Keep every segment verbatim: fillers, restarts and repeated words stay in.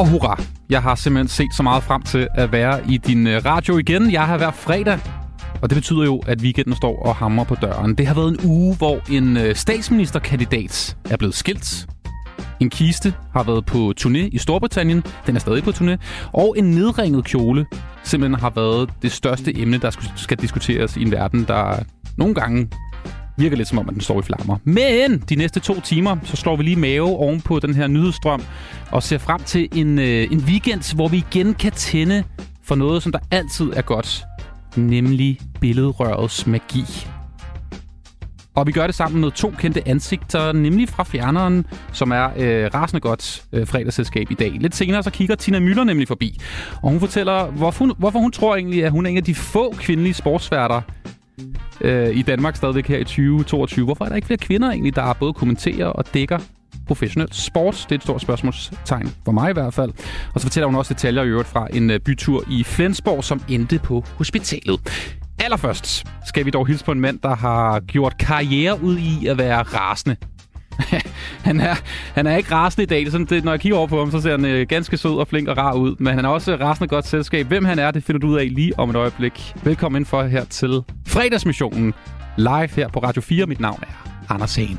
hurra. Jeg har simpelthen set så meget frem til at være i din radio igen. Jeg har hver fredag, og det betyder jo, at weekenden står og hamrer på døren. Det har været en uge, hvor en statsministerkandidat er blevet skilt. En kiste har været på turné i Storbritannien. Den er stadig på turné. Og en nedringet kjole simpelthen har været det største emne, der skal diskuteres i en verden, der nogle gange virker lidt som om, at den står i flammer. Men de næste to timer, så slår vi lige mave oven på den her nyhedsstrøm og ser frem til en, øh, en weekend, hvor vi igen kan tænde for noget, som der altid er godt. Nemlig billedrørets magi. Og vi gør det sammen med to kendte ansigter, nemlig fra Fjerneren, som er øh, rasende godt øh, fredagsselskab i dag. Lidt senere så kigger Tina Müller nemlig forbi, og hun fortæller, hvorfor hun, hvorfor hun tror egentlig, at hun er en af de få kvindelige sportsværter øh, i Danmark stadigvæk her i tyve toogtyve. Hvorfor er der ikke flere kvinder egentlig, der både kommenterer og dækker professionel sport? Det er et stort spørgsmålstegn for mig i hvert fald. Og så fortæller hun også detaljer i øvrigt fra en øh, bytur i Flensborg, som endte på hospitalet. Allerførst skal vi dog hilse på en mand, der har gjort karriere ud i at være rasende. han, er, han er ikke rasende i dag. Det er sådan, det, når jeg kigger over på ham, så ser han øh, ganske sød og flink og rar ud. Men han er også rasende godt selskab. Hvem han er, det finder du ud af lige om et øjeblik. Velkommen ind for her til Fredagsmissionen. Live her på Radio fire. Mit navn er Anders Hagen.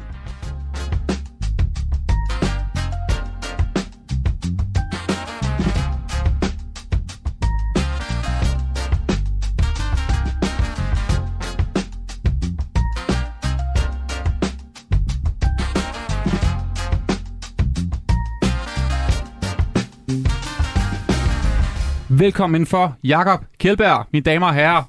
Velkommen indenfor, Jakob Kjeldberg, mine damer og herrer.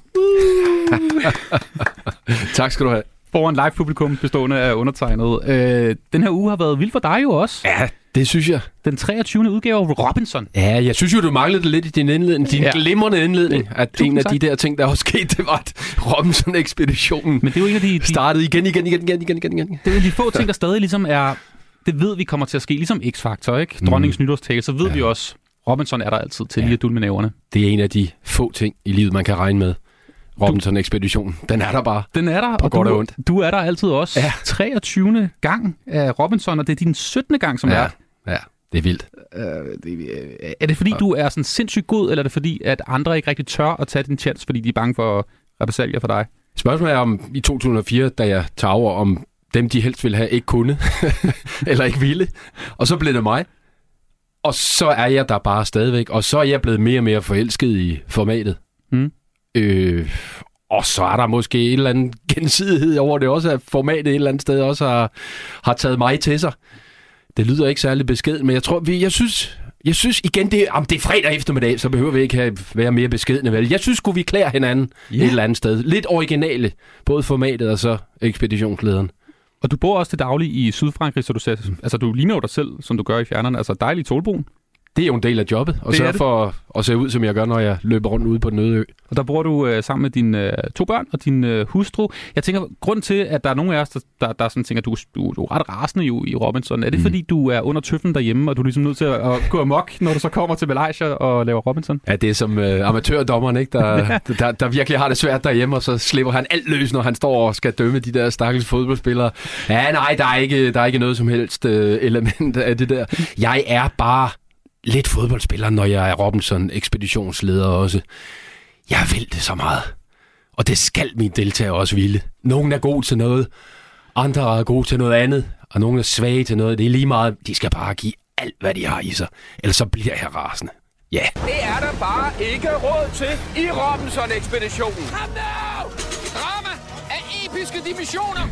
Tak skal du have. Foran live-publikum bestående af undertegnet. Øh, den her uge har været vild for dig jo også. Ja, det synes jeg. Den treogtyvende udgave af Robinson. Ja, jeg synes jo, du manglede lidt i din indledning. Din ja. glimrende indledning. At Tusind en af de der ting, der også skete, det var, at Robinson-ekspeditionen Men det er jo en af de, de... startede igen, igen, igen, igen, igen, igen, igen. Det er jo de få ting, der stadig ligesom er... Det ved vi kommer til at ske, ligesom X-Factor, ikke? Mm. Dronningens nytårstale, så ved ja. vi også... Robinson er der altid til ja. lige at dulme med næverne. Det er en af de få ting i livet, man kan regne med. Robinson-ekspeditionen. Den er der bare. Den er der, og går du, du er der altid også. Ja. treogtyvende gang af Robinson, og det er din syttende gang, som ja. er. Ja, det er vildt. Uh, det, er det fordi, ja. du er sådan sindssygt god, eller er det fordi, at andre ikke rigtig tør at tage din chance, fordi de er bange for repressalier for dig? Spørgsmålet er om i to tusind og fire, da jeg tager over, om dem, de helst ville have, ikke kunne, eller ikke ville. Og så blev det mig. Og så er jeg der bare stadigvæk, og så er jeg blevet mere og mere forelsket i formatet. Mm. Øh, og så er der måske en eller anden gensidighed over det også, at formatet et eller andet sted også har, har taget mig til sig. Det lyder ikke særlig beskeden, men jeg tror, vi, jeg synes, jeg synes igen, det, om det er fredag eftermiddag, så behøver vi ikke have, være mere beskedne, vel? Jeg synes, skulle vi klæde hinanden yeah. et eller andet sted. Lidt originale, både formatet og så ekspeditionslederen. Og du bor også til daglig i Sydfrankrig, så du, ser, altså, du ligner jo dig selv, som du gør i Fjerneren. Altså dejlig solbrun. Det er jo en del af jobbet, og sørge for at se ud, som jeg gør, når jeg løber rundt ude på den øde ø. Og der bor du øh, sammen med dine øh, to børn og din øh, hustru. Jeg tænker, grund til, at der er nogle af os, der, der, der sådan tænker, at du, du, du er ret rasende jo i Robinson. Er det, mm. fordi du er under tøffen derhjemme, og du er ligesom nødt til at, at gå amok, når du så kommer til Malaysia og laver Robinson? Ja, det er som øh, amatørdommeren, ikke? Der, ja. der, der, der virkelig har det svært derhjemme, og så slipper han alt løs, når han står og skal dømme de der stakkels fodboldspillere. Ja, nej, der er ikke, der er ikke noget som helst øh, element af det der. Jeg er bare... lidt fodboldspiller, når jeg er Robinson-ekspeditionsleder også. Jeg vil det så meget. Og det skal mine deltagere også ville. Nogle er gode til noget, andre er gode til noget andet, og nogle er svage til noget. Det er lige meget, de skal bare give alt, hvad de har i sig. Ellers så bliver jeg rasende. Ja. Yeah. Det er der bare ikke råd til i Robinson-ekspeditionen. Kom nu! Drama af episke dimensioner!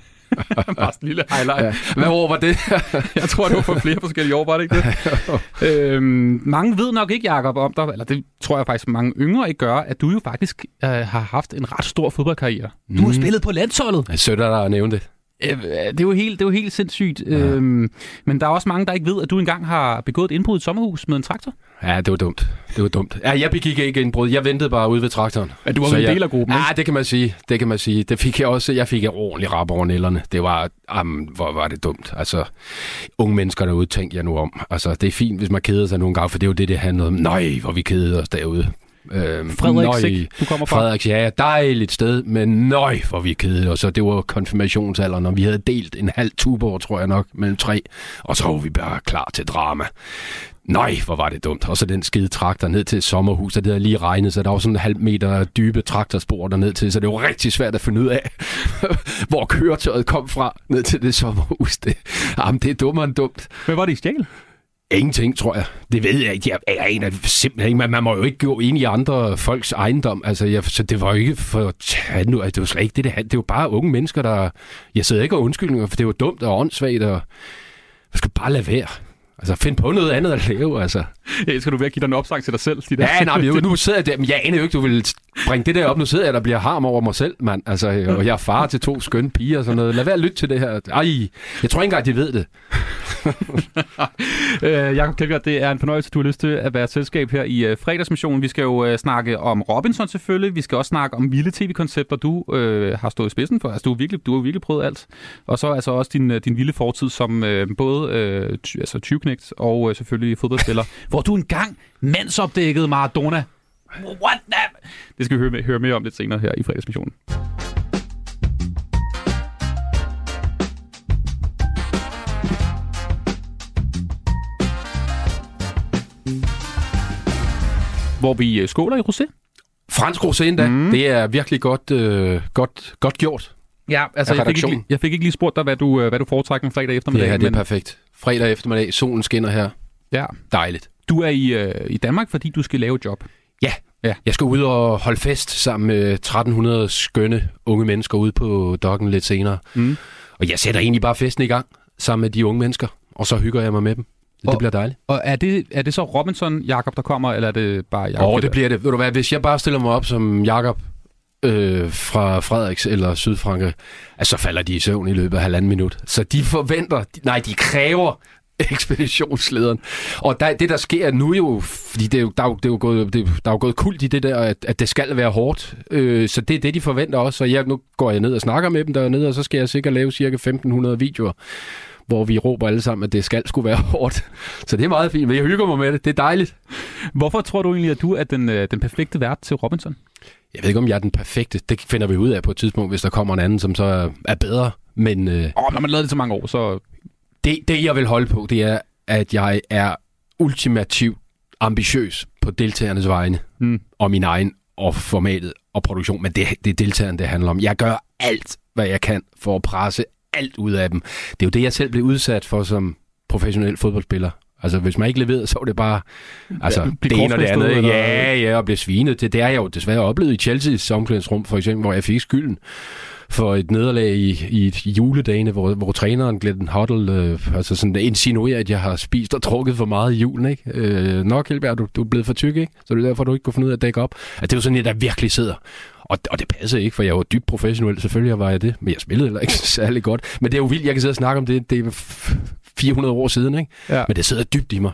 Bare en lille highlight. Ja. Hvad år var det? Jeg tror, det var for flere forskellige år, var det ikke det? øhm, mange ved nok ikke, Jakob, om dig, eller det tror jeg faktisk mange yngre ikke gør, at du jo faktisk øh, har haft en ret stor fodboldkarriere. Du mm. har spillet på landsholdet. Jeg søger dig at nævne det. Øh, det er jo helt, det er jo helt sindssygt. Ja. Øhm, men der er også mange, der ikke ved, at du engang har begået et indbrud i et sommerhus med en traktor. Ja, det var dumt. Det var dumt. Ja, jeg begik ikke indbrud. Jeg ventede bare ude ved traktoren. Ja, du var en del af gruppen, ikke? Ja, det kan man sige. Det kan man sige. Det fik jeg også. Jeg fik et ordentligt rap over nælderne. Det var, um, hvor var det dumt. Altså, unge mennesker derude, tænkte jeg nu om. Altså, det er fint, hvis man keder sig nogle gange, for det er jo det, det handler om. Nøj, hvor vi kedede os derude. Øhm, Frederik, du kommer fra? Frederik, ja, dejligt sted, men nøj, hvor vi kedede os. Og det var konfirmationsalderen, og vi havde delt en halv tuborg, tror jeg nok, mellem tre. Og så var vi bare klar til drama. Nej, hvor var det dumt. Og så den skide traktor ned til et sommerhus, og det havde lige regnet, så der var sådan en halv meter dybe traktorspor derned til, så det var rigtig svært at finde ud af, hvor køretøjet kom fra ned til det sommerhus. Det, jamen, det er dummere end dumt. Hvad var det, I stjal? Ingenting, tror jeg. Det ved jeg ikke. Jeg er en af simpelthen ikke. Man, man må jo ikke gå ind i andre folks ejendom. Altså, jeg, så det var jo ikke for at tage nu. Det var slet ikke det, det handlede. Det var bare unge mennesker, der... Jeg sidder ikke og undskyldninger, for det var dumt og åndssvagt, og jeg skal bare lade være. Altså, find på noget andet at lave, altså. Ja, skal du ved at give dig en opsang til dig selv? De der ja, nej, men nu sidder jeg der. Men jeg aner jo ikke, du vil bringe det der op. Nu sidder jeg, der bliver harm over mig selv, mand. Altså, og jeg er far til to skønne piger og sådan noget. Lad være at lytte til det her. Ej, jeg tror ikke engang, de ved det. øh, Jakob Kjeldgaard, det er en fornøjelse, du har lyst til at være selskab her i uh, fredagsmissionen. Vi skal jo uh, snakke om Robinson selvfølgelig. Vi skal også snakke om vilde tv-koncepter, du uh, har stået i spidsen for. Altså, du har virkelig, du har virkelig prøvet alt. Og så altså også din, din vilde fortid som uh, både uh, ty, altså, tyveknægt og uh, selvfølgelig fodboldspiller, hvor du engang mandsopdækkede Maradona. What the? Det skal vi høre, høre mere om lidt senere her i fredagsmissionen. Hvor vi skåler i rosé. Fransk rosé endda. Mm. Det er virkelig godt, øh, godt, godt gjort. Ja, altså jeg fik, ikke, jeg fik ikke lige spurgt dig, hvad du, hvad du foretrækker en fredag eftermiddag. Ja, det er men... perfekt. Fredag eftermiddag, solen skinner her. Ja. Dejligt. Du er i, øh, i Danmark, fordi du skal lave et job. Ja. ja, jeg skal ud og holde fest sammen med tretten hundrede skønne unge mennesker ude på dokken lidt senere. Mm. Og jeg sætter egentlig bare festen i gang sammen med de unge mennesker, og så hygger jeg mig med dem. Det og, bliver dejligt. Og er det, er det så Robinson, Jakob, der kommer, eller er det bare Jakob? Åh, oh, det bliver det. Ved du hvad, hvis jeg bare stiller mig op som Jakob øh, fra Frederiks eller Sydfrankrig, altså, så falder de i søvn i løbet af halvanden minut. Så de forventer, nej, de kræver ekspeditionslederen. Og der, det, der sker nu jo, fordi det er jo, der, er jo, det er jo gået, det, der er jo gået kult i det der, at, at det skal være hårdt. Øh, så det er det, de forventer også. Så jeg, nu går jeg ned og snakker med dem dernede, og så skal jeg sikkert lave cirka femten hundrede videoer, hvor vi råber alle sammen, at det skal skulle være hårdt. Så det er meget fint, men jeg hygger mig med det. Det er dejligt. Hvorfor tror du egentlig, at du er den, den perfekte vært til Robinson? Jeg ved ikke, om jeg er den perfekte. Det finder vi ud af på et tidspunkt, hvis der kommer en anden, som så er, er bedre. Men øh, oh, når man lavede det så mange år, så... Det, det, jeg vil holde på, det er, at jeg er ultimativt ambitiøs på deltagernes vegne, mm. og min egen, og formatet og produktion. Men det, det er deltagerne, det handler om. Jeg gør alt, hvad jeg kan for at presse alt ud af dem. Det er jo det, jeg selv blev udsat for som professionel fodboldspiller. Altså, hvis man ikke leverede, så var det bare altså, ja, det ene og det andet. Eller... Ja, ja, og blev svinet. Det, det er jeg jo desværre oplevet i Chelsea's omklædningsrum, for eksempel, hvor jeg fik skylden for et nederlag i, i juledagene, hvor, hvor træneren Glenn Hoddle øh, altså sådan insinuerer, at jeg har spist og drukket for meget i julen, ikke? Øh, nok, Kjeldberg, du, du er blevet for tyk, ikke? Så det er derfor, du ikke kunne finde ud af at dække op. At det er jo sådan et, der virkelig sidder. Og, og det passer ikke, for jeg var dybt professionel. Selvfølgelig var jeg det, men jeg spillede heller ikke særlig godt. Men det er jo vildt, jeg kan sidde og snakke om det. Det er fire hundrede år siden, ikke? Ja. Men det sidder dybt i mig.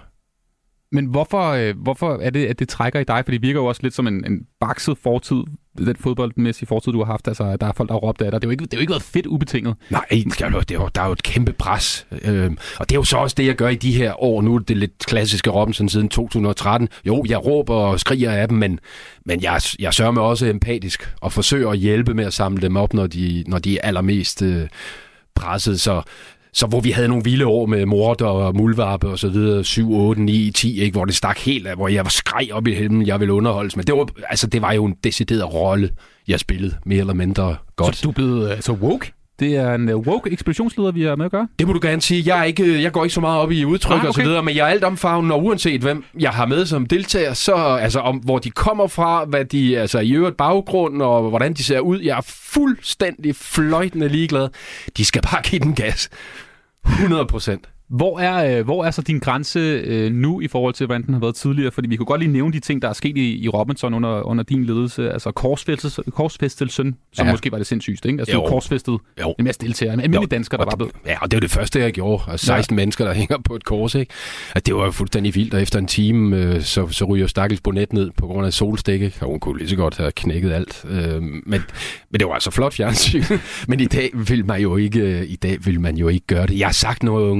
Men hvorfor, øh, hvorfor er det, at det trækker i dig? For det virker jo også lidt som en, en bakset fortid, den fodboldmæssige fortid, du har haft. Altså, der er folk, der har råbt af dig. Det er jo ikke, det er jo ikke været fedt ubetinget. Nej, det er jo, det er jo, der er jo et kæmpe pres. Øhm, og det er jo så også det, jeg gør i de her år. Nu er det lidt klassiske Robinson siden to tusind og tretten. Jo, jeg råber og skriger af dem, men, men jeg, jeg sørger mig også empatisk og forsøger at hjælpe med at samle dem op, når de, når de er allermest øh, presset. Så Så hvor vi havde nogle vilde år med morder og muldvarpe og så videre, syv, otte, ni, ti, ikke, hvor det stak helt af, hvor jeg var skreg op i helmen, jeg ville underholdes. Men det var, altså, det var jo en decideret rolle, jeg spillede, mere eller mindre godt. Så du er blevet altså woke? Det er en woke ekspeditionsleder, vi er med at gøre? Det må du gerne sige. Jeg, er ikke, jeg går ikke så meget op i udtryk ah, okay. og så videre, men jeg er alt omfavnende, og uanset hvem jeg har med som deltager, så altså om hvor de kommer fra, hvad de altså i øvrigt baggrund og hvordan de ser ud, jeg er fuldstændig fløjtende ligeglad. De skal bare give den gas. hundrede procent. Hvor er, øh, hvor er så din grænse øh, nu i forhold til, hvordan den har været tidligere? Fordi vi kunne godt lige nævne de ting, der er sket i, i Robinson under, under din ledelse. Altså korsfæstelsen, som ja. måske var det sindssygste, ikke? Altså jo. Du korsfæstede en masse deltagere, en almindelig dansker, der var blevet... Ja, og det var det første, jeg gjorde. Altså seksten ja. mennesker, der hænger på et kors, ikke? At det var jo fuldstændig vildt, og efter en time, øh, så, så ryger Stakkels Bonnet ned på grund af solstik, ikke? Og hun kunne lige så godt have knækket alt. Øh, men, men det var altså flot fjernsyn. Men i dag vil man jo ikke, i dag vil man jo ikke gøre det. Jeg har sagt nogle ting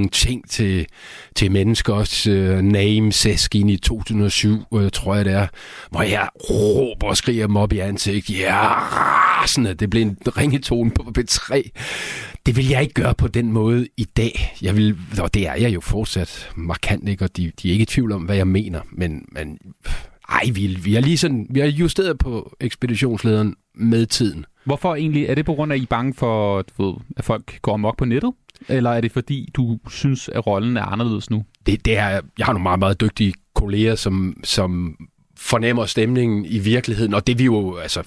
ting til, til menneskers uh, name-sæsk ind i to tusind og syv, uh, tror jeg det er, hvor jeg råber og skriger dem op i ansigt. Ja, rasende. Det blev en ringetone på P tre. Det vil jeg ikke gøre på den måde i dag. Jeg vil, og det er jeg jo fortsat markant, ikke? Og de, de er ikke i tvivl om, hvad jeg mener. Men, men ej, vi, vi, er lige sådan, vi har justeret på ekspeditionslederen med tiden. Hvorfor egentlig? Er det på grund af, at I er bange for, du ved, at folk går amok på nettet? Eller er det fordi, du synes, at rollen er anderledes nu? Det, det er, jeg har nogle meget, meget dygtige kolleger, som, som fornemmer stemningen i virkeligheden. Og det vi jo, altså...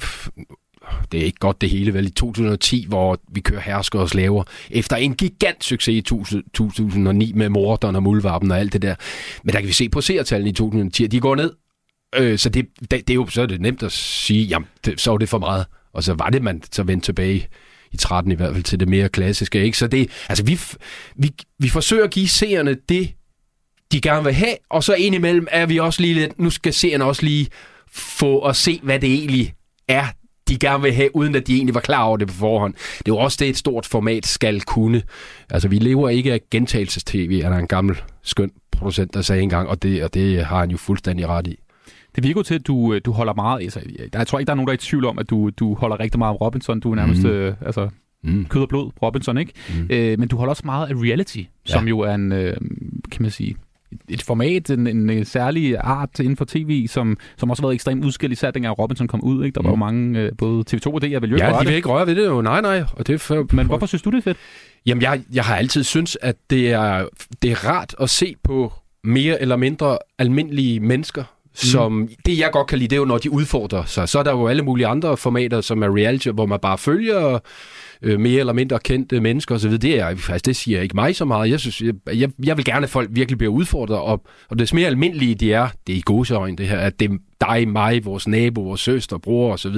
Det er ikke godt det hele, vel, i to tusind og ti, hvor vi kører hersker og slaver, efter en gigant succes i to tusind og ni med Morderen og Muldvarpen og alt det der. Men der kan vi se på seertallene i to tusind og ti, at de går ned. Øh, så det, det, det er jo så er det nemt at sige, jamen, det, så var det for meget. Og så var det, man så vendte tilbage i tretten i hvert fald til det mere klassiske, ikke? Så det, altså vi, vi, vi forsøger at give seerne det, de gerne vil have, og så indimellem er vi også lige lidt, nu skal seerne også lige få at se, hvad det egentlig er, de gerne vil have, uden at de egentlig var klar over det på forhånd. Det er jo også det, et stort format skal kunne. Altså, vi lever ikke af gentagelses-tv, er der en gammel, skøn producent, der sagde engang, og det, og det har han jo fuldstændig ret i. Det virker til, at du, du holder meget... Altså, jeg tror ikke, der er nogen, der er i tvivl om, at du, du holder rigtig meget af Robinson. Du er nærmest mm. øh, altså, mm. kød og blod, Robinson, ikke? Mm. Øh, men du holder også meget af reality, ja. Som jo er en, øh, kan man sige... et format, en, en særlig art inden for tv, som, som også har været ekstremt udskilt, især dengang Robinson kom ud. Ikke? Der var jo mange, øh, både T V to og D, jeg vil jo ikke ja, røre de vil ikke røre ved det jo. Nej, nej. Og det er for, Men hvorfor synes du, det er fedt? Jamen, jeg, jeg har altid syntes, at det er, det er rart at se på mere eller mindre almindelige mennesker, som mm. det, jeg godt kan lide, det er jo, når de udfordrer sig. Så er der jo alle mulige andre formater, som er reality, hvor man bare følger øh, mere eller mindre kendte mennesker osv. Det, er, altså, det siger ikke mig så meget. Jeg, synes, jeg, jeg, jeg vil gerne, at folk virkelig bliver udfordret, og, og des mere almindelige de er, det er i gåseøjne det her, at det er dig, mig, vores nabo, vores søster, bror osv.,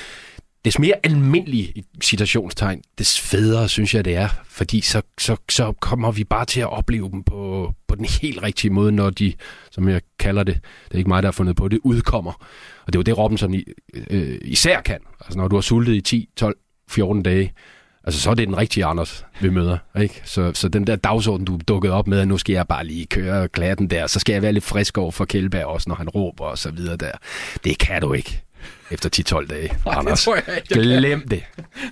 des mere almindelige citationstegn, des federe, synes jeg, det er. Fordi så, så, så kommer vi bare til at opleve dem på, på den helt rigtige måde, når de, som jeg kalder det, det er ikke mig, der har fundet på det, udkommer. Og det er jo det, Robinson i, øh, især kan. Altså, når du har sultet i ti, tolv, fjorten dage, altså, så er det den rigtige Anders, vi møder. Ikke? Så, så den der dagsorden, du dukkede op med, at nu skal jeg bare lige køre klatten der, så skal jeg være lidt frisk over for Kjeldberg også, når han råber og så videre der. Det kan du ikke. Efter ti til tolv dage. Ej, Anders, det tror jeg ikke. glem det.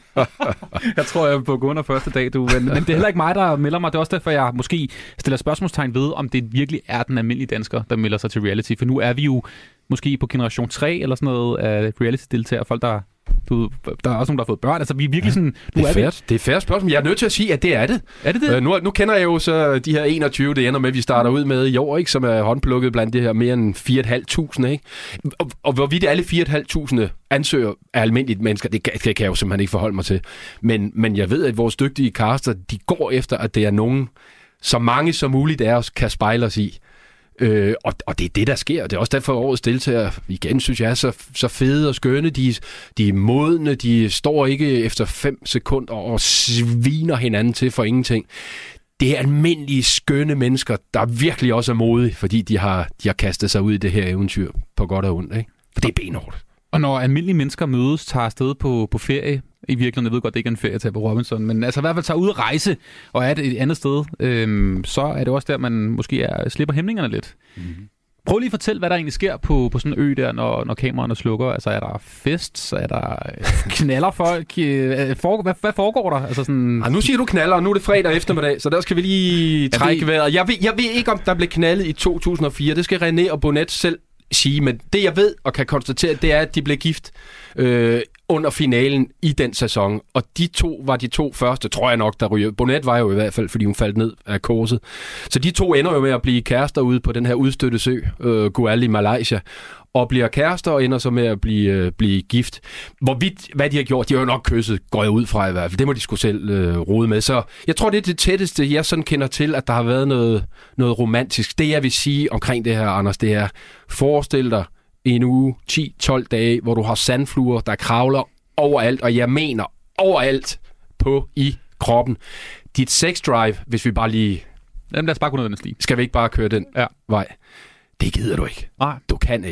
Jeg tror, jeg er på under første dag, du. Men, men det er heller ikke mig, der melder mig. Det er også derfor, jeg måske stiller spørgsmålstegn ved, om det virkelig er den almindelige dansker, der melder sig til reality. For nu er vi jo måske på generation tre eller sådan noget af reality-deltagere. Folk, der... Du, der er også nogen, der har fået børn. Altså, vi er virkelig sådan... Nu det, er er færd, det er færre spørgsmål. Jeg er nødt til at sige, at det er det. Er det det? Øh, nu, nu kender jeg jo så de her enogtyve, det ender med, at vi starter ud med i år, ikke, som er håndplukket blandt det her mere end fire tusind fem hundrede. Ikke? Og, og hvorvidt alle fire tusind fem hundrede ansøger er almindeligt mennesker, det kan, det kan jeg jo simpelthen ikke forholde mig til. Men, men jeg ved, at vores dygtige caster, de går efter, at det er nogen, så mange som muligt af os kan spejle os i. Øh, og, og det er det, der sker. Det er også derfor, årets deltagere, igen synes jeg, er så, så fede og skønne. De, de er modne, de står ikke efter fem sekunder og sviner hinanden til for ingenting. Det er almindelige, skønne mennesker, der virkelig også er modige, fordi de har, de har kastet sig ud i det her eventyr på godt og ondt. Ikke? For det er benhårdt. Og når almindelige mennesker mødes, tager afsted på, på ferie, i virkeligheden, jeg ved godt, det ikke er en ferie til på Robinson, men altså i hvert fald tager ud at rejse, og er det et andet sted, øhm, så er det også der, man måske er, slipper hæmningerne lidt. Mm-hmm. Prøv lige at fortælle, hvad der egentlig sker på, på sådan en ø der, når, når kameraerne slukker. Altså er der fest, så er der knaller folk? For, hvad, hvad foregår der? Altså, sådan... ah, nu siger du knaller, og nu er det fredag eftermiddag, så der skal vi lige trække vejret. Jeg ved, jeg ved ikke, om der blev knaldet i to tusind og fire. Det skal René og Bonnet selv sige, men det jeg ved og kan konstatere, det er, at de blev gift øh, under finalen i den sæson, og de to var de to første, tror jeg nok, der ryger. Bonnet var jo i hvert fald, fordi hun faldt ned af korset. Så de to ender jo med at blive kærester ude på den her udstøtte sø, øh, Gual i Malaysia, og bliver kærester og ender så med at blive, øh, blive gift. Hvorvidt, hvad de har gjort, de har jo nok kysset, går jeg ud fra i hvert fald. Det må de sgu selv øh, rode med. Så jeg tror, det er det tætteste, jeg sådan kender til, at der har været noget, noget romantisk. Det, jeg vil sige omkring det her, Anders, det er, forestil dig en uge, ti til tolv dage, hvor du har sandfluer, der kravler overalt, og jeg mener overalt på i kroppen. Dit sex drive, hvis vi bare lige... Jamen, lad os bare gå ned ad den sti. Skal vi ikke bare køre den ja. vej? Det gider du ikke. Nej. Du kan ikke.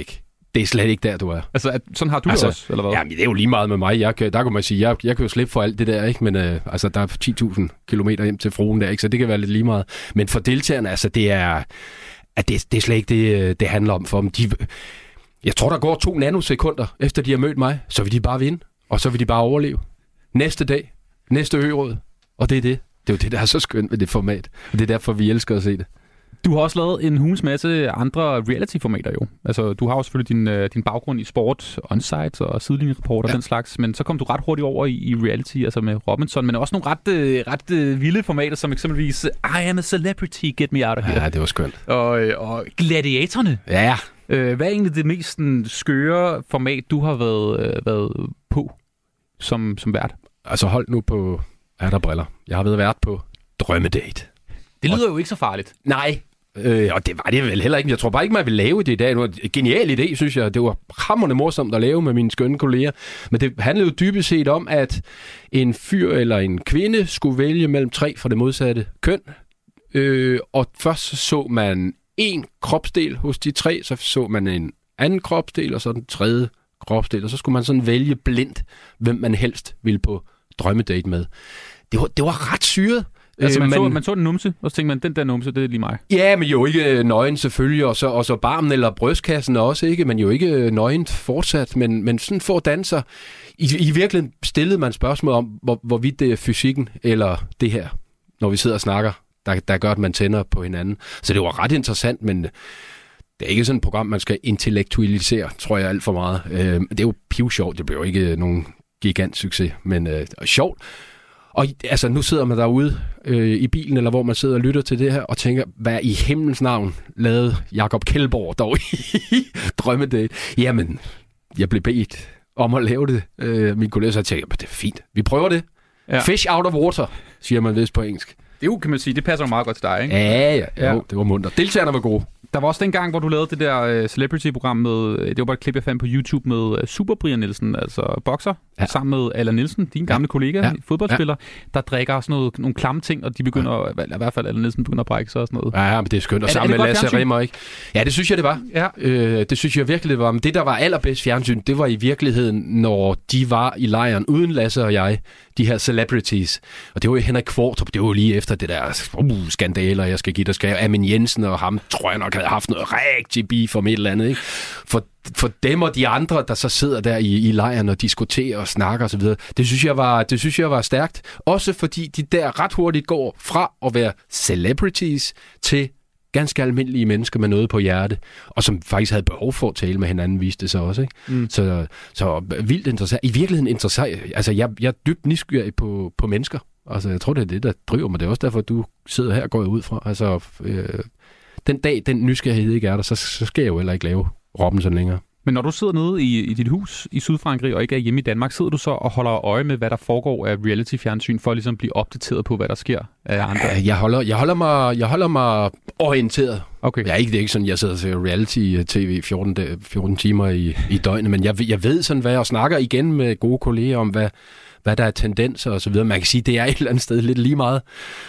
Det er slet ikke der, du er. Altså, at, sådan har du altså, det også, eller hvad? Jamen, det er jo lige meget med mig. Jeg, der kan man sige, jeg, jeg kan jo slippe for alt det der, ikke? Men øh, altså, der er ti tusind kilometer hjem til fruen der, ikke? Så det kan være lidt lige meget. Men for deltagerne, altså, det er, at det, det er slet ikke det, det handler om for dem. De, jeg tror, der går to nanosekunder, efter de har mødt mig, så vil de bare vinde, og så vil de bare overleve. Næste dag, næste ø-råd, og det er det. Det er jo det, der er så skønt ved det format, og det er derfor, vi elsker at se det. Du har også lavet en hulens masse andre reality-formater jo. Altså, du har jo selvfølgelig din, din baggrund i sport, onsite og sidelinjereport og ja. den slags, men så kom du ret hurtigt over i, i reality, altså med Robinson, men også nogle ret, ret vilde formater, som eksempelvis I am a celebrity, get me out of here. Ja, det var skønt. Og, og Gladiatorerne. Ja. Hvad er egentlig det mest skøre format, du har været, været på som, som vært? Altså, hold nu på er der briller. Jeg har været vært på Drømmedate. Det lyder og, jo ikke så farligt. Nej, øh, og det var det vel heller ikke. Jeg tror bare ikke, man ville lave det i dag. Det var en genial idé, synes jeg. Det var hamrende morsomt at lave med mine skønne kolleger. Men det handlede jo dybest set om, at en fyr eller en kvinde skulle vælge mellem tre fra det modsatte køn. Øh, og først så man en kropsdel hos de tre, så så man en anden kropsdel, og så den tredje kropsdel. Og så skulle man sådan vælge blindt, hvem man helst ville på drømmedate med. Det var, det var ret syret. Altså, man, man, så, man så den numse, og så tænkte man, den der numse, det er lige mig. Ja, men jo ikke nøgen selvfølgelig, og så, og så barmen eller brystkassen også, ikke? Men jo ikke nøgent fortsat, men, men sådan få danser. I, I virkeligheden stillede man spørgsmål om, hvor, hvorvidt det er fysikken eller det her, når vi sidder og snakker, der, der gør, at man tænder på hinanden. Så det var ret interessant, men det er ikke sådan et program, man skal intellektualisere, tror jeg, alt for meget. Øh, det er jo pivsjovt, det bliver jo ikke nogen gigant succes, men øh, sjovt. Og altså, nu sidder man derude øh, i bilen, eller hvor man sidder og lytter til det her, og tænker, hvad i himlens navn lavede Jakob Kjeldborg dog i Drømmedate? Jamen, jeg blev bedt om at lave det. Øh, min kollega så tænkte, det er fint, vi prøver det. Ja. Fish out of water, siger man vist på engelsk. Det jo, kan man sige, det passer jo meget godt til dig, ikke? Ja, ja, ja. Jo, det var munter. Deltagerne var gode. Der var også den gang, hvor du lavede det der uh, celebrity-program med, det var bare et klip, jeg fandt på YouTube med uh, Super Brian Nielsen, altså bokser, ja. sammen med Allan Nielsen, din gamle ja. kollega, ja. fodboldspiller, ja. der drikker sådan noget, nogle klamme ting, og de begynder, ja. i hvert fald Allan Nielsen begynder at brække sig og sådan noget. Ja, men det er skønt. Og sammen med Lasse Remmer, ikke? Ja, det synes jeg, det var. Ja. Øh, det synes jeg virkelig, det var. Men det, der var allerbedst fjernsyn, det var i virkeligheden, når de var i lejren uden Lasse og jeg, de her celebrities. Og det var jo Henrik Kvartrup, det var jo lige efter det der uh, skandaler, jeg skal give dig skal. Amin Jensen og ham, tror jeg nok, havde haft noget rigtig beef om et eller andet, ikke? For, for dem og de andre, der så sidder der i, i lejren og diskuterer og snakker og så videre, det synes jeg var, det synes jeg var stærkt. Også fordi de der ret hurtigt går fra at være celebrities til ganske almindelige mennesker med noget på hjerte, og som faktisk havde behov for at tale med hinanden, viste det sig også, ikke? Mm. Så, så vildt interessant. I virkeligheden interessant. Altså, jeg, jeg er dybt nysgerrig på, på mennesker. Altså, jeg tror, det er det, der driver mig. Det er også derfor, du sidder her og går ud fra. Altså, øh, den dag, den nysgerrighed ikke er der, så, så skal jeg jo heller ikke lave Robinson længere. Men når du sidder nede i, i dit hus i Sydfrankrig og ikke er hjemme i Danmark, sidder du så og holder øje med, hvad der foregår af reality-fjernsyn, for at ligesom blive opdateret på, hvad der sker af andre? Jeg holder, jeg holder, mig, jeg holder mig orienteret. Okay. Jeg er ikke, det er ikke sådan, jeg sidder og ser reality-tv fjorten, fjorten timer i, i døgnet, men jeg, jeg ved sådan, hvad jeg snakker igen med gode kolleger om, hvad, hvad der er tendenser og så videre. Man kan sige, det er et eller andet sted lidt lige meget.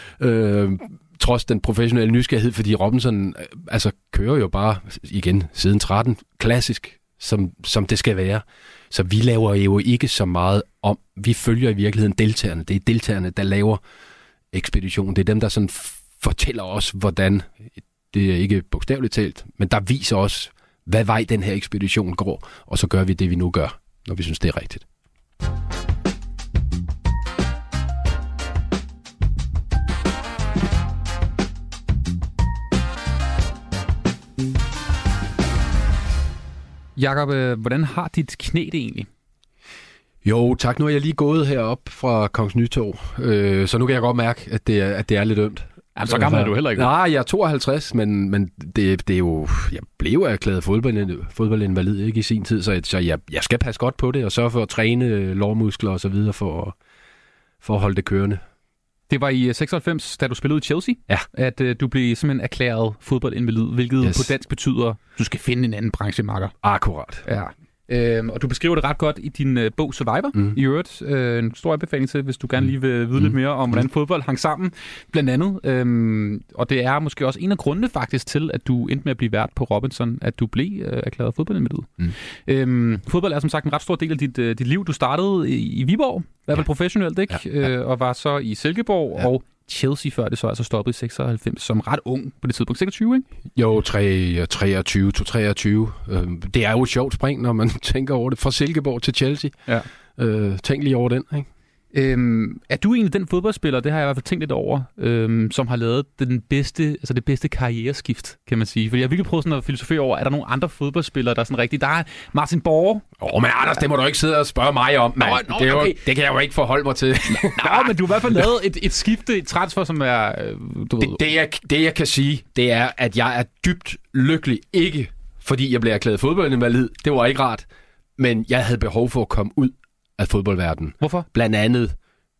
Øh, trods den professionelle nysgerrighed, fordi Robinson altså, kører jo bare igen siden tretten klassisk, som, som det skal være. Så vi laver jo ikke så meget om. Vi følger i virkeligheden deltagerne. Det er deltagerne, der laver ekspeditionen. Det er dem, der sådan fortæller os, hvordan, det er ikke bogstaveligt talt, men der viser os, hvad vej den her ekspedition går, og så gør vi det, vi nu gør, når vi synes, det er rigtigt. Jakob, hvordan har dit knæ det egentlig? Jo, tak. Nu er jeg lige gået herop fra Kongens Nytorv, øh, så nu kan jeg godt mærke, at det er, at det er lidt ømt. Jamen, så gammel er du heller ikke. Nej, jeg er tooghalvtreds, men, men det, det er jo... Jeg blev erklæret fodboldinvalid ikke i sin tid, så, så jeg, jeg skal passe godt på det og sørge for at træne lårmuskler og så videre for, for at holde det kørende. Det var i seksoghalvfems, da du spillede i Chelsea, ja. at uh, du blev simpelthen erklæret fodboldinvalid, hvilket yes. på dansk betyder, at du skal finde en anden branchemakker. Akkurat. Ja. Øhm, og du beskriver det ret godt i din øh, bog Survivor, mm. i øvrigt. Øh, en stor anbefaling til, hvis du gerne lige vil vide mm. lidt mere om, hvordan fodbold hang sammen, blandt andet. Øhm, og det er måske også en af grundene faktisk til, at du endte med at blive vært på Robinson, at du blev øh, erklæret fodboldinvalid. Mm. Øhm, fodbold er som sagt en ret stor del af dit, øh, dit liv. Du startede i, i Viborg, i hvert fald professionelt, ikke? Ja, ja. Øh, og var så i Silkeborg ja. og Chelsea, før det så altså stoppede i seksoghalvfems, som ret ung på det tidspunkt. seksogtyve, ikke? Jo, treogtyve, treogtyve. Det er jo et sjovt spring, når man tænker over det. Fra Silkeborg til Chelsea. Ja. Øh, tænk lige over den, ikke? Øhm, er du egentlig den fodboldspiller, det har jeg i hvert fald tænkt lidt over, øhm, som har lavet den bedste, altså det bedste karriereskift, kan man sige? Fordi jeg har virkelig prøvet sådan at filosofere over, er der nogle andre fodboldspillere, der er sådan rigtigt? Der er Martin Borg. Åh, oh, men Anders, det må du ikke sidde og spørge mig om, mand. Nå, nå, det, okay. det kan jeg jo ikke forholde mig til. Nå, men du har i hvert fald lavet et, et skifte, et transfer, som er... Du ved. Det, det, jeg, det jeg kan sige, det er, at jeg er dybt lykkelig, ikke fordi jeg blev erklæret fodboldinvalid. Det var ikke rart, men jeg havde behov for at komme ud af fodboldverdenen. Hvorfor? Blandt andet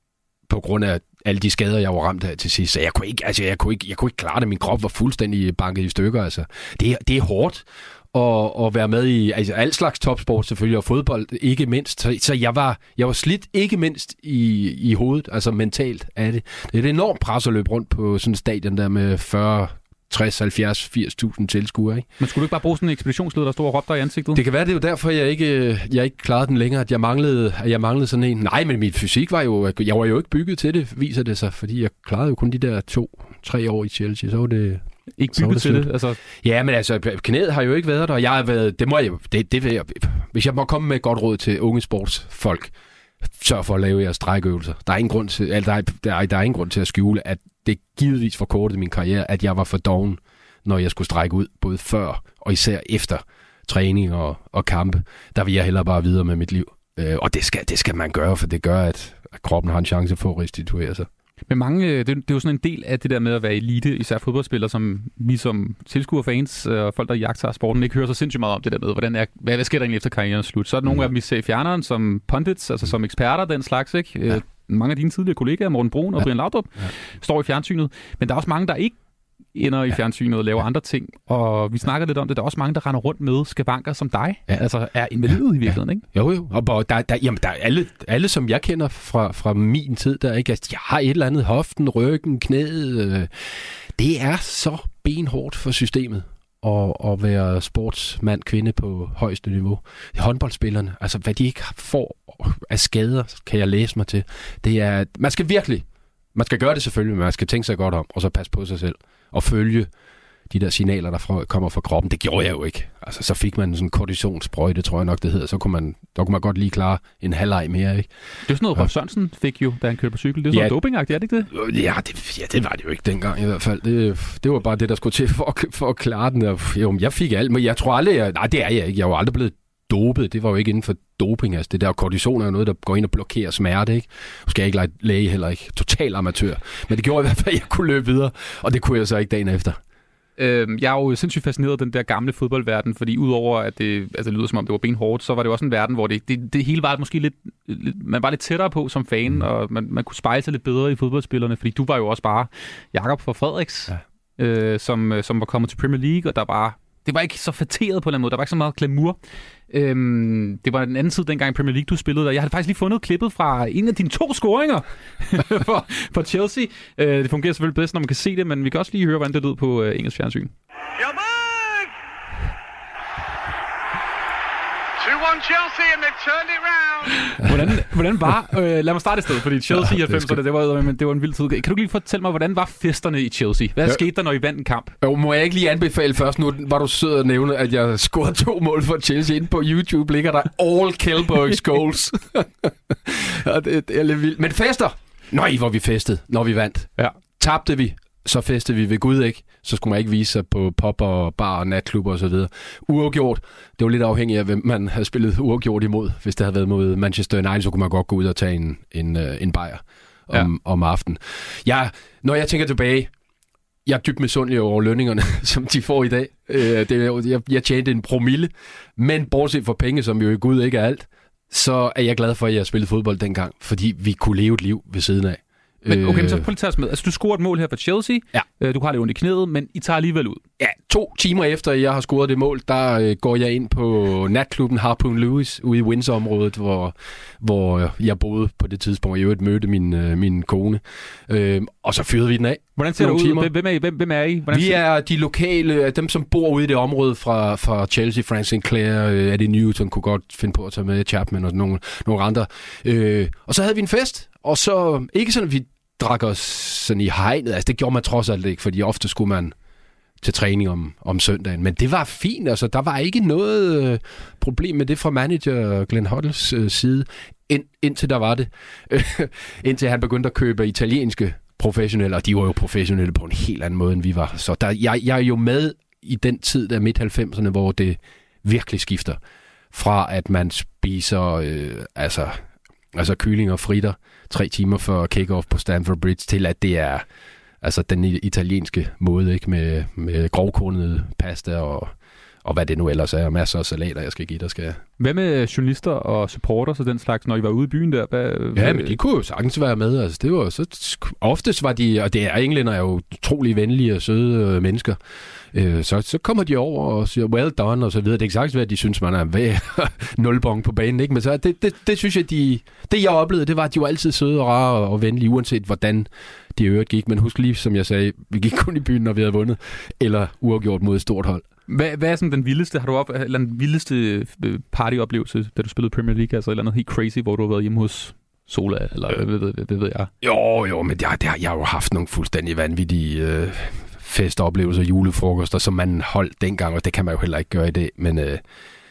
på grund af alle de skader, jeg var ramt af til sidst. Så jeg kunne ikke, altså jeg kunne ikke, jeg kunne ikke klare det. Min krop var fuldstændig banket i stykker. Altså. Det, det er hårdt at, at være med i altså, al slags topsport selvfølgelig, og fodbold ikke mindst. Så, så jeg, var, jeg var slidt ikke mindst i, i hovedet, altså mentalt af det. Det er et enormt pres at løbe rundt på sådan en stadion der med fyrre, tres, halvfjerds, firs tusind tilskuere, ikke? Men skulle du ikke bare bruge sådan en ekspeditionsleder, der stod og råbte dig i ansigtet? Det kan være, det er jo derfor, jeg ikke, jeg ikke klarede den længere, at jeg manglede, at jeg manglede sådan en. Nej, men min fysik var jo, jeg var jo ikke bygget til det, viser det sig, fordi jeg klarede jo kun de der to, tre år i Chelsea, så var det... Ikke bygget det til det, altså... Ja, men altså, knæet har jo ikke været der, og jeg har været, det må jeg det, det vil jeg, hvis jeg må komme med et godt råd til unge sportsfolk, sørg for at lave jeres strækøvelser. Der er ingen grund til, altså, der er, der er, der er ingen grund til at skjule, at det givetvis forkortede min karriere, at jeg var for doven, når jeg skulle strække ud, både før og især efter træning og, og kampe. Der vil jeg hellere bare videre med mit liv. Øh, og det skal, det skal man gøre, for det gør, at, at kroppen har en chance for at restituere sig. Men mange, det, det er jo sådan en del af det der med at være elite, især fodboldspillere, som vi som tilskuerfans og folk, der jagter sporten, ikke hører så sindssygt meget om det der med, hvordan er, hvad, hvad sker der egentlig efter karrierens slut. Så er der nogle mm. af dem, vi ser i fjerneren som pundits, altså som eksperter, den slags, ikke? Ja. Mange af dine tidligere kollegaer, Morten Brun og ja. Brian Laudrup, ja. står i fjernsynet. Men der er også mange, der ikke ender i fjernsynet og laver ja. andre ting. Og vi snakker lidt om det. Der er også mange, der render rundt med skavanker som dig. Ja. Altså er invalidet ja. i virkeligheden, ikke? Jo, jo. Og der, der, jamen, der er alle, alle, som jeg kender fra, fra min tid, der ikke. Altså, jeg har et eller andet, hoften, ryggen, knæet. Øh, det er så benhårdt for systemet at, at være sportsmand, kvinde på højeste niveau. Håndboldspillerne, altså hvad de ikke får af skader, kan jeg læse mig til. Det er, man skal virkelig, man skal gøre det selvfølgelig, men man skal tænke sig godt om, og så passe på sig selv, og følge de der signaler, der fra, kommer fra kroppen. Det gjorde jeg jo ikke. Altså, så fik man sådan en kortisonsprøjte, tror jeg nok, det hedder. Så kunne man, der kunne man godt lige klare en halvleg mere, ikke? Det er sådan noget, Rolf Sørensen fik jo, da han kørte på cykel. Det er sådan ja, noget dopingagtigt, er det ikke det? Ja det, ja, det var det jo ikke dengang i hvert fald. Det, det var bare det, der skulle til for, for at klare den. Jo, jeg fik alt, men jeg tror aldrig, jeg, nej, det er jeg ikke. Jeg var aldrig blevet dopet. Det var jo ikke inden for doping. Altså, det der kortison er jo noget, der går ind og blokerer smerte, ikke? Nu skal jeg ikke lege læge heller ikke. Total amatør. Men det gjorde i hvert fald, at jeg kunne løbe videre, og det kunne jeg så ikke dagen efter. Jeg er jo sindssygt fascineret af den der gamle fodboldverden, fordi udover at det, altså det lyder som om det var benhårdt, så var det jo også en verden, hvor det, det, det hele var måske lidt, lidt, man var lidt tættere på som fan, mm. og man, man kunne spejle sig lidt bedre i fodboldspillerne, fordi du var jo også bare Jakob fra Frederiks, ja. øh, som, som var kommet til Premier League, og der var, det var ikke så fateret på en eller anden måde, der var ikke så meget glamour. Øhm, det var den anden tid, dengang i Premier League, du spillede der. Jeg havde faktisk lige fundet klippet fra en af dine to scoringer for, for Chelsea. Øh, det fungerer selvfølgelig bedst, når man kan se det, men vi kan også lige høre, hvordan det lød på øh, engelsk fjernsyn. two one Chelsea, and they've turned it round. Hvordan, hvordan var... Øh, lad mig starte et sted, fordi Chelsea i halvfemserne, det var, men det var en vild tid. Kan du lige fortælle mig, hvordan var festerne i Chelsea? Hvad ja. skete der, når I vandt en kamp? Jo, må jeg ikke lige anbefale først? Nu var du sød at nævne, at jeg scorede to mål for Chelsea. Inde på YouTube ligger der all Kjellbergs goals. Ja, det, det er lidt vildt. Men fester! Nøj, hvor vi festede, når vi vandt. Ja. Tabte vi, så festede vi ved Gud, ikke? Så skulle man ikke vise sig på pop og bar og natklubber og så videre. Uafgjort, det var lidt afhængigt af, hvem man havde spillet uafgjort imod. Hvis det havde været mod Manchester United, så kunne man godt gå ud og tage en, en, en bajer om, ja. om aftenen. Ja, når jeg tænker tilbage, jeg er dybt misundelig over lønningerne, som de får i dag. Det, jeg, jeg tjente en promille, men bortset fra penge, som jo i Gud ikke er alt, så er jeg glad for, at jeg spillede fodbold dengang, fordi vi kunne leve et liv ved siden af. Men okay, men så prøv lige at tage os med. Altså, du scorer et mål her for Chelsea. Ja. Øh, du har det ondt i knæet, men I tager alligevel ud. Ja, to timer efter, jeg har scoret det mål, der øh, går jeg ind på natklubben Harpoon Lewis ude i Windsor-området, hvor, hvor jeg boede på det tidspunkt. Jeg øvrigt mødte min, øh, min kone. Øh, og så fyrede vi den af. Hvordan ser det ud? Hvem er I? Hvem, hvem er I? Hvordan vi er de lokale, dem som bor ude i det område fra, fra Chelsea, Frank Sinclair, øh, Eddie Newton kunne godt finde på at tage med, Chapman og nogle, nogle andre. Øh, og så havde vi en fest, og så ikke sådan, at vi drak os sådan i hegnet. Altså, det gjorde man trods alt ikke, fordi ofte skulle man til træning om, om søndagen. Men det var fint, altså. Der var ikke noget øh, problem med det fra manager Glenn Hoddles øh, side, ind, indtil der var det. indtil han begyndte at købe italienske professionelle, og de var jo professionelle på en helt anden måde, end vi var. Så der, jeg, jeg er jo med i den tid der midt halvfemserne, hvor det virkelig skifter. Fra at man spiser øh, altså, altså kylling og fritter tre timer før kick-off på Stamford Bridge, til at det er altså den italienske måde, ikke, med, med grovkornet pasta og, og hvad det nu ellers er, masser af salater, jeg skal give dig, skal jeg. Hvad med journalister og supporters og den slags, når I var ude i byen der? Hvad, ja, men de kunne jo sagtens være med. Altså, det var så oftest var de, og det er englænder er jo utrolig venlige og søde øh, mennesker. Øh, så, så kommer de over og siger, well done, og så videre. Det er ikke sagt, at de synes, man er ved nulbong på banen, ikke? Men så det, det, det synes jeg, de, det jeg oplevede, det var, at de var altid søde og rare og, og venlige, uanset hvordan de øvrigt gik. Men husk lige, som jeg sagde, vi gik kun i byen, når vi havde vundet, eller uafgjort mod et stort hold. Hvad, hvad er sådan den vildeste, har du op, eller den vildeste partyoplevelse, da du spillede Premier League, altså eller noget helt crazy, hvor du har været hjemme hos Sola, eller øh. hvad, hvad, hvad, hvad ved jeg? Jo, jo, men jeg, jeg, jeg har jo haft nogle fuldstændig vanvittige øh, festoplevelser, julefrokoster, som man holdt dengang, og det kan man jo heller ikke gøre i det, men øh,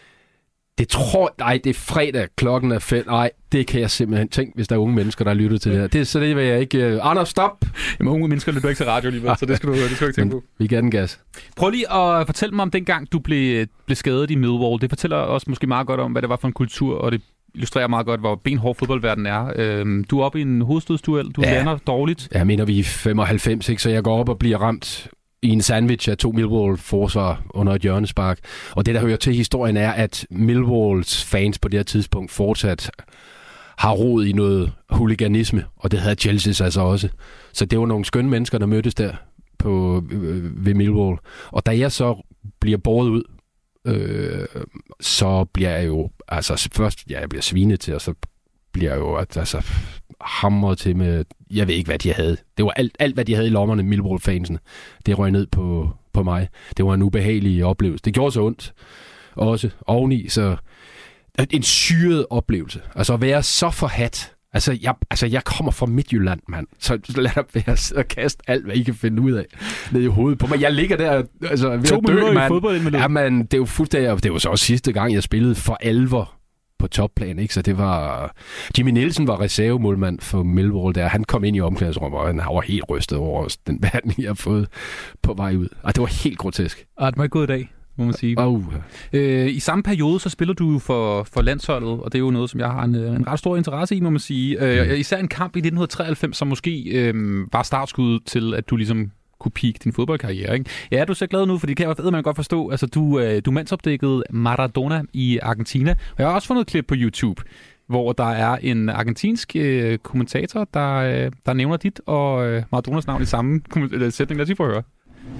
det tror nej, det er fredag, klokken er fem, nej, det kan jeg simpelthen tænke, hvis der er unge mennesker, der lytter til det her. Det, så det vil jeg ikke... Øh, Anders, stop! Jamen, unge mennesker lytter ikke til radio alligevel, så det skal du, det skal du ikke tænke på. Vi gav den gas. Prøv lige at fortælle mig om dengang, du blev, blev skadet i Millwall. Det fortæller også måske meget godt om, hvad det var for en kultur, og det illustrerer meget godt, hvor benhård fodboldverden er. Øhm, du er oppe i en hovedstødsduel, du ja. lander dårligt. Jeg mener, vi er femoghalvfems, ikke? Så jeg går op og bliver ramt i en sandwich af to Millwall-forsvar under et hjørnespark. Og det, der hører til historien, er, at Millwalls fans på det her tidspunkt fortsat har rod i noget huliganisme, og det havde Chelsea altså også. Så det var nogle skønne mennesker, der mødtes der på, øh, ved Millwall. Og da jeg så bliver båret ud, øh, så bliver jeg jo, altså først, ja, jeg bliver svinet til, og så bliver jeg jo altså hamret til med, jeg ved ikke, hvad de havde. Det var alt, alt hvad de havde i lommerne, Millwall-fansene. Det røg ned på, på mig. Det var en ubehagelig oplevelse. Det gjorde så ondt også oveni, så en syret oplevelse. Altså at være så forhat. Altså jeg, altså, jeg kommer fra Midtjylland, mand. Så lad dig være at kaste alt, hvad I kan finde ud af ned i hovedet på mig. Jeg ligger der altså, ved to at dø, mand. I fodbold, ja, man, det er jo fuldstændig, det var så også sidste gang, jeg spillede for alvor på topplan, ikke? Så det var... Jimmy Nielsen var reservemålmand for Millwall der. Han kom ind i omklædningsrummet, og han var helt rystet over den behandling, jeg har fået på vej ud. Og det var helt grotesk. Og det var ikke god dag, må man sige. Oh. Øh, I samme periode, så spiller du jo for, for landsholdet, og det er jo noget, som jeg har en, en ret stor interesse i, må man sige. Øh, mm. Især en kamp i nitten treoghalvfems, som måske øh, var startskuddet til, at du ligesom kunne peak din fodboldkarriere, ikke? Ja, er du så glad nu, for det kan jeg man godt forstå. Altså, du, øh, du mandsopdækkede Maradona i Argentina, og jeg har også fundet et klip på YouTube, hvor der er en argentinsk øh, kommentator, der, øh, der nævner dit og øh, Maradonas navn i samme kom- sætning. Lad os lige prøve at høre.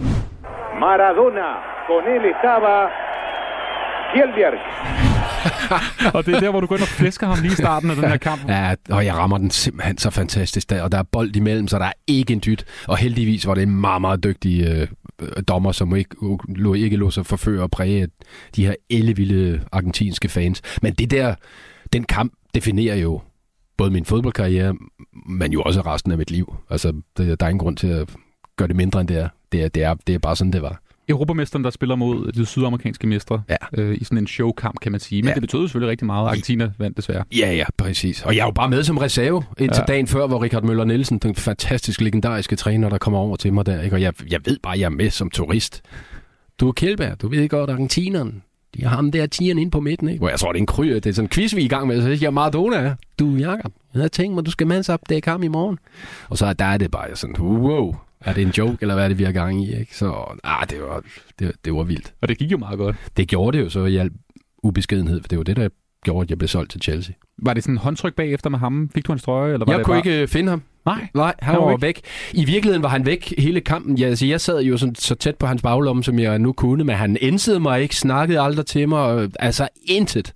Maradona, con él estaba Kjellbjerg. Og det er der, hvor du går ind og flæsker ham lige i starten af den her kamp. Ja, og jeg rammer den simpelthen så fantastisk der, og der er bold imellem, så der er ikke en dyt. Og heldigvis var det en meget, meget dygtig øh, dommer, som ikke, lå, ikke lå sig forføre og præge de her ellevilde argentinske fans. Men det der, den kamp definerer jo både min fodboldkarriere, men jo også resten af mit liv. Altså, det, der er ingen grund til at gøre det mindre, end det er. Det er, det er, det er bare sådan, det var. Europamesteren, der spiller mod de sydamerikanske mestre, ja. øh, i sådan en showkamp, kan man sige. Men ja. Det betød selvfølgelig rigtig meget. Argentina vandt desværre. Ja, ja, præcis. Og jeg er jo bare med som reserve indtil ja. dagen før, hvor Richard Møller Nielsen, den fantastisk legendariske træner, der kommer over til mig der. Ikke? Og jeg, jeg ved bare, at jeg er med som turist. Du er Kjellberg, du ved godt, argentineren. De har ham der tieren inde på midten, ikke? Hvor jeg tror, det er en kryge. Det er sådan en quiz, vi er i gang med. Så jeg er Maradona. Du, Jakob, jeg havde tænkt mig, du skal mandsopdække ham i morgen. Og så der er det bare sådan, wow. Er det en joke, eller hvad er det, vi har gang i? Ikke? Så ah, det, var, det, det var vildt. Og det gik jo meget godt. Det gjorde det jo så i al ubeskedenhed, for det var det, der gjorde, at jeg blev solgt til Chelsea. Var det sådan en håndtryk bagefter med ham? Fik du en strøje? Eller var jeg det kunne bare... ikke finde ham. Nej, Nej, han, han var, var væk. væk. I virkeligheden var han væk hele kampen. Ja, altså, jeg sad jo sådan, så tæt på hans baglomme, som jeg nu kunne, men han ænsede mig ikke, snakkede aldrig til mig. Altså intet.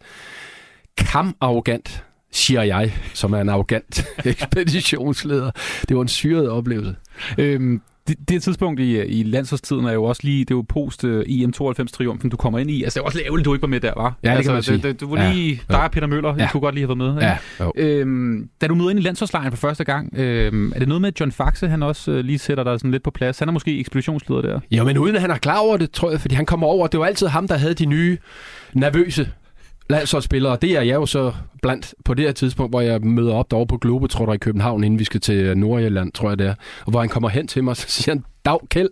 Kam-arrogant, siger jeg, som er en arrogant ekspeditionsleder. Det var en syret oplevelse. Øhm, det, det tidspunkt i, i landsholdstiden er jo også lige, det er jo post uh, E M tooghalvfems-triumfen, du kommer ind i. Altså, det er også ærgerligt, du ikke var med der, var? Ja, det altså, kan man sige. Det, det, du var lige, ja, dig og Peter Møller, ja. I kunne godt lige have været med. Ja, øhm, da du møder ind i landsholdslejren for første gang, øhm, er det noget med, at John Faxe, han også uh, lige sætter dig sådan lidt på plads? Han er måske ekspeditionsleder der. Jo, men uden at han er klar over det, tror jeg, fordi han kommer over. Det var altid ham, der havde de nye, nervøse landsholdsspillere. Det er jeg jo så blandt på det her tidspunkt, hvor jeg møder op derovre på Globetrotter i København, inden vi skal til Nordjylland, tror jeg det er. Og hvor han kommer hen til mig, og så siger han, Dag Kjeld.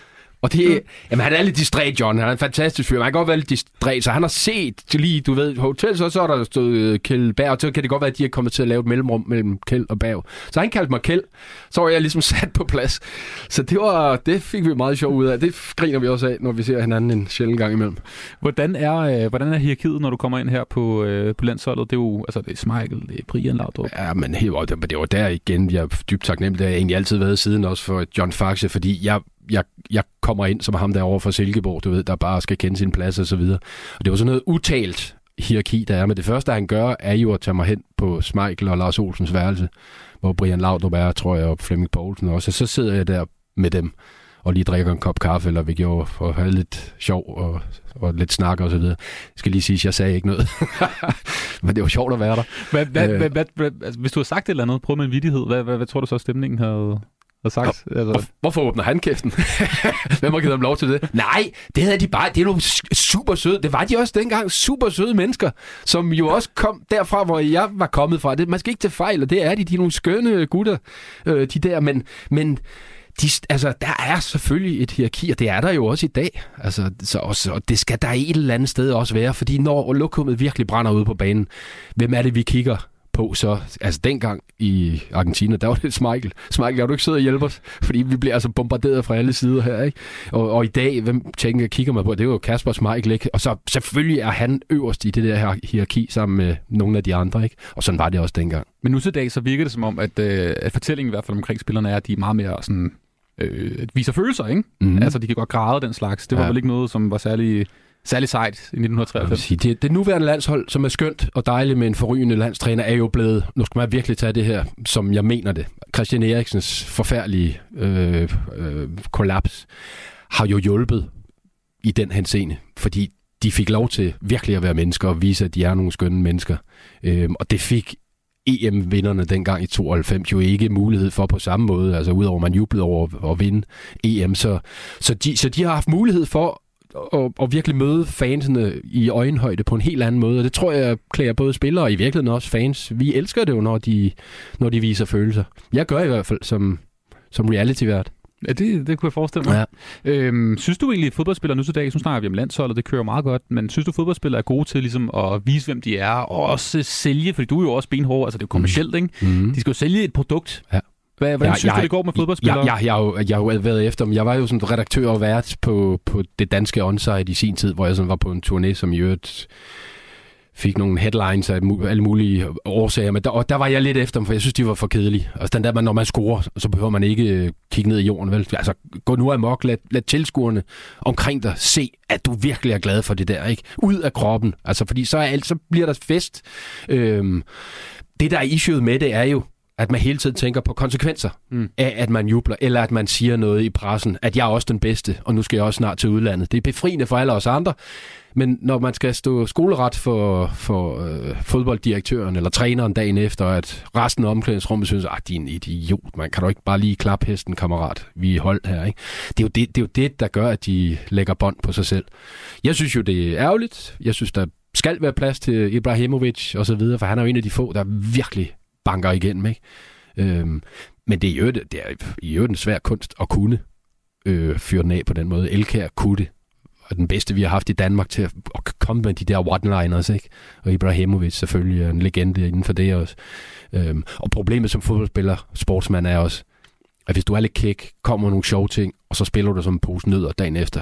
Og det, mm. jamen, han er lidt distræt, John. Han er en fantastisk fyr. Han kan godt være lidt distræt, så han har set lige, du ved, hotel, så, så er der stået Kjeld Berg, og så kan det godt være, at de er kommet til at lave et mellemrum mellem Kjeld og Berg. Så han kaldte mig Kjeld. Så var jeg ligesom sat på plads. Så det var, det fik vi meget sjov ud af. Det griner vi også af, når vi ser hinanden en sjældent gang imellem. Hvordan er, øh, hvordan er hierarkiet, når du kommer ind her på, øh, på landsholdet? Det er jo, altså det er Schmeichel, det er Brian Laudrup. Ja, men det var, det var der igen, jeg er dybt taknemmelig. Det har egentlig altid været siden også for John Faxe, fordi jeg Jeg, jeg kommer ind som ham derovre fra Silkeborg, du ved, der bare skal kende sin plads og så videre. Og det var sådan noget utalt hierarki, der er. Men det første, han gør, er jo at tage mig hen på Schmeichel og Lars Olsens værelse, hvor Brian Laudrup er, tror jeg, og Flemming Poulsen også. Og så sidder jeg der med dem og lige drikker en kop kaffe, eller vi gjorde for at have lidt sjov og, og lidt snak og så videre. Jeg skal lige sige, at jeg sagde ikke noget. Men det var sjovt at være der. Hvad, hvad, øh, hvad, hvad, hvad, altså, hvis du har sagt et eller andet, prøv med en vittighed, hvad, hvad, hvad tror du så, stemningen havde... Sagt, og, altså. og hvorfor åbner han kæften? Hvem har givet dem lov til det? Nej, det havde de bare. Det er nogle super søde. Det var de også dengang. Super søde mennesker, som jo også kom derfra, hvor jeg var kommet fra. Det, man skal ikke tage fejl, og det er de. De er nogle skønne gutter, øh, de der. Men, men de, altså, der er selvfølgelig et hierarki, og det er der jo også i dag. Altså, så, også, og det skal der et eller andet sted også være, fordi når lokummet virkelig brænder ude på banen, hvem er det, vi kigger på så? Altså dengang i Argentina, der var det Schmeichel. Schmeichel, kan du ikke sidde og hjælpe os? Fordi vi bliver altså bombarderet fra alle sider her, ikke? Og, og i dag, hvem tænker, kigger man på? Det er jo Kasper Schmeichel, ikke? Og så selvfølgelig er han øverst i det der her hierarki sammen med nogle af de andre, ikke? Og sådan var det også dengang. Men nu til dag, så virker det som om, at, øh, at fortællingen i hvert fald omkring spillerne er, at de er meget mere sådan, øh, viser følelser, ikke? Mm-hmm. Altså, de kan godt græde den slags. Det var ja. vel ikke noget, som var særlig... Særlig sejt i nitten treoghalvfems. Det, det nuværende landshold, som er skønt og dejligt med en forrygende landstræner, er jo blevet, nu skal man virkelig tage det her, som jeg mener det, Christian Eriksens forfærdelige øh, øh, kollaps, har jo hjulpet i den henseende, fordi de fik lov til virkelig at være mennesker og vise, at de er nogle skønne mennesker. Øh, og det fik E M-vinderne dengang i tooghalvfems jo ikke mulighed for på samme måde, altså udover man jublede over at vinde E M, så, så, de, så de har haft mulighed for Og, og virkelig møde fansene i øjenhøjde på en helt anden måde. Og det tror jeg klæder både spillere og i virkeligheden også fans. Vi elsker det jo, når de, når de viser følelser. Jeg gør i hvert fald som, som reality-vært. Ja, det, det kunne jeg forestille mig. Ja. Øhm, synes du egentlig, at fodboldspillere nu til dag, så snakker vi om landsholdet, det kører meget godt, men synes du, at fodboldspillere er gode til ligesom, at vise, hvem de er, og også sælge, fordi du er jo også benhård, altså det er jo kommercielt, ikke? Mm. De skal jo sælge et produkt. Ja. Hvad, hvordan ja, synes jeg, du, det går med fodboldspillere? Jeg, jeg, jeg, jeg, jeg har jo været efter dem. Jeg var jo sådan redaktør og vært på, på det danske onsite i sin tid, hvor jeg sådan var på en turné, som i øvrigt fik nogle headlines af alle mulige årsager. Men der, og der var jeg lidt efter dem, for jeg synes, de var for kedelige. Altså den der, man, når man scorer, så behøver man ikke kigge ned i jorden. Vel? Altså gå nu amok, lad, lad tilskuerne omkring dig se, at du virkelig er glad for det der. Ikke? Ud af kroppen. Altså fordi så, er alt, så bliver der fest. Øhm, det der er issueet med det er jo, at man hele tiden tænker på konsekvenser mm. af, at man jubler, eller at man siger noget i pressen, at jeg er også den bedste, og nu skal jeg også snart til udlandet. Det er befriende for alle os andre, men når man skal stå skoleret for, for øh, fodbolddirektøren eller træneren dagen efter, at resten af omklædningsrummet synes, at din idiot, man kan du ikke bare lige klappe hesten, kammerat, vi er holdt her. Ikke? Det, er jo det, det er jo det, der gør, at de lægger bånd på sig selv. Jeg synes jo, det er ærgerligt. Jeg synes, der skal være plads til Ibrahimovic og så videre, for han er jo en af de få, der virkelig banker igennem, ikke? Øhm, men det er jo det er i øvrigt en svær kunst at kunne øh, fyre den af på den måde. Elkjær kunne det, og den bedste, vi har haft i Danmark til at, at komme med de der one-liners, ikke? Og Ibrahimovic selvfølgelig er en legende inden for det også. Øhm, og problemet som fodboldspiller, sportsmand, er også, at hvis du er lidt kæk, kommer nogle sjove ting, og så spiller du som en pose nødder dagen efter,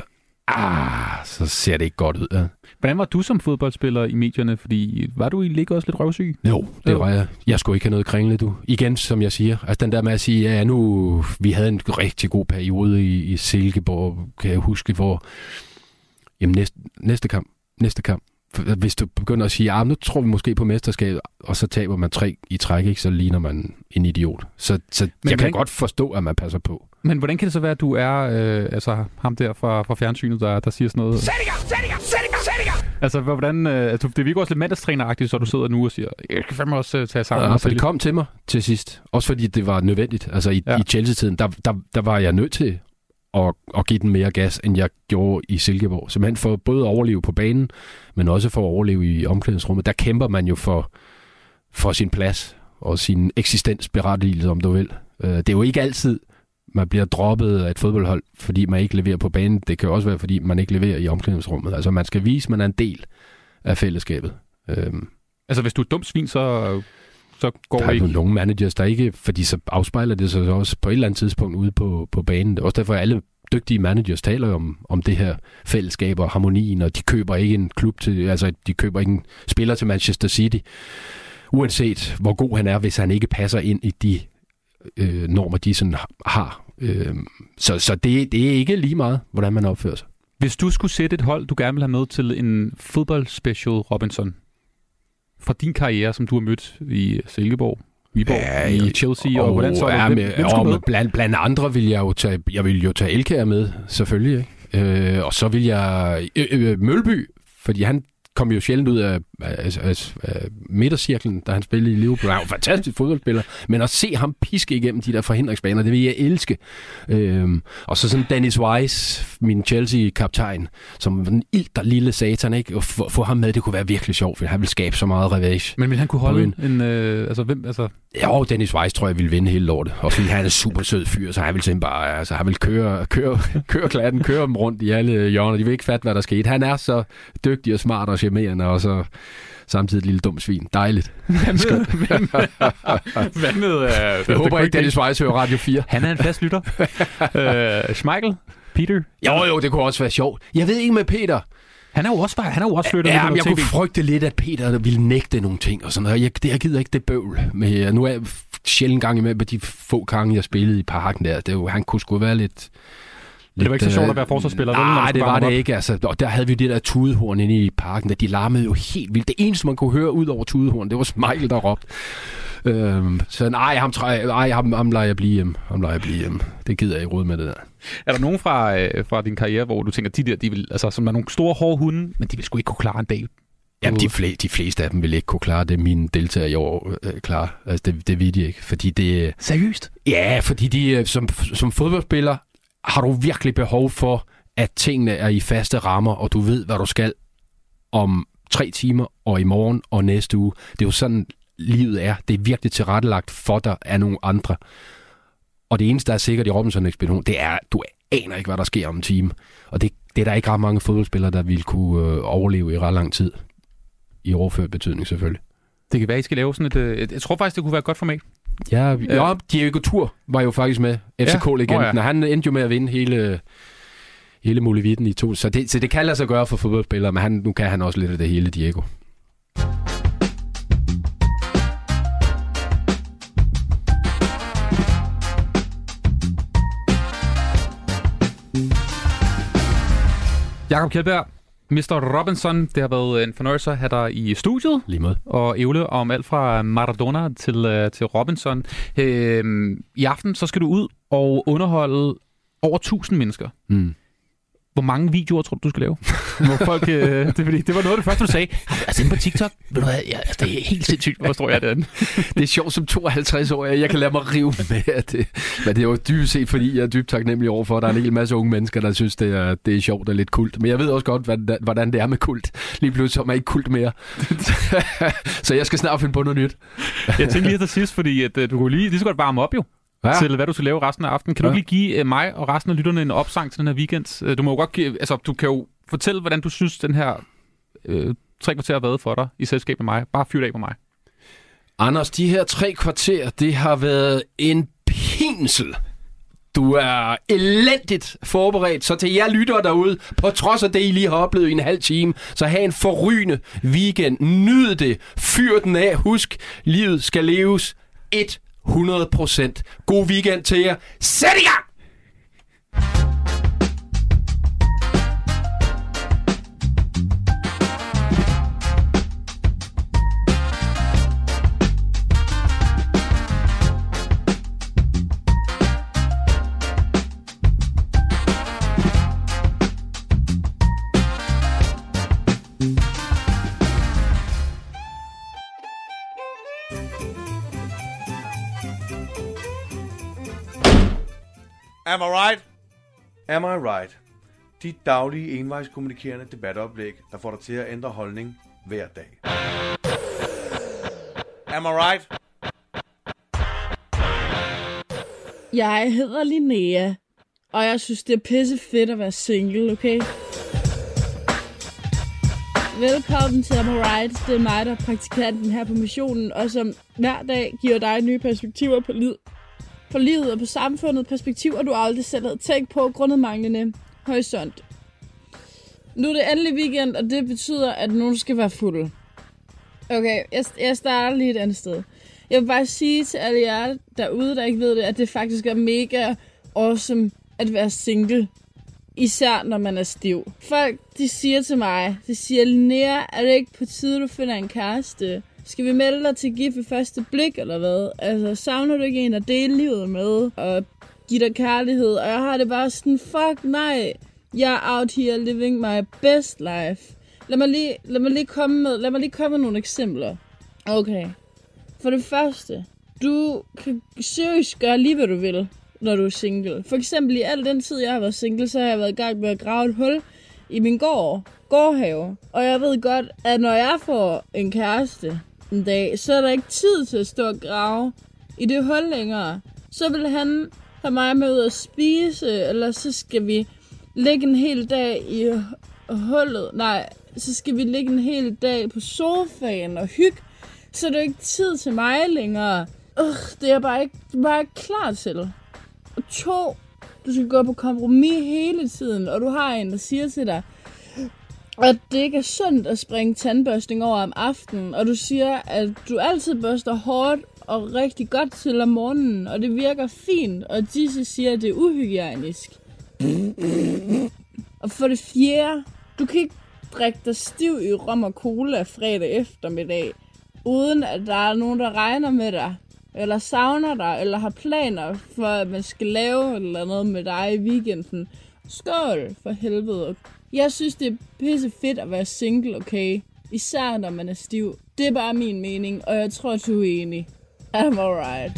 ah, så ser det ikke godt ud. Ja. Hvordan var du som fodboldspiller i medierne? Fordi var du egentlig ikke også lidt røvsyg? Jo, det var jeg. Jeg skulle ikke have noget kringle, du. Igen, som jeg siger. Altså den der med at sige, ja, nu... Vi havde en rigtig god periode i, i Silkeborg, kan jeg huske, hvor... Jamen, næste, næste kamp. Næste kamp. Hvis du begynder at sige, ah, nu tror vi måske på mesterskabet, og så taber man tre i træk, ikke, så ligner man en idiot. Så, så jeg hvordan, kan godt forstå, at man passer på. Men hvordan kan det så være, at du er øh, altså ham der fra, fra fjernsynet, der, der siger sådan noget? Sæt i gang! Sæt i gang! Sæt i gang! Sæt i gang! Altså, hvordan, øh, altså, det virker også lidt mandagstræneragtigt, så du sidder nu og siger, jeg kan fandme også uh, tage sammen. Ja, for det kom til mig til sidst. Også fordi det var nødvendigt. Altså i, ja. i Chelsea-tiden, der, der, der var jeg nødt til at, at give den mere gas, end jeg gjorde i Silkeborg. Simpelthen for både at overleve på banen, men også for at overleve i omklædningsrummet. Der kæmper man jo for, for sin plads og sin eksistensberettigelse, om du vil. Det er jo ikke altid, man bliver droppet af et fodboldhold, fordi man ikke leverer på banen. Det kan også være, fordi man ikke leverer i omklædningsrummet. Altså man skal vise, at man er en del af fællesskabet. Øhm. Altså hvis du er et dumt svin, så, så går det det ikke? Der er jo nogle managers, der ikke, fordi så afspejler det sig også på et eller andet tidspunkt ude på, på banen. Det er også derfor, at alle dygtige managers taler om, om det her fællesskab og harmonien, og de køber ikke en klub til, altså de køber ikke en spiller til Manchester City, uanset hvor god han er, hvis han ikke passer ind i de øh, normer, de sådan har. Øh, så så det, det er ikke lige meget, hvordan man opfører sig. Hvis du skulle sætte et hold, du gerne vil have med til en fodboldspecial, Robinson, fra din karriere, som du har mødt i Silkeborg, Viborg, ja, i Chelsea, og, og hvordan så er ja, det? Hvem, hvem med? Blandt, blandt andre vil jeg jo tage, jeg vil jo tage Elkjær med, selvfølgelig, ikke? Øh, og så vil jeg øh, øh, Mølby, fordi han kom jo sjældent ud af, af, af, af midtercirklen, da han spillede i Liverpool. Han var en fantastisk fodboldspiller, men at se ham piske igennem de der forhindringsbaner, det vil jeg elske. Øhm, og så sådan Dennis Wise, min Chelsea-kaptajn, som den ilter lille satan, ikke? Og få, få ham med, det kunne være virkelig sjovt, for han vil skabe så meget ravage. Men vil han kunne holde en... en øh, altså, hvem, altså... Ja, Dennis Wise tror jeg ville vinde hele lortet. Og fordi han er en super sød fyr, så han vil simpelthen bare, altså han vil køre, køre, køre klatten, køre dem rundt i alle hjørner. De vil ikke fatte, hvad der skete. Han er så dygtig og smart og charmerende, og så samtidig et lille dumt svin. Dejligt. Hvad med... Hvad med uh, jeg håber ikke, Dennis Wise hører Radio fire. Han er en fast lytter. uh, Schmeichel? Peter? Jo, jo, det kunne også være sjovt. Jeg ved ikke med Peter. Han er jo også, han er jo også flyttet. Ja, men jeg kunne frygte lidt, at Peter ville nægte nogle ting og sådan noget. Jeg, det, jeg gider ikke det bøvl. Men nu er jeg sjældent gang imellem med de få gange, jeg spillede i parken der. Det jo, han kunne sgu være lidt... Men det var ikke så sjovt at være forsvarsspiller? Nej, det var det ikke. Altså, og der havde vi det der tudehorn inde i parken, der de larmede jo helt vildt. Det eneste, man kunne høre ud over tudehorn, det var Schmeichel, der råbte. Øhm, så nej, ham, nej, ham, ham lader jeg blive hjem. Ham lader jeg blive hjem. Det gider jeg ikke råd med det der. Er der nogen fra, øh, fra din karriere, hvor du tænker, de der, de vil, altså, som er nogle store hårde hunde, men de vil sgu ikke kunne klare en dag? Jamen, de, fl- de fleste af dem vil ikke kunne klare det, mine deltagere i år øh, klarer. Altså, det, det ved de ikke, fordi det... Seriøst? Ja, fordi de, som, som fodboldspiller har du virkelig behov for, at tingene er i faste rammer, og du ved, hvad du skal om tre timer, og i morgen og næste uge. Det er jo sådan, livet er. Det er virkelig tilrettelagt for dig af nogle andre. Og det eneste, der er sikkert i Robinson-ekspeditionen, det er, at du aner ikke, hvad der sker om en time. Og det, det er der ikke ret mange fodboldspillere, der vil kunne øh, overleve i ret lang tid. I overført betydning, selvfølgelig. Det kan være, I skal lave sådan et... et jeg tror faktisk, det kunne være et godt format. Ja, vi, ja, Diego Tur var jo faktisk med. F C K-legenden. Ja. Oh, ja. Han endte jo med at vinde hele, hele muligheden i to. Så det, så det kan lade sig gøre for fodboldspillere, men han, nu kan han også lidt af det hele, Diego. Jakob Kjeldberg, mister Robinson, det har været en fornøjelse at have dig i studiet. Lige måde. Og ævle om alt fra Maradona til, uh, til Robinson. Uh, I aften så skal du ud og underholde over tusind mennesker. Mm. Hvor mange videoer tror du, du skal lave? Hvor folk, uh, det, det var noget af det første, du sagde. Altså inde på TikTok, ved du hvad, ja, altså, det er helt sindssygt, hvor står jeg derinde. Det er sjovt som tooghalvtreds-årig, jeg kan lade mig rive med det. Men det er jo dybt set, fordi jeg er dybt taknemmelig over for, at der er en hel masse unge mennesker, der synes, det er, det er sjovt og lidt kult. Men jeg ved også godt, hvordan det er med kult. Lige pludselig er man ikke kult mere. Så jeg skal snart finde på noget nyt. Jeg tænkte lige til sidst, fordi at, du kunne lige, lige så godt varme op jo. Ja. Til hvad du skal lave resten af aftenen. Kan ja. du lige give mig og resten af lytterne en opsang til den her weekend? Du må jo godt give, altså du kan jo fortælle, hvordan du synes, den her øh, tre kvarter har været for dig i selskab med mig. Bare fyr af på mig. Anders, de her tre kvarter, det har været en pinsel. Du er elendigt forberedt, så til jer lyttere derude, på trods af det, I lige har oplevet i en halv time, så have en forrygende weekend. Nyd det. Fyr den af. Husk, livet skal leves hundrede procent. God weekend til jer. Sæt i gang! Am I right? Am I right? Dit daglige envejskommunikerende debatoplæg, der får dig til at ændre holdning hver dag. Am I right? Jeg hedder Linnea, og jeg synes, det er pisse fedt at være single, okay? Velkommen til Am I Right? Det er mig, der er praktikanten her på missionen, og som hver dag giver dig nye perspektiver på livet. For livet og på samfundet, perspektiver, du aldrig selv havde tænkt på, grundet manglende horisont. Nu er det endelig weekend, og det betyder, at nogen skal være fulde. Okay, jeg, jeg starter lige et andet sted. Jeg vil bare sige til alle jer derude, der ikke ved det, at det faktisk er mega awesome at være single. Især når man er stiv. Folk, de siger til mig, de siger, Linnea, er det ikke på tide, du finder en kæreste? Skal vi melde dig til gift ved første blik, eller hvad? Altså, savner du ikke en at dele livet med, og give dig kærlighed? Og jeg har det bare sådan, fuck nej, jeg er out here living my best life. Lad mig lige, lad mig lige, komme, med, lad mig lige komme med nogle eksempler. Okay. For det første, du kan seriøst gøre lige, hvad du vil, når du er single. For eksempel i al den tid, jeg har været single, så har jeg været i gang med at grave et hul i min gård, gårdhave. Og jeg ved godt, at når jeg får en kæreste en dag, så er der ikke tid til at stå og grave i det hul længere. Så vil han have mig med ud at spise, eller så skal vi ligge en hel dag i hullet. Nej, så skal vi ligge en hel dag på sofaen og hygge. Så er der ikke tid til mig længere. Øh, det er jeg bare ikke, bare ikke klar til. Og to, du skal gå på kompromis hele tiden, og du har en, der siger til dig, at det ikke er sundt at springe tandbørstning over om aftenen, og du siger, at du altid børster hårdt og rigtig godt til om morgenen, og det virker fint, og disse siger, at det er uhygienisk. Og for det fjerde, du kan ikke drikke dig stiv i rom og cola fredag eftermiddag, uden at der er nogen, der regner med dig, eller savner dig, eller har planer for, at man skal lave eller noget med dig i weekenden. Skål for helvede. Jeg synes, det er pisse fedt at være single, okay? Især når man er stiv. Det er bare min mening, og jeg tror, du er enig. I'm alright.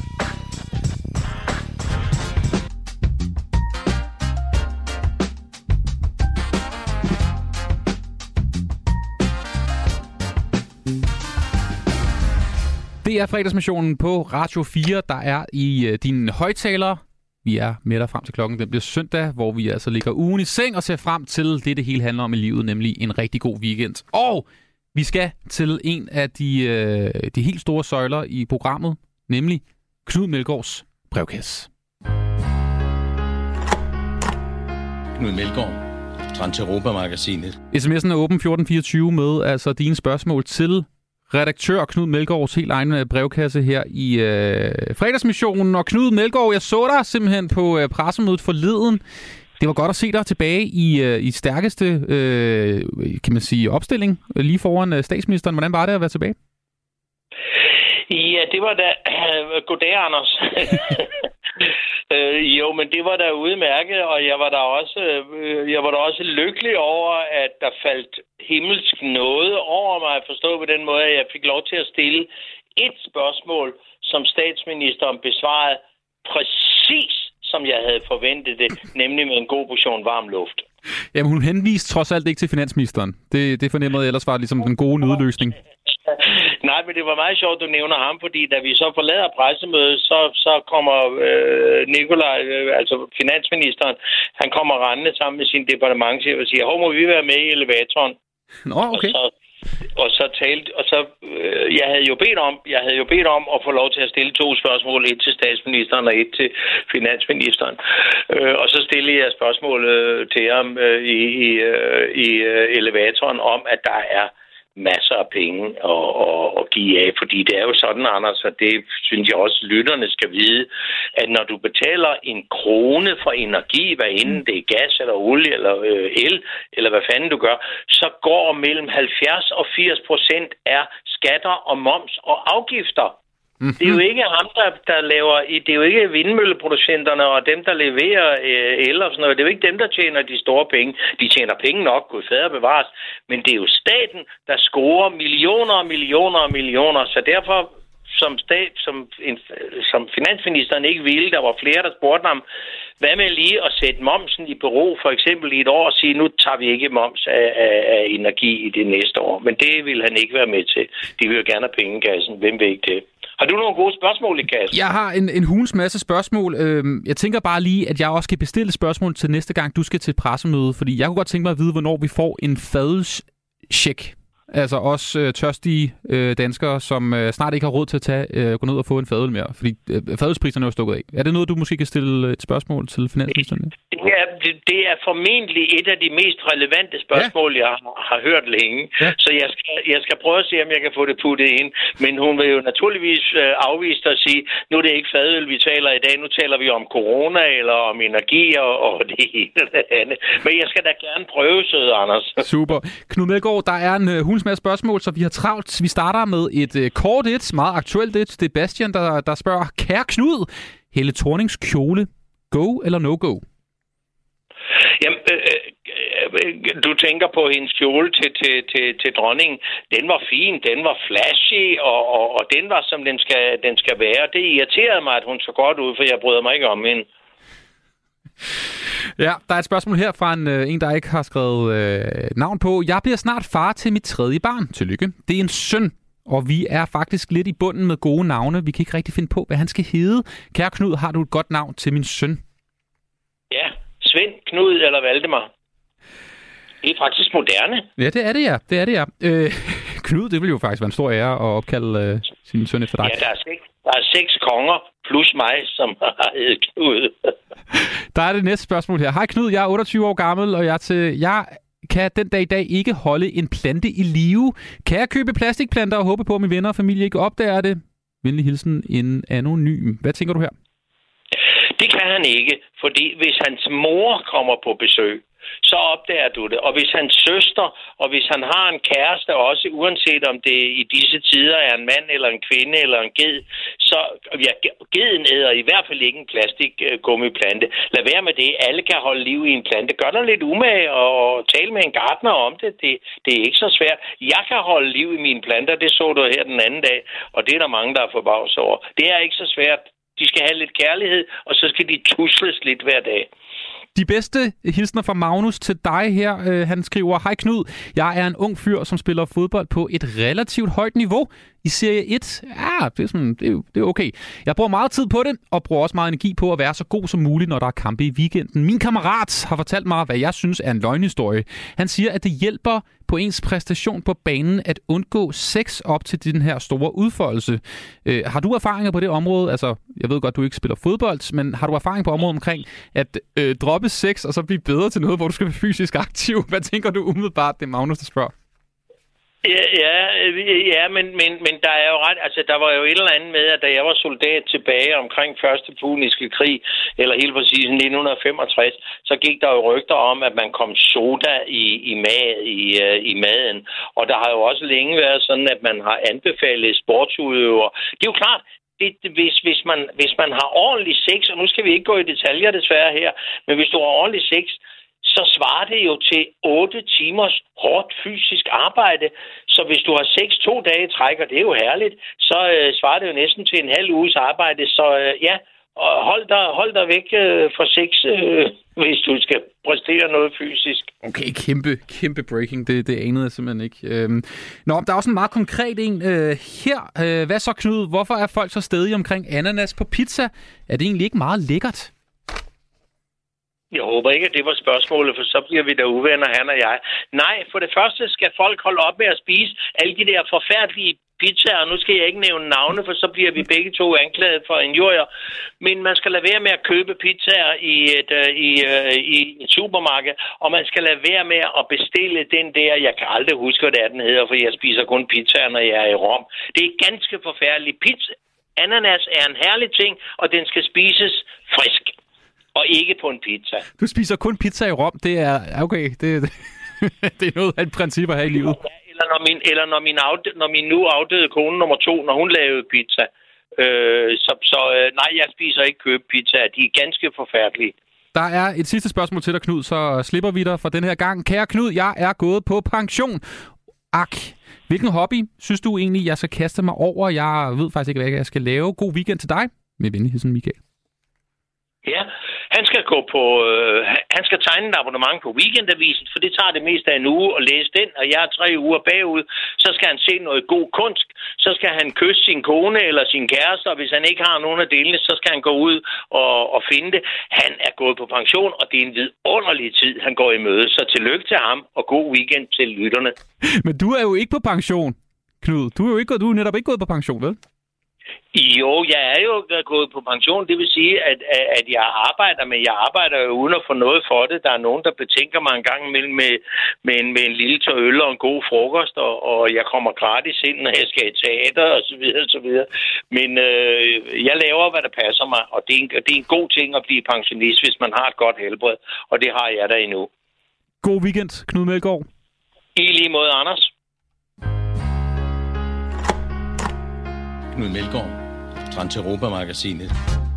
Det er fredagsmissionen på Radio fire, der er i øh, dine højttalere. Vi er med dig frem til klokken. Den bliver søndag, hvor vi altså ligger ugen i seng og ser frem til det, det hele handler om i livet, nemlig en rigtig god weekend. Og vi skal til en af de, øh, de helt store søjler i programmet, nemlig Knud Meldgaards brevkasse. Knud Meldgaard, Transeuropa-magasinet. sms'en er åben fjorten fireogtyve med altså dine spørgsmål til redaktør Knud Meldgaards helt egen brevkasse her i øh, fredagsmissionen. Og Knud Meldgaard, jeg så dig simpelthen på øh, pressemødet forleden. Det var godt at se dig tilbage i, øh, i stærkeste øh, kan man sige, opstilling lige foran øh, statsministeren. Hvordan var det at være tilbage? Ja, det var da... Goddag, Anders. øh, jo, men det var da udmærket, og jeg var da også, øh, jeg var da også lykkelig over, at der faldt himmelsk noget over mig, forstået på den måde, at jeg fik lov til at stille et spørgsmål, som statsministeren besvarede præcis, som jeg havde forventet det, nemlig med en god portion varm luft. Jamen, hun henviste trods alt ikke til finansministeren. Det, det fornemmede ellers var ligesom den gode nødløsning. Nej, men det var meget sjovt, du nævner ham, fordi da vi så forlader pressemødet, så, så kommer øh, Nikolaj, øh, altså finansministeren, han kommer rendende sammen med sin departementschef og siger, hov, må vi være med i elevatoren? Nå, okay. Og så, og så talte, og så, øh, jeg havde jo bedt om, jeg havde jo bedt om at få lov til at stille to spørgsmål, et til statsministeren og et til finansministeren. Øh, og så stillede jeg spørgsmål øh, til ham øh, i, i, øh, i øh, elevatoren om, at der er masser af penge at, at, at give af, fordi det er jo sådan, Anders, og det synes jeg også, lytterne skal vide, at når du betaler en krone for energi, hvad enten det er gas eller olie eller øh, el, eller hvad fanden du gør, så går mellem halvfjerds og firs procent er skatter og moms og afgifter. Mm-hmm. Det er jo ikke ham, der, der laver, det er jo ikke vindmølleproducenterne og dem, der leverer øh, el og sådan noget. Det er jo ikke dem, der tjener de store penge. De tjener penge nok, gud fader bevares. Men det er jo staten, der scorer millioner og millioner og millioner. Så derfor, som, stat, som, en, som finansministeren ikke ville, der var flere, der spurgte ham, hvad med lige at sætte momsen i bero, for eksempel i et år, og sige, nu tager vi ikke moms af, af, af energi i det næste år. Men det vil han ikke være med til. De vil jo gerne have pengekassen. Hvem vil ikke det? Har du nogle gode spørgsmål i kassen? Jeg har en, en hulens masse spørgsmål. Jeg tænker bare lige, at jeg også skal bestille spørgsmål til næste gang, du skal til et pressemøde. Fordi jeg kunne godt tænke mig at vide, hvornår vi får en fadelscheck. Altså også øh, tørstige øh, danskere, som øh, snart ikke har råd til at tage, øh, gå ned og få en fadøl mere. Fordi øh, fadelspriserne er jo stukket af. Er det noget, du måske kan stille et spørgsmål til finansministeren? Det er, det, det er formentlig et af de mest relevante spørgsmål, ja. jeg har, har hørt længe. Ja. Så jeg skal, jeg skal prøve at se, om jeg kan få det puttet ind. Men hun vil jo naturligvis øh, afvise at sige, nu er det ikke fadøl, vi taler i dag. Nu taler vi om corona eller om energi og, og det ene eller det andet. Men jeg skal da gerne prøve, søde Anders. Super. Knud Melgaard, der er en uh, masse spørgsmål, så vi har travlt. Vi starter med et øh, kort et, meget aktuelt et. Det er Bastian, der, der spørger, kære Knud, Helle Thornings kjole, go eller no-go? Jamen, øh, øh, du tænker på hendes kjole til, til, til, til dronningen. Den var fin, den var flashy, og, og, og den var, som den skal, den skal være. Det irriterede mig, at hun så godt ud, for jeg bryder mig ikke om hende. Ja, der er et spørgsmål her fra en, en der ikke har skrevet øh, navn på. Jeg bliver snart far til mit tredje barn. Tillykke. Det er en søn, og vi er faktisk lidt i bunden med gode navne. Vi kan ikke rigtig finde på, hvad han skal hedde. Kære Knud, har du et godt navn til min søn? Ja, Svend, Knud eller Valdemar. Det er faktisk moderne. Ja, det er det, ja. Det er det, ja. Øh, Knud, det vil jo faktisk være en stor ære at opkalde øh, sin søn efter dig. Ja, der er seks, der er seks konger plus mig, som har heddet Knud. Der er det næste spørgsmål her. Hej Knud, jeg er otteogtyve år gammel, og jeg, til, jeg kan den dag i dag ikke holde en plante i live. Kan jeg købe plastikplanter og håbe på, at mine venner og familie ikke opdager det? Venlig hilsen, en anonym. Hvad tænker du her? Det kan han ikke, fordi hvis hans mor kommer på besøg, så opdager du det. Og hvis hans søster, og hvis han har en kæreste også, uanset om det i disse tider er en mand eller en kvinde eller en ged, så ja, geden æder i hvert fald ikke en plastikgummiplante. Lad være med det. Alle kan holde liv i en plante. Gør dig lidt umage og tale med en gartner om det. det. Det er ikke så svært. Jeg kan holde liv i mine planter. Det så du her den anden dag, og det er der mange, der er forbavset over. Det er ikke så svært. De skal have lidt kærlighed, og så skal de tusles lidt hver dag. De bedste hilsner fra Magnus til dig her. Øh, han skriver, hej Knud, jeg er en ung fyr, som spiller fodbold på et relativt højt niveau. I serie et, ja, det er, sådan, det, er, det er okay. Jeg bruger meget tid på det, og bruger også meget energi på at være så god som muligt, når der er kampe i weekenden. Min kammerat har fortalt mig, hvad jeg synes er en løgnhistorie. Han siger, at det hjælper på ens præstation på banen at undgå sex op til den her store udfoldelse. Øh, har du erfaringer på det område? Altså, jeg ved godt, du ikke spiller fodbold, men har du erfaring på området omkring at øh, droppe sex og så blive bedre til noget, hvor du skal være fysisk aktiv? Hvad tænker du umiddelbart, det er Magnus, der spørger? Ja, ja, ja men, men, men der er jo ret, altså der var jo et eller andet med, at da jeg var soldat tilbage omkring første puniske krig, eller helt præcis nitten femogtres, så gik der jo rygter om, at man kom soda i, i, mad, i, i maden. Og der har jo også længe været sådan, at man har anbefalet sportsudøvere. Det er jo klart, det, hvis, hvis, man, hvis man har ordentlig sex, og nu skal vi ikke gå i detaljer desværre her, men hvis du har ordentlig sex, så svarer det jo til otte timers hårdt fysisk arbejde. Så hvis du har sex to dage i træk, og det er jo herligt, så øh, svarer det jo næsten til en halv uges arbejde. Så øh, ja, hold dig, hold dig væk øh, fra sex, øh, hvis du skal præstere noget fysisk. Okay, kæmpe, kæmpe breaking. Det, det anede jeg simpelthen ikke. Øhm, Nå, der er også en meget konkret en øh, her. Øh, hvad så, Knud? Hvorfor er folk så stedige omkring ananas på pizza? Er det egentlig ikke meget lækkert? Jeg håber ikke, at det var spørgsmålet, for så bliver vi da uvenner, han og jeg. Nej, for det første skal folk holde op med at spise alle de der forfærdelige pizzaer. Nu skal jeg ikke nævne navne, for så bliver vi begge to anklaget for injurier. Men man skal lade være med at købe pizzaer i et, uh, i, uh, i et supermarked, og man skal lade være med at bestille den der, jeg kan aldrig huske, hvad det er, den hedder, for jeg spiser kun pizzaer, når jeg er i Rom. Det er ganske forfærdeligt. Pizza, ananas er en herlig ting, og den skal spises frisk. Og ikke på en pizza. Du spiser kun pizza i Rom. Det er okay. Det, det er noget af et princip at have i livet. Eller når min, eller når min, afdøde, når min nu afdøde kone nummer to, når hun lavede pizza. Øh, så så øh, nej, jeg spiser ikke købe pizza. De er ganske forfærdelige. Der er et sidste spørgsmål til dig, Knud, så slipper vi dig for den her gang. Kære Knud, jeg er gået på pension. Ak. Hvilken hobby synes du egentlig, jeg skal kaste mig over? Jeg ved faktisk ikke, hvad jeg skal lave. God weekend til dig. Med venlig hilsen, Michael. Ja, han skal gå på, øh, han skal tegne et abonnement på Weekendavisen, for det tager det meste af en uge at læse den, og jeg er tre uger bagud. Så skal han se noget god kunst, så skal han kysse sin kone eller sin kæreste, og hvis han ikke har nogen af delene, så skal han gå ud og, og finde det. Han er gået på pension, og det er en vidunderlig tid, han går i møde. Så tillykke til ham, og god weekend til lytterne. Men du er jo ikke på pension, Knud. Du er jo ikke, du er netop ikke gået på pension, vel? Jo, jeg er jo gået på pension. Det vil sige, at, at jeg arbejder, men jeg arbejder jo uden at få noget for det. Der er nogen, der betænker mig en gang imellem med, med, en, med en lille tår øl og en god frokost, og, og jeg kommer gratis ind, når jeg skal i teater og så videre, og så videre. Men øh, jeg laver, hvad der passer mig, og det er, en, det er en god ting at blive pensionist, hvis man har et godt helbred, og det har jeg da endnu. God weekend, Knud Melgaard. I lige måde, Anders. Knud Melgaard, Trans-Europa-magasinet.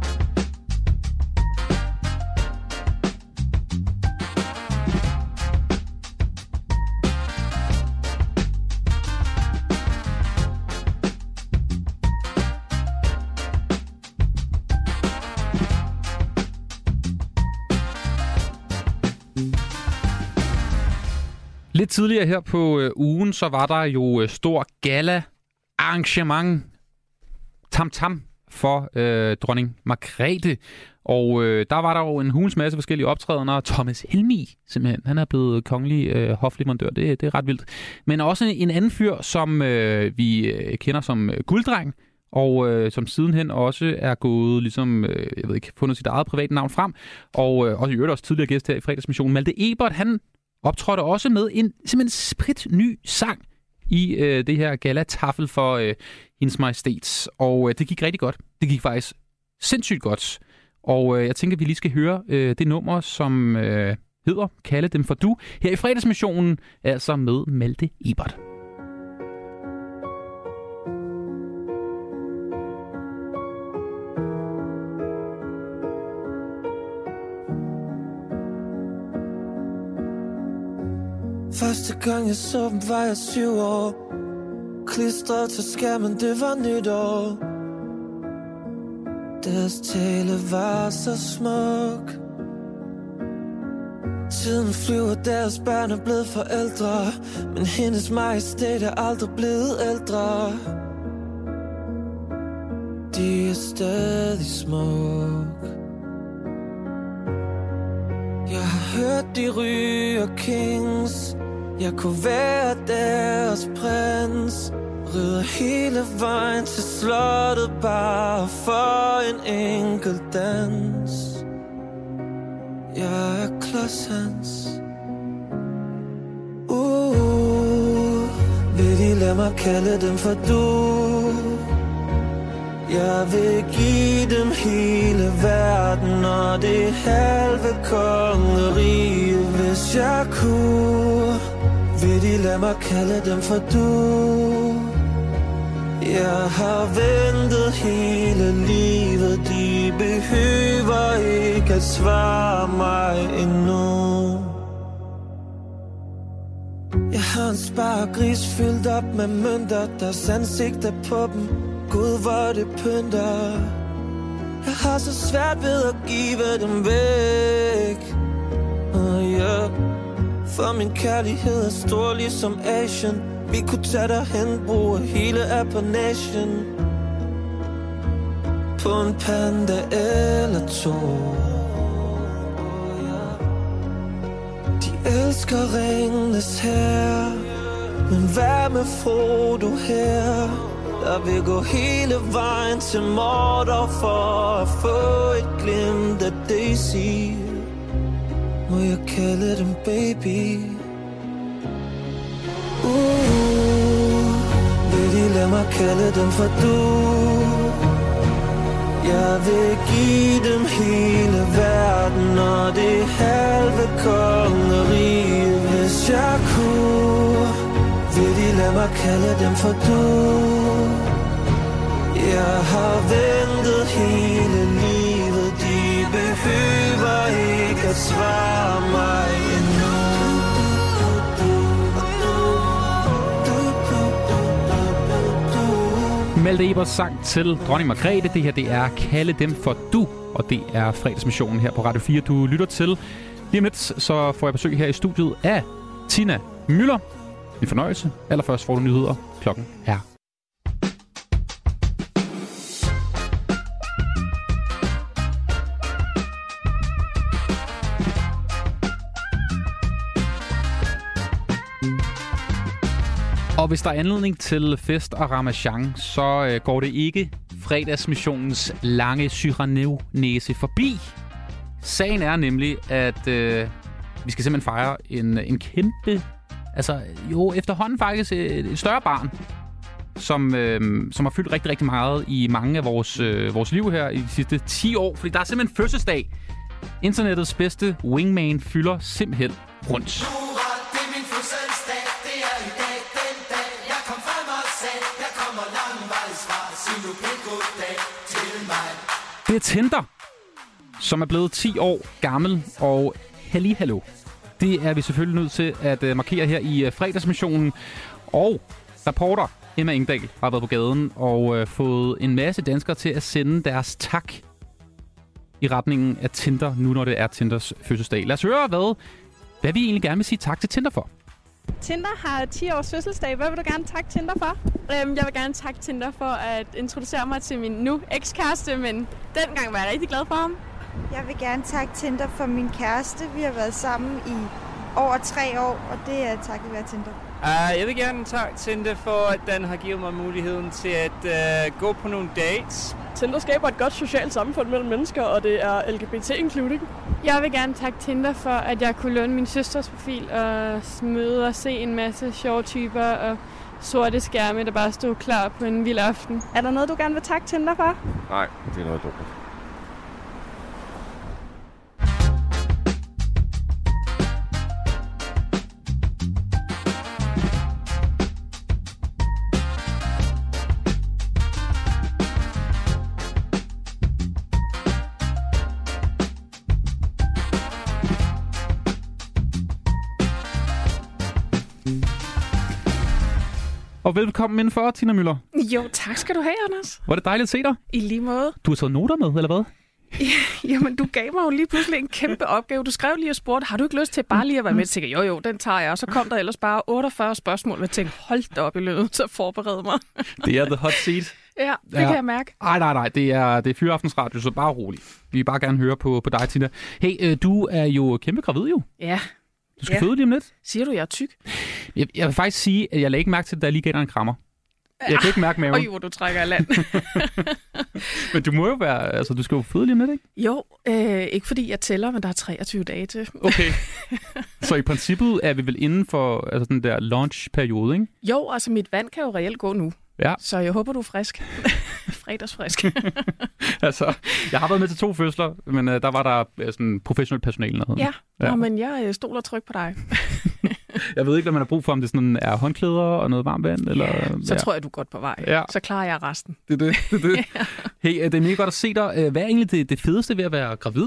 Lidt tidligere her på øh, ugen, så var der jo øh, stor gala arrangement tam-tam for øh, dronning Margrethe. Og øh, der var der jo en hulens masse forskellige optrædener. Thomas Helmig, simpelthen, han er blevet kongelig øh, hofleverandør. Det, det er ret vildt. Men også en anden fyr, som øh, vi øh, kender som øh, Gulddreng, og øh, som sidenhen også er gået, ligesom, øh, jeg ved ikke, fundet sit eget private navn frem. Og, øh, og i øvrigt også tidligere gæst her i fredagsmissionen. Malte Ebert, han optrådte også med en simpelthen sprit ny sang i øh, det her gala-tafel for øh, hendes majestæt. Og øh, det gik rigtig godt. Det gik faktisk sindssygt godt. Og øh, jeg tænker, at vi lige skal høre øh, det nummer, som øh, hedder Kalde dem for du. Her i fredagsmissionen, altså med Malte Ebert. Første gang jeg så dem, var jeg syv år. Klistret til skærmen, det var nytår. Deres tale var så smuk. Tiden flyver, deres børn er blevet forældre, men hendes majestæt er aldrig blevet ældre. De er stadig smuk. Jeg har hørt de ryger kings. Jeg kunne være deres prins. Rider hele vejen til slottet bare for en enkelt dans. Jeg er klods hans. Uh, vil de lade mig kalde dem for du? Jeg vil give dem hele verden og det halve kongerige, hvis jeg kunne. Vil de lade mig kalde dem for du? Jeg har ventet hele livet, de behøver ikke at svare mig endnu. Jeg har en sparegris fyldt op med mønter, deres ansigter på dem, Gud hvor det pynter. Jeg har så svært ved at give dem væk. uh, yeah. For min kærlighed er stor ligesom Asien. Vi kunne tage derhen, bruge hele Appanation på en panda eller to. Elsker Ringenes Herre, men hvad med Frodo her? Der vil gå hele vejen til Mordor for at få et glimt af Daisy. Må jeg kalde dem baby? Uh, vil de lade mig kalde dem for du? Jeg vil give dem hele verden og det halve kongerige. Hvis jeg kunne, vil de lade mig kalde dem for du? Jeg har ventet hele livet, de behøver ikke at svare mig endnu. Malte Ebers sang til Dronning Margrethe. Det her, det er Kalde dem for du, og det er fredagsmissionen her på Radio fire, du lytter til. Lige om lidt, så får jeg besøg her i studiet af Tina Müller. En fornøjelse. Allerførst får du nyheder. Klokken er. Og hvis der er anledning til fest og ramachan, så øh, går det ikke fredagsmissionens lange Cyrano-næse forbi. Sagen er nemlig, at øh, vi skal simpelthen fejre en, en kæmpe, altså jo efterhånden faktisk et, et større barn, som, øh, som har fyldt rigtig, rigtig meget i mange af vores, øh, vores liv her i de sidste ti år. Fordi der er simpelthen fødselsdag. Internettets bedste wingman fylder simpelthen rundt. Det er Tinder, som er blevet ti år gammel, og halli hallo. Det er vi selvfølgelig nødt til at uh, markere her i uh, fredagsmissionen. Og reporter Emma Engdahl har været på gaden og uh, fået en masse danskere til at sende deres tak i retningen af Tinder, nu når det er Tinders fødselsdag. Lad os høre, hvad, hvad vi egentlig gerne vil sige tak til Tinder for. Tinder har ti års fødselsdag. Hvad vil du gerne takke Tinder for? Øhm, jeg vil gerne takke Tinder for at introducere mig til min nu ekskæreste, men dengang var jeg rigtig glad for ham. Jeg vil gerne takke Tinder for min kæreste. Vi har været sammen i over tre år, og det er takket være Tinder. Uh, jeg vil gerne takke Tinder for, at den har givet mig muligheden til at uh, gå på nogle dates. Tinder skaber et godt socialt samfund mellem mennesker, og det er L G B T-including. Jeg vil gerne takke Tinder for, at jeg kunne låne min søsters profil og møde og se en masse sjove typer og sorte skærme, der bare stod klar på en vild aften. Er der noget, du gerne vil takke Tinder for? Nej, det er noget dumt. Og velkommen indenfor, Tina Müller. Jo, tak skal du have, Anders. Var det dejligt at se dig? I lige måde. Du har taget noter med, eller hvad? Jamen, du gav mig jo lige pludselig en kæmpe opgave. Du skrev lige og spurgte, har du ikke lyst til bare lige at være med? Jeg tænkte, jo jo, den tager jeg. Og så kom der ellers bare otteogfyrre spørgsmål, og jeg tænkte, hold da op i løbet, så forbered mig. Det er the hot seat. Ja, det ja. Kan jeg mærke. Nej, nej, nej, det er, det er Fyraftensradio, så bare rolig. Vi vil bare gerne høre på, på dig, Tina. Hey, øh, du er jo kæmpe gravid jo. Ja. Du skal ja. føde lige om lidt. Siger du, jeg er tyk? Jeg, jeg vil faktisk sige, at jeg lagde ikke mærke til, at der lige gav dig en krammer. Jeg kan ikke mærke maven. Øj, hvor du trækker af land. Men du må jo være, altså du skal jo føde lige om lidt, ikke? Jo, øh, ikke fordi jeg tæller, men der er treogtyve dage til. Okay. Så i princippet er vi vel inden for altså, den der launch-periode, ikke? Jo, altså mit vand kan jo reelt gå nu. Ja. Så jeg håber, du er frisk. Fredagsfrisk. Altså, jeg har været med til to fødsler, men uh, der var der uh, sådan professionelt personale. Noget. Ja, ja. Nå, men jeg uh, stoler tryk på dig. Jeg ved ikke, hvad man har brug for, om det sådan er håndklæder og noget varmt vand. Eller, ja, så ja. tror jeg, du er godt på vej. Ja. Så klarer jeg resten. Det er det. det, er det. Ja. Hey, det er mega godt at se dig. Hvad er egentlig det, det fedeste ved at være gravid?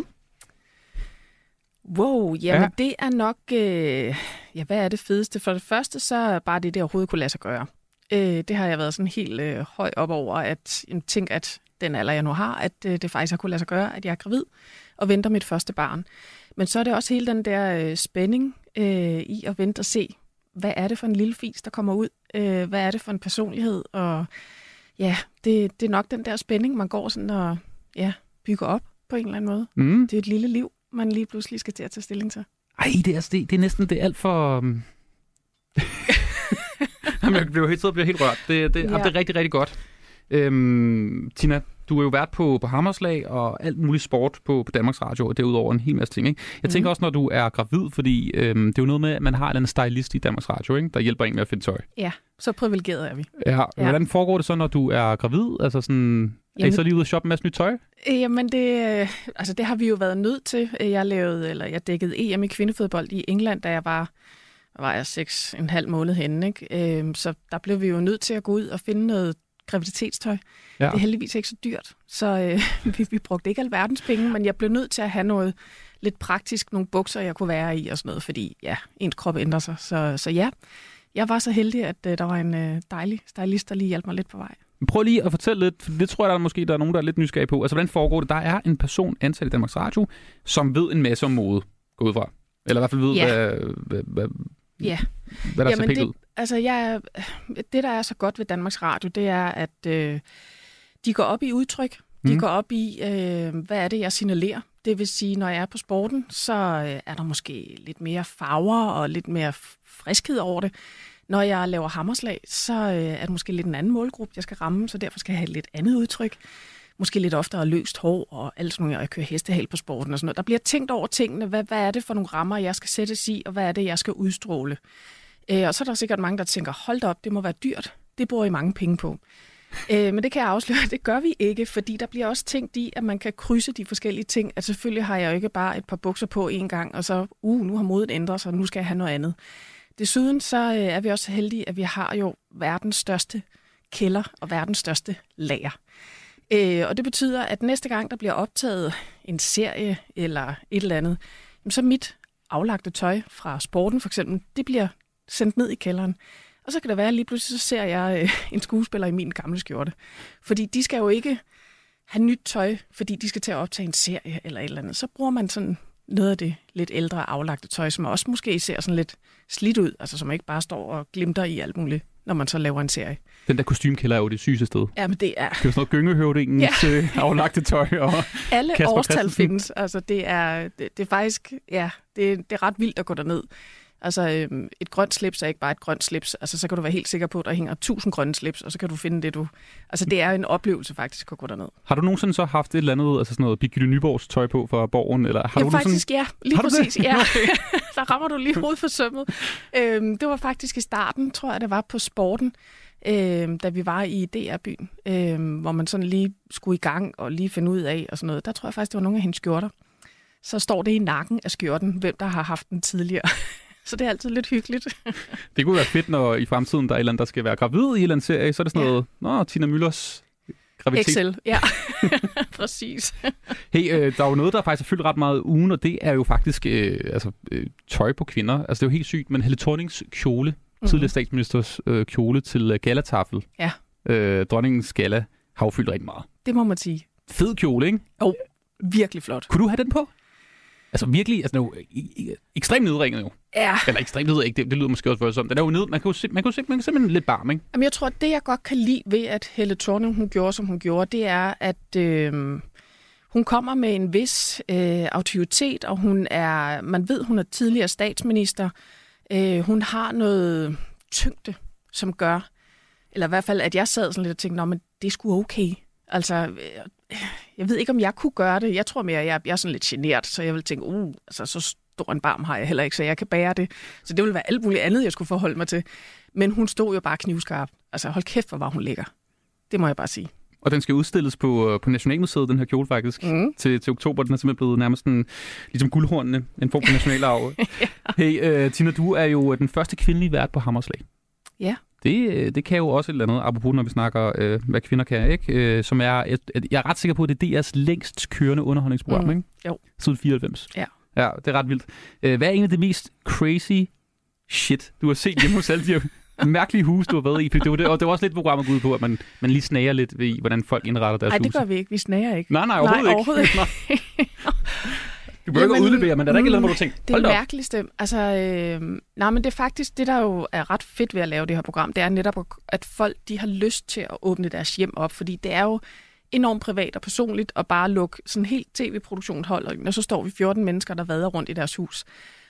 Wow, jamen ja. det er nok... Øh, ja, hvad er det fedeste? For det første, så er bare det, det overhovedet kunne lade sig gøre. Øh, det har jeg været sådan helt øh, høj op over, at jeg tænker, at den alder, jeg nu har, at øh, det faktisk har kunne lade sig gøre, at jeg er gravid og venter mit første barn. Men så er det også hele den der øh, spænding øh, i at vente og se, hvad er det for en lille fis, der kommer ud? Øh, hvad er det for en personlighed? Og ja, det, det er nok den der spænding, man går sådan og ja, bygger op på en eller anden måde. Mm. Det er et lille liv, man lige pludselig skal til at tage stilling til. Ej, det er, det, det er næsten det er alt for... Um... Jamen, jeg bliver helt, så bliver helt rørt. Det, det, ja. det er rigtig, rigtig godt. Øhm, Tina, du er jo vært på, på Hammerslag og alt muligt sport på, på Danmarks Radio, og derudover en hel masse ting. Ikke? Jeg mm. tænker også, når du er gravid, fordi øhm, det er jo noget med, at man har en stylist i Danmarks Radio, ikke? Der hjælper en med at finde tøj. Ja, så privilegeret er vi. Ja, ja. Hvordan foregår det så, når du er gravid? Altså sådan, er I så lige ude og shoppe en masse nyt tøj? Jamen, det, altså, det har vi jo været nødt til. Jeg lavede, eller jeg dækkede E M i kvindefodbold i England, da jeg var, var jeg seks en halv måned henne. Ikke? Øhm, så der blev vi jo nødt til at gå ud og finde noget graviditetstøj. Ja. Det er heldigvis ikke så dyrt, så øh, vi, vi brugte ikke alverdens penge, men jeg blev nødt til at have noget lidt praktisk, nogle bukser, jeg kunne være i og sådan noget, fordi ja, ens krop ændrer sig. Så, så ja, jeg var så heldig, at øh, der var en øh, dejlig stylist, der lige hjalp mig lidt på vej. Prøv lige at fortælle lidt, for det tror jeg, der er måske der er nogen, der er lidt nysgerrige på. Altså, hvordan foregår det? Der er en person ansat i Danmarks Radio, som ved en masse om mode, gå ud fra. Eller i hvert fald ved, ja. hvad, hvad, hvad, ja. hvad der Jamen, ser pænt det, ud. Altså, jeg, det, der er så godt ved Danmarks Radio, det er, at øh, de går op i udtryk. De mm. går op i, øh, hvad er det, jeg signalerer. Det vil sige, når jeg er på sporten, så øh, er der måske lidt mere farver og lidt mere friskhed over det. Når jeg laver hammerslag, så øh, er det måske lidt en anden målgruppe, jeg skal ramme, så derfor skal jeg have et lidt andet udtryk. Måske lidt oftere løst hår og alt sådan noget, og jeg kører hestehæl på sporten og sådan noget. Der bliver tænkt over tingene. Hvad, hvad er det for nogle rammer, jeg skal sættes i, og hvad er det, jeg skal udstråle? Øh, og så er der sikkert mange, der tænker, hold da op, det må være dyrt. Det bruger I mange penge på. Øh, men det kan jeg afsløre, det gør vi ikke, fordi der bliver også tænkt i, at man kan krydse de forskellige ting. At selvfølgelig har jeg jo ikke bare et par bukser på en gang, og så, uh, nu har modet ændret sig, nu skal jeg have noget andet. Desuden så øh, er vi også heldige, at vi har jo verdens største kælder og verdens største lager. Øh, og det betyder, at næste gang, der bliver optaget en serie eller et eller andet, så mit aflagte tøj fra sporten for eksempel, det bliver sendt ned i kælderen. Og så kan det være, at lige pludselig så ser jeg øh, en skuespiller i min gamle skjorte. Fordi de skal jo ikke have nyt tøj, fordi de skal til at optage en serie eller et eller andet. Så bruger man sådan noget af det lidt ældre aflagte tøj, som også måske ser sådan lidt slidt ud, altså som ikke bare står og glimter i alt muligt, når man så laver en serie. Den der kostymkælder er jo det sygeste sted. Ja, men det er... Det er jo sådan noget gyngehøvdingens ja. aflagte tøj og alle årstal findes. Altså det er, det, det er faktisk, ja, det, det er ret vildt at gå derned. Altså øhm, et grønt slips er ikke bare et grønt slips. Altså så kan du være helt sikker på, at der hænger tusind grønne slips, og så kan du finde det, du... Altså det er en oplevelse faktisk at gå derned. Har du nogensinde så haft et eller andet, altså sådan noget Birgitte Nyborgs tøj på fra Borgen? Eller har ja, du faktisk sådan... ja. Lige har præcis, ja. Der rammer du lige hovedet for sømmet. Øhm, det var faktisk i starten, tror jeg, det var på sporten, øhm, da vi var i D R-byen, øhm, hvor man sådan lige skulle i gang og lige finde ud af og sådan noget. Der tror jeg faktisk, det var nogle af hendes skjorter. Så står det i nakken af skjorten, hvem der har haft den tidligere. Så det er altid lidt hyggeligt. Det kunne være fedt, når i fremtiden der er et eller andet, der skal være gravid i en eller anden serie. Så er det sådan ja. noget, nå, Tina Müllers graviditet. Excel, ja. Præcis. Hey, øh, der er jo noget, der faktisk er fyldt ret meget ugen, og det er jo faktisk øh, altså, øh, tøj på kvinder. Altså det er jo helt sygt, men Helle Thornings kjole, mm-hmm. tidligere statsministers øh, kjole til øh, galatafel, ja. øh, dronningens gala, har jo fyldt rigtig meget. Det må man sige. Fed kjole, ikke? Jo, oh, virkelig flot. Kunne du have den på? Altså virkelig, altså no, ekstremt nedringet jo. Ja. Eller ekstremt nedringet, ikke? Det, det lyder måske også voldsomt. Den er jo ned, man kan jo man kan jo man kan simpelthen lidt barm, ikke? Jamen jeg tror, at det jeg godt kan lide ved, at Helle Thorning, hun gjorde, som hun gjorde, det er, at øh, hun kommer med en vis øh, autoritet, og hun er, man ved, hun er tidligere statsminister. Øh, hun har noget tyngde, som gør, eller i hvert fald, at jeg sad sådan lidt og tænkte, nå, men det er sgu okay. Altså, øh, jeg ved ikke, om jeg kunne gøre det. Jeg tror mere, at jeg, jeg er sådan lidt genert, så jeg vil tænke, uh, altså, så stor en barm har jeg heller ikke, så jeg kan bære det. Så det ville være alt muligt andet, jeg skulle forholde mig til. Men hun stod jo bare knivskarp. Altså, hold kæft, hvor var hun lækker. Det må jeg bare sige. Og den skal udstilles på, på Nationalmuseet, den her kjole faktisk, mm. til, til oktober. Den er simpelthen blevet nærmest en, ligesom guldhornene, en form for nationalarv. Ja. Hey, uh, Tina, du er jo den første kvindelige vært på Hammerslag. Ja. Det, det kan jo også et eller andet, apropos når vi snakker, øh, hvad kvinder kan, ikke? Øh, som er, et, et, jeg er ret sikker på, at det er D R's længst kørende underholdningsprogram, mm. ikke? Jo. Siden fireoghalvfems. Ja. Ja, det er ret vildt. Øh, hvad er egentlig det mest crazy shit, du har set hjemme hos alle de her mærkelige huse, du har været i? Det var, det, og det var også lidt programmet ud på, at man, man lige snager lidt ved, hvordan folk indretter deres huse. Nej, det gør vi ikke. Vi snager ikke. Nej, nej, overhovedet nej, overhovedet ikke. ikke. Du behøver ikke at udlevere, men er der ikke noget, hvor du tænker, det er det mærkeligste. Altså, øh, nej, men det er faktisk det, der jo er ret fedt ved at lave det her program, det er netop, at folk de har lyst til at åbne deres hjem op, fordi det er jo enormt privat og personligt at bare lukke sådan helt tv-produktionshold, og så står vi fjorten mennesker, der vader rundt i deres hus.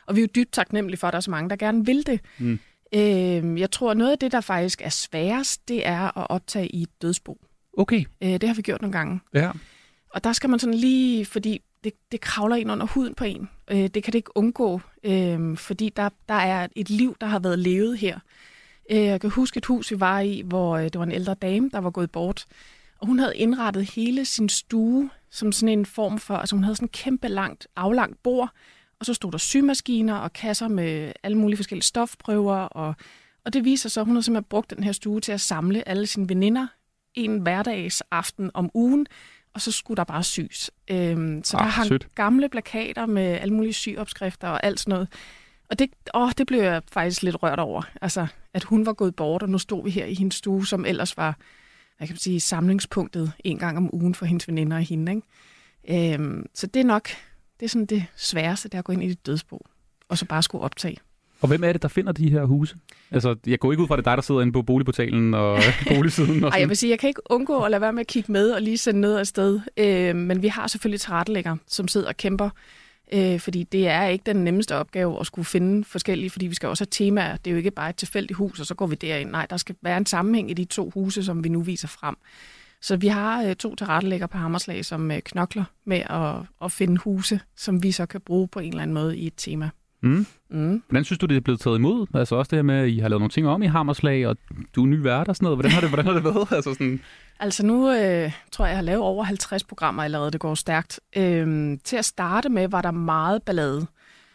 Og vi er jo dybt taknemmelige for, at der er så mange, der gerne vil det. Mm. Øh, jeg tror, at noget af det, der faktisk er sværest, det er at optage i et dødsbo. Okay. Øh, det har vi gjort nogle gange. Ja. Og der skal man sådan lige, fordi det, det kravler ind under huden på en. Øh, det kan det ikke undgå, øh, fordi der, der er et liv, der har været levet her. Øh, jeg kan huske et hus, vi var i, hvor øh, det var en ældre dame, der var gået bort. Og hun havde indrettet hele sin stue som sådan en form for, altså hun havde sådan en kæmpe langt, aflangt bord, og så stod der symaskiner og kasser med alle mulige forskellige stofprøver. Og, og det viser så, at hun havde simpelthen brugt den her stue til at samle alle sine veninder en hverdagsaften om ugen, og så skulle der bare syes. Øhm, så ah, der hang sødt. Gamle plakater med alle mulige syopskrifter og alt sådan noget. Og det, åh, det blev jeg faktisk lidt rørt over. Altså, at hun var gået bort, og nu stod vi her i hendes stue, som ellers var, hvad kan man sige, samlingspunktet en gang om ugen for hendes veninder og hende. Ikke? Øhm, så det er nok, det er sådan det sværeste, det er at gå ind i det dødsbo, og så bare skulle optage. Og hvem er det, der finder de her huse? Altså, jeg går ikke ud fra, det dig, der sidder inde på boligportalen og boligsiden. Og Ej, jeg vil sige, jeg kan ikke undgå at lade være med at kigge med og lige sende noget afsted. Øh, men vi har selvfølgelig tilrettelæggere, som sidder og kæmper. Øh, fordi det er ikke den nemmeste opgave at skulle finde forskellige, fordi vi skal også have temaer. Det er jo ikke bare et tilfældigt hus, og så går vi derind. Nej, der skal være en sammenhæng i de to huse, som vi nu viser frem. Så vi har øh, to tilrettelæggere på Hammerslag, som øh, knokler med at, at finde huse, som vi så kan bruge på en eller anden måde i et tema. Mm. Mm. Hvordan synes du, det er blevet taget imod? Altså også det her med, at I har lavet nogle ting om i Hammerslag, og du er ny vært og sådan noget. Hvordan har det, hvordan har det været? Altså, sådan... altså nu øh, tror jeg, jeg har lavet over halvtreds programmer allerede, det går stærkt. Øh, til at starte med var der meget ballade.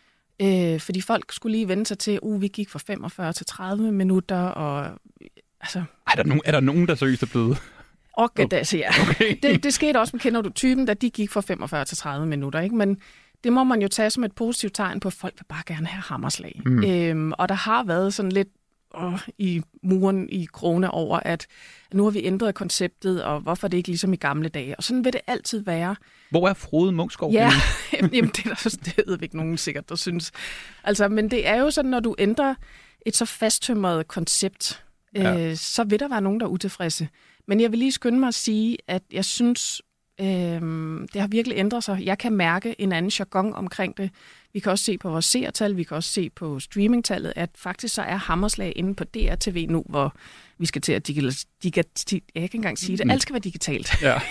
Øh, fordi folk skulle lige vende sig til, uh, vi gik fra femogfyrre til tredive minutter, og altså... Er der nogen, er der nogen der seriøst er blevet... Okay, okay. Det, ja. Okay. det, det skete også med Kender du typen, da de gik fra femogfyrre til tredive minutter, ikke? Men det må man jo tage som et positivt tegn på, at folk vil bare gerne have Hammerslag. Mm. Øhm, og der har været sådan lidt åh, i muren i krone over, at nu har vi ændret konceptet, og hvorfor det ikke ligesom i gamle dage. Og sådan vil det altid være. Hvor er Frode Munksgaard? Ja, jamen, det er der det ved vi ikke nogen sikkert, der synes. Altså, men det er jo sådan, når du ændrer et så fasttømret koncept, ja. øh, så vil der være nogen, der er utilfredse. Men jeg vil lige skynde mig at sige, at jeg synes, Øhm, det har virkelig ændret sig. Jeg kan mærke en anden jargon omkring det. Vi kan også se på vores seertal, vi kan også se på streamingtallet, at faktisk så er Hammerslag inde på D R T V nu, hvor vi skal til at digitalisere. Dig- jeg kan ikke engang sige det. Alt skal være digitalt. Ja.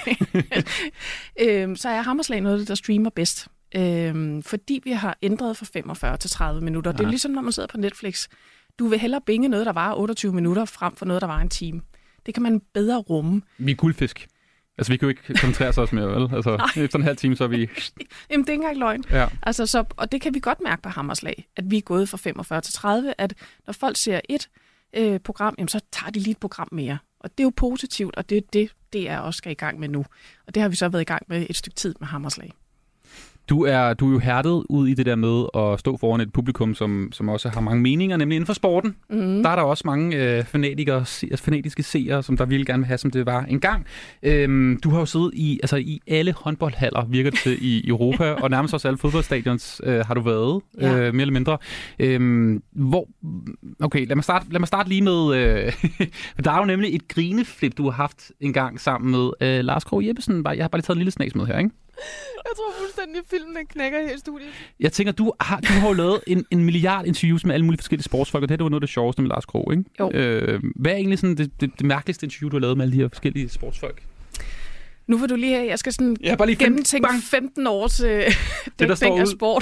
øhm, så er Hammerslag noget, der streamer bedst. Øhm, fordi vi har ændret fra femogfyrre til tredive minutter. Ja. Det er ligesom, når man sidder på Netflix. Du vil hellere binge noget, der varer otteogtyve minutter, frem for noget, der varer en time. Det kan man bedre rumme. Vi er guldfisk. Altså, vi kan jo ikke koncentrere os mere, vel? Altså, efter en halv time, så er vi... Jamen, det er ikke engang løgn. Ja. Altså, så, og det kan vi godt mærke på Hammerslag, at vi er gået fra femogfyrre til tredive, at når folk ser et øh, program, jamen, så tager de lige et program mere. Og det er jo positivt, og det er det, det er også skal i gang med nu. Og det har vi så været i gang med et stykke tid med Hammerslag. Du er, du er jo hærdet ud i det der med at stå foran et publikum, som, som også har mange meninger, nemlig inden for sporten. Mm. Der er der også mange øh, fanatikere, fanatiske seere, som der ville gerne vil have, som det var engang. Øhm, du har jo siddet i, altså, i alle håndboldhaller, virker det til, i Europa, og nærmest også alle fodboldstadions øh, har du været, ja. øh, mere eller mindre. Øhm, hvor, okay, lad mig starte, lad mig starte lige med... Øh, der er jo nemlig et grineflip, du har haft en gang sammen med øh, Lars Krogh Jeppesen. Jeg har bare lige taget en lille snas med her, ikke? Jeg tror fuldstændig, at filmen knækker her i studiet. Jeg tænker, du har, du har jo lavet en, en milliard interviews med alle mulige forskellige sportsfolk, og det, det var noget af det sjoveste med Lars Krogh, ikke? Jo. Øh, hvad er egentlig sådan det, det, det mærkeligste interview, du har lavet med alle de her forskellige sportsfolk? Nu vil du lige have, jeg skal sådan ja, bare lige gennemtænke femten års øh, dækning af sport.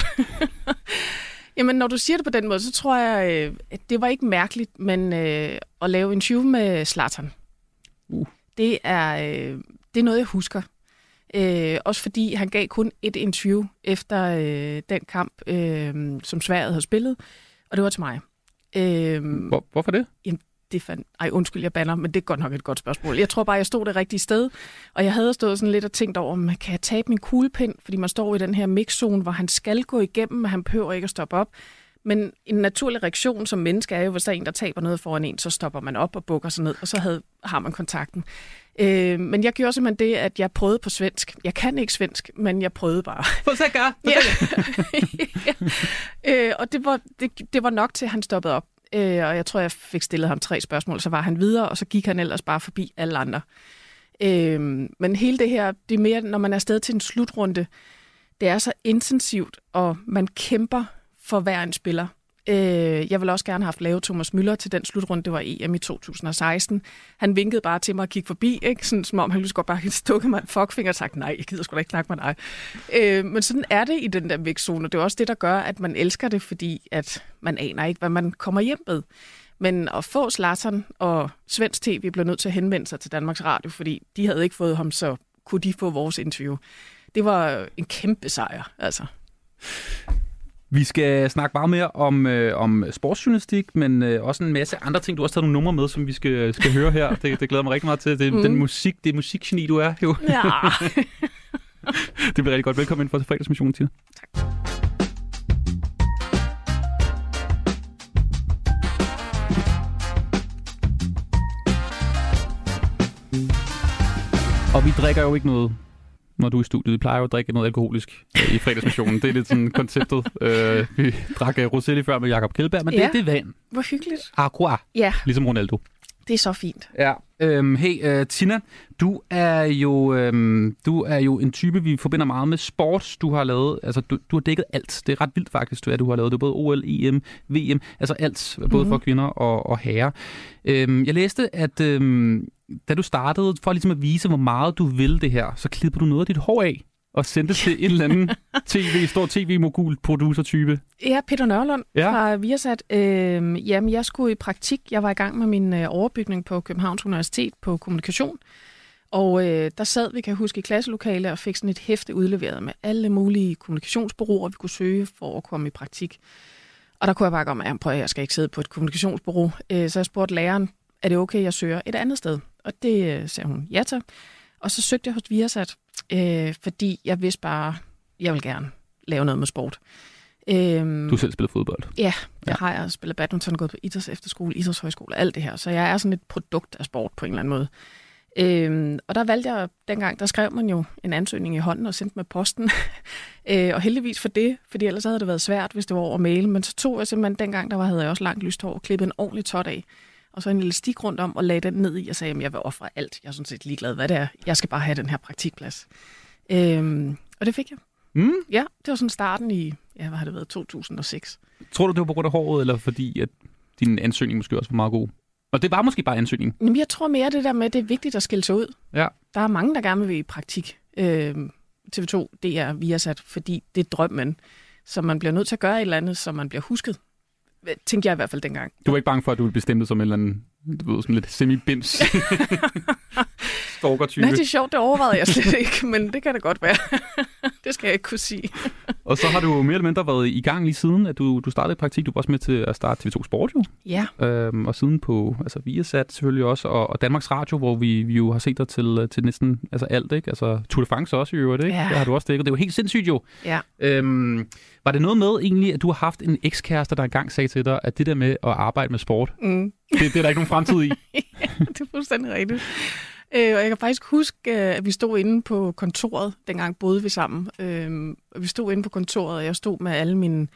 Jamen, når du siger det på den måde, så tror jeg, øh, at det var ikke mærkeligt, men øh, at lave en interview med Zlatan, uh. det, er, øh, det er noget, jeg husker. Øh, også fordi han gav kun et interview efter øh, den kamp, øh, som Sverige havde spillet, og det var til mig. Øh, Hvor, hvorfor det? Jamen, det fandt... Ej, undskyld, jeg banner, men det er godt nok et godt spørgsmål. Jeg tror bare, jeg stod det rigtige sted, og jeg havde stået sådan lidt og tænkt over, om kan jeg tabe min kuglepind? Fordi man står i den her mixzone, hvor han skal gå igennem, men han behøver ikke at stoppe op. Men en naturlig reaktion som menneske er jo, hvis der er en, der taber noget foran en, så stopper man op og bukker sig ned, og så havde, har man kontakten. Øh, men jeg gjorde simpelthen det, at jeg prøvede på svensk. Jeg kan ikke svensk, men jeg prøvede bare. Forsøger! ja. øh, og det var, det, det var nok til, at han stoppede op. Øh, og jeg tror, jeg fik stillet ham tre spørgsmål, så var han videre, og så gik han ellers bare forbi alle andre. Øh, men hele det her, det er mere, når man er afsted til en slutrunde, det er så intensivt, og man kæmper for hver en spiller. Øh, jeg ville også gerne have haft lavet Thomas Müller til den slutrunde, det var E M i to tusind og seksten. Han vinkede bare til mig at kigge forbi, ikke? Sådan, som om han lige skulle bare stukke mig en fuckfinger og sagt, nej, jeg gider sgu da ikke snakke med dig. Øh, men sådan er det i den der vægtzone. Det er også det, der gør, at man elsker det, fordi at man aner ikke, hvad man kommer hjem med. Men at få Zlatan og Svensk T V blev nødt til at henvende sig til Danmarks Radio, fordi de havde ikke fået ham, så kunne de få vores interview. Det var en kæmpe sejr, altså. Vi skal snakke meget mere om, øh, om sportsjournalistik, men øh, også en masse andre ting. Du har også taget nogle numre med, som vi skal, skal høre her. Det, det glæder mig rigtig meget til. Det, mm. den musik, det er musikgeni, du er jo. Ja. Det bliver rigtig godt. Velkommen ind for til fredagsmissionen, Tina. Tak. Og vi drikker jo ikke noget, når du er i studiet. Vi plejer jo at drikke noget alkoholisk i fredagsmissionen. Det er lidt sådan konceptet. Øh, vi drak Rosé før med Jakob Kjeldberg, men ja, det, det er vand. Hvor hyggeligt. Aqua. Ja. Ligesom Ronaldo. Det er så fint. Ja. Øhm, hey, uh, Tina, du er jo øhm, du er jo en type, vi forbinder meget med sport. Du har lavet, altså du, du har dækket alt. Det er ret vildt faktisk, du, at du har lavet det både O L, E M, V M, altså alt, både mm-hmm. for kvinder og, og herrer. Øhm, jeg læste, at øhm, da du startede, for ligesom at vise, hvor meget du vil det her, så klippede du noget af dit hår af og sendte til en eller anden tv, stor tv-mogul-producer-type. Ja, Peter Nørlund ja. fra Viasat. Øh, jamen, jeg skulle i praktik. Jeg var i gang med min øh, overbygning på Københavns Universitet på kommunikation. Og øh, der sad, vi kan huske, i klasselokale og fik sådan et hæfte udleveret med alle mulige kommunikationsbureauer, vi kunne søge for at komme i praktik. Og der kunne jeg bare komme, at jeg skal ikke sidde på et kommunikationsbureau. Øh, så jeg spurgte læreren, er det okay, jeg søger et andet sted? Og det øh, sagde hun ja til. Og så søgte jeg hos Viasat, øh, fordi jeg vidste bare, jeg vil gerne lave noget med sport. Øhm, du har selv spillet fodbold? Ja, det ja. har jeg. Spillet badminton, gået på idrætsefterskole, idrætshøjskole, alt det her. Så jeg er sådan et produkt af sport på en eller anden måde. Øhm, og der valgte jeg dengang, der skrev man jo en ansøgning i hånden og sendte med posten. øh, og heldigvis for det, fordi ellers havde det været svært, hvis det var over mail. Men så tog jeg simpelthen, dengang der var, havde jeg også langt lyst hår, og klippede en ordentlig tot af. Og så en lille stik rundt om og lagde den ned i og sagde, at jeg vil ofre alt. Jeg er sådan set ligeglad, hvad det er. Jeg skal bare have den her praktikplads. Øhm, og det fik jeg. Mm. Ja, det var sådan starten i, ja, hvad har det været, to tusind og seks. Tror du, det var på grund af håret, eller fordi at din ansøgning måske også var meget god? Og det var måske bare ansøgningen? Jamen, jeg tror mere det der med, at det er vigtigt at skille sig ud. Ja. Der er mange, der gerne vil i praktik. Øhm, T V to, det er Viasat, fordi det er drømmen. Så man bliver nødt til at gøre et eller andet, så man bliver husket. Tænkte jeg i hvert fald dengang. Du var ikke bange for, at du ville blive stemplet som en eller anden, du ved, sådan lidt semi-bims stalker-type? Nej, det er sjovt, det overvejede jeg slet ikke, men det kan det godt være. Det skal jeg ikke kunne sige. Og så har du mere eller mindre været i gang lige siden, at du, du startede i praktik. Du var også med til at starte T V to Sport, jo. Ja. Øhm, og siden på altså, Viasat selvfølgelig også, og, og Danmarks Radio, hvor vi, vi jo har set dig til, til næsten altså alt, ikke? Altså Tour de France også i øvrigt, ikke? Ja. Det har du også dækket. Det er jo helt sindssygt, jo. Ja. Øhm, var det noget med egentlig, at du har haft en ekskæreste, der engang sagde til dig, at det der med at arbejde med sport, mm. det, det er der ikke nogen fremtid i? Ja, det er fuldstændig rigtigt. Øh, og jeg kan faktisk huske, at vi stod inde på kontoret, dengang boede vi sammen. Øh, vi stod inde på kontoret, og jeg stod med alle mine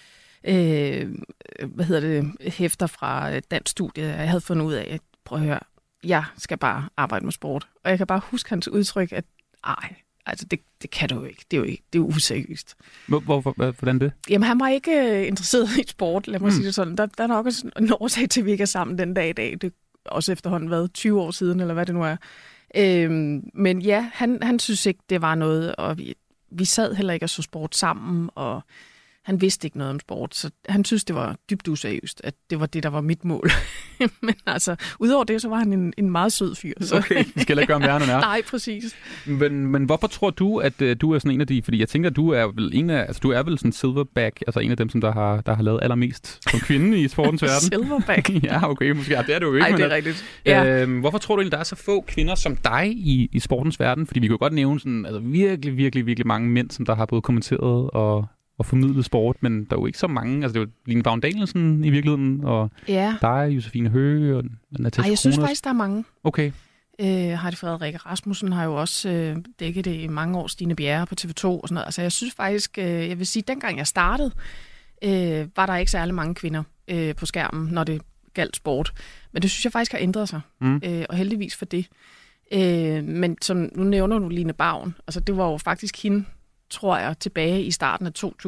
øh, hvad hedder det, hæfter fra dansk studie. Jeg havde fundet ud af, at prøv at høre, jeg skal bare arbejde med sport. Og jeg kan bare huske hans udtryk, at ej, altså det, det kan du jo ikke. Det er jo ikke, det er jo useriøst. Hvor, hvor, hvordan det? Jamen, han var ikke interesseret i sport, lad mig mm. sige det sådan. Der, der er nok også en årsag til, at vi ikke er sammen den dag i dag. Det også efterhånden været tyve år siden, eller hvad det nu er. Øhm, men ja, han, han synes ikke, det var noget, og vi, vi sad heller ikke og så sport sammen, og han vidste ikke noget om sport, så han synes, det var dybt useriøst, at det var det, der var mit mål. Men altså, udover det, så var han en, en meget sød fyr. Så. Okay, vi skal ikke gøre mere, end er. Nej, præcis. Men, men hvorfor tror du, at uh, du er sådan en af de, fordi jeg tænker, at du er vel en af, altså du er vel sådan silverback, altså en af dem, som der har, der har lavet allermest som kvinde i sportens verden. Silverback? Ja, okay, måske. Ja, det er du jo ikke. Nej, det er at, rigtigt. Ja. Øh, hvorfor tror du egentlig, der er så få kvinder som dig i, i sportens verden? Fordi vi kan jo godt nævne sådan, altså virkelig, virkelig, virkelig mange mænd, som der har både kommenteret og og formidlet sport, men der er jo ikke så mange. Altså, det er jo Line Baun Danielsen i virkeligheden, og ja. dig, Josefine Høgh, og Natasha Kronos. Jeg synes faktisk, der er mange. Okay. Øh, Heidi Frederikke Rasmussen har jo også øh, dækket det i mange år, Stine Bjerre på T V to og sådan noget. Altså, jeg synes faktisk, øh, jeg vil sige, dengang jeg startede, øh, var der ikke særlig mange kvinder øh, på skærmen, når det galt sport. Men det synes jeg faktisk har ændret sig, mm. øh, og heldigvis for det. Øh, men som nu nævner du Line Baun, altså det var jo faktisk hende, tror jeg, tilbage i starten af to tusind,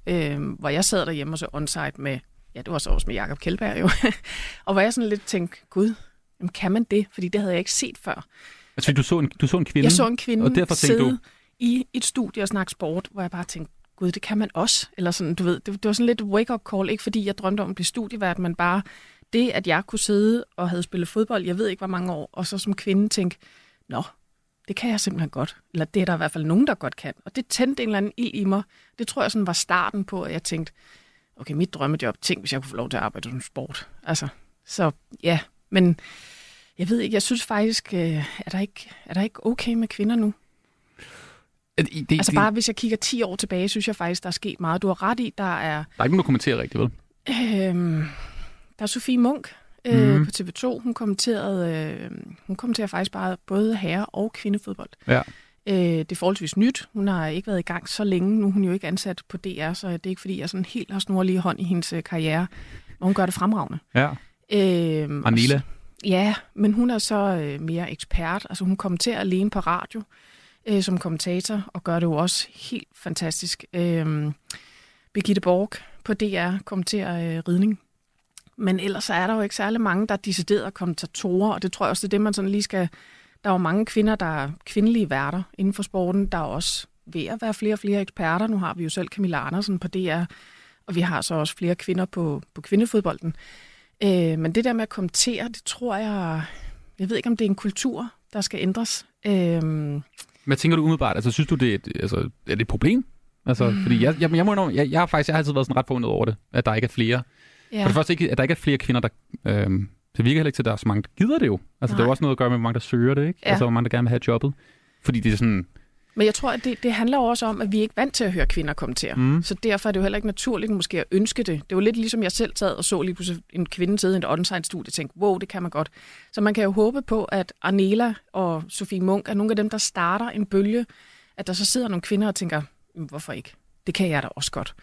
øh, hvor jeg sad derhjemme og så onsite med, ja, det var så også med Jakob Kjeldberg jo, og hvor jeg sådan lidt tænkte, gud, jamen, kan man det? Fordi det havde jeg ikke set før. Altså, du så en, du så en kvinde? Jeg så en kvinde og derfor sidde du... i et studie og snakke sport, hvor jeg bare tænkte, gud, det kan man også. Eller sådan, du ved, det, det var sådan lidt wake-up call, ikke fordi jeg drømte om at blive studievært, men bare det, at jeg kunne sidde og havde spillet fodbold, jeg ved ikke, hvor mange år, og så som kvinde tænke, nå, det kan jeg simpelthen godt. Eller det er der i hvert fald nogen, der godt kan. Og det tændte en eller anden ild i mig. Det tror jeg sådan var starten på, at jeg tænkte, okay, mit drømmejob, tænk, hvis jeg kunne få lov til at arbejde som sport. Altså, så ja, men jeg ved ikke, jeg synes faktisk, er der ikke, er der ikke okay med kvinder nu? Det, det, altså bare hvis jeg kigger ti år tilbage, synes jeg faktisk, der er sket meget. Du har ret i, der er... Der er ikke nogen, der kommenterer rigtigt, vel? Øhm, der er Sofie Munk øh, mm. på T V to. Hun kommenterede, øh, hun kommenterer faktisk bare både herre- og kvindefodbold. Ja. Øh, det er forholdsvis nyt. Hun har ikke været i gang så længe. Nu er hun jo ikke ansat på D R, så det er ikke fordi, jeg sådan helt har snorlige hånd i hendes karriere. Men hun gør det fremragende. Ja. Øh, Arnela. Ja, men hun er så øh, mere ekspert. Altså hun kommenterer alene på radio øh, som kommentator, og gør det jo også helt fantastisk. Øh, Birgitte Borg på D R kommenterer øh, ridning. Men ellers så er der jo ikke særlig mange, der er deciderede kommentatorer, og det tror jeg også, det er det, man sådan lige skal... Der er jo mange kvinder, der er kvindelige værter inden for sporten. Der er også ved at være flere og flere eksperter. Nu har vi jo selv Camilla Andersen på D R, og vi har så også flere kvinder på, på kvindefodbolden. Øh, men det der med at kommentere, det tror jeg... Jeg ved ikke, om det er en kultur, der skal ændres. Øh, Hvad tænker du umiddelbart? Altså, synes du, det er et, altså, er det et problem? Altså, mm. fordi jeg, jeg, jeg, må, jeg, jeg har faktisk jeg har altid været sådan ret forundret over det, at der ikke er flere. Ja. For det første, ikke, at der ikke er flere kvinder, der... Øh, det virker heller ikke til, at der er så mange, der gider det jo. Altså, det er jo også noget at gøre med, hvor mange, der søger det, ikke? Ja. Altså, hvor mange, der gerne vil have jobbet. Fordi det er sådan... Men jeg tror, at det, det handler også om, at vi er ikke vant til at høre kvinder kommentere. Mm. Så derfor er det jo heller ikke naturligt måske at ønske det. Det er jo lidt ligesom jeg selv sad og så lige pludselig en kvinde sidde i et onsite-studie og tænkte, wow, det kan man godt. Så man kan jo håbe på, at Arnela og Sofie Munk er nogle af dem, der starter en bølge, at der så sidder nogle kvinder og tænker, hvorfor ikke? Det kan jeg da også godt.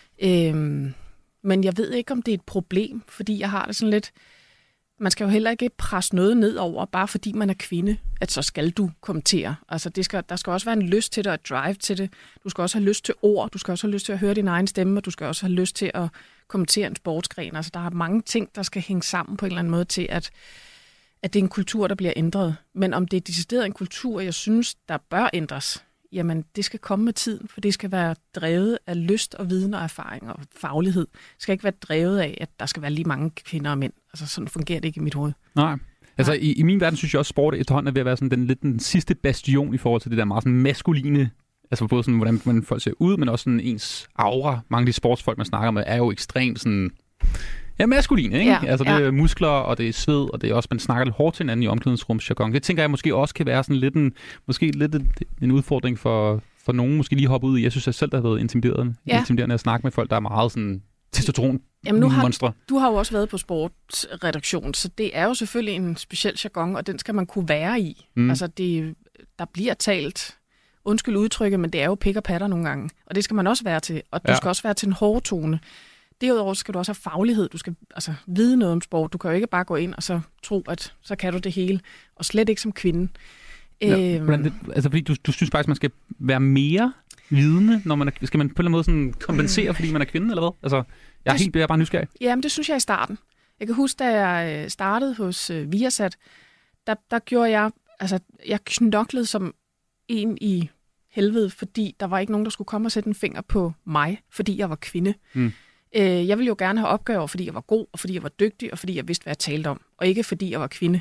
Øhm, men jeg ved ikke, om det er et problem, fordi jeg har det sådan lidt... Man skal jo heller ikke presse noget ned over, bare fordi man er kvinde, at så skal du kommentere. Altså, det skal, der skal også være en lyst til det og drive til det. Du skal også have lyst til ord, du skal også have lyst til at høre din egen stemme, og du skal også have lyst til at kommentere en sportsgren. Altså, der er mange ting, der skal hænge sammen på en eller anden måde til, at, at det er en kultur, der bliver ændret. Men om det er decideret en kultur, jeg synes, der bør ændres, jamen, det skal komme med tiden, for det skal være drevet af lyst og viden og erfaring og faglighed. Det skal ikke være drevet af, at der skal være lige mange kvinder og mænd. Altså, sådan fungerer det ikke i mit hoved. Nej. Altså, i, i min verden synes jeg også, at sport efterhånden er ved at være sådan den, lidt den sidste bastion i forhold til det der meget sådan maskuline, altså både sådan, hvordan man folk ser ud, men også sådan ens aura. Mange af de sportsfolk, man snakker med, er jo ekstremt sådan... Ja, maskuline, ikke? Ja, altså, det er ja. muskler, og det er sved, og det er også, man snakker lidt hårdt til hinanden i omklædningsrumsjargon. Det tænker jeg måske også kan være sådan lidt en, måske lidt en, en udfordring for, for nogen, måske lige hoppe ud i. Jeg synes jeg selv, der har været intimiderende, ja. intimiderende at snakke med folk, der er meget sådan testosteron-monstre. Du har jo også været på sportsredaktion, så det er jo selvfølgelig en speciel jargon, og den skal man kunne være i. Mm. Altså, det, der bliver talt, undskyld udtrykket, men det er jo pik og patter nogle gange, og det skal man også være til, og du ja. skal også være til en hård tone. Derudover skal du også have faglighed. Du skal altså vide noget om sport. Du kan jo ikke bare gå ind og så tro, at så kan du det hele. Og slet ikke som kvinde. Ja, øhm, det, altså fordi du, du synes faktisk, man skal være mere vidende, når man er, skal man på en eller anden måde sådan kompensere, mm. fordi man er kvinde, eller hvad? Altså, jeg er det, helt jeg er bare nysgerrig. Jamen, det synes jeg i starten. Jeg kan huske, da jeg startede hos uh, Viasat, der, der gjorde jeg, altså, jeg knoklede som en i helvede, fordi der var ikke nogen, der skulle komme og sætte en finger på mig, fordi jeg var kvinde. Mm. Jeg ville jo gerne have opgaver, fordi jeg var god, og fordi jeg var dygtig, og fordi jeg vidste, hvad jeg talte om, og ikke fordi jeg var kvinde.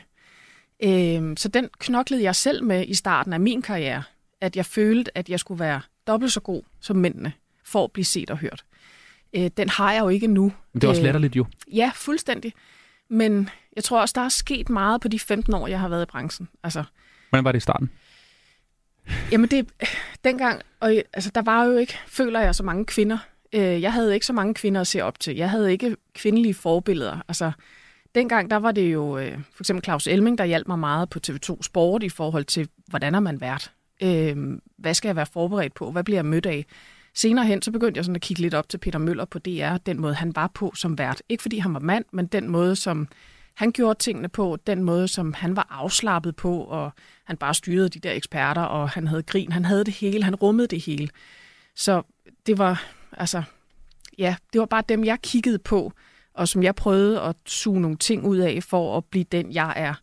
Så den knoklede jeg selv med i starten af min karriere, at jeg følte, at jeg skulle være dobbelt så god som mændene, for at blive set og hørt. Den har jeg jo ikke nu. Men det er også latterligt jo. Ja, fuldstændig. Men jeg tror også, der er sket meget på de femten år, jeg har været i branchen. Altså, hvordan var det i starten? Jamen det, dengang, og, altså, der var jo ikke, føler jeg, så mange kvinder. Jeg havde ikke så mange kvinder at se op til. Jeg havde ikke kvindelige forbilleder. Altså, dengang, der var det jo øh, for eksempel Claus Elming, der hjalp mig meget på T V to Sport i forhold til, hvordan er man vært? Øh, hvad skal jeg være forberedt på? Hvad bliver jeg mødt af? Senere hen, så begyndte jeg sådan at kigge lidt op til Peter Møller på D R, den måde, han var på som vært. Ikke fordi han var mand, men den måde, som han gjorde tingene på, den måde, som han var afslappet på, og han bare styrede de der eksperter, og han havde grin, han havde det hele, han rummede det hele. Så det var... Altså, ja, det var bare dem, jeg kiggede på, og som jeg prøvede at suge nogle ting ud af, for at blive den, jeg er.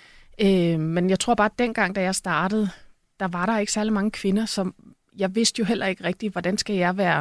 Øh, men jeg tror bare, at dengang, da jeg startede, der var der ikke særlig mange kvinder, som jeg vidste jo heller ikke rigtigt, hvordan skal jeg være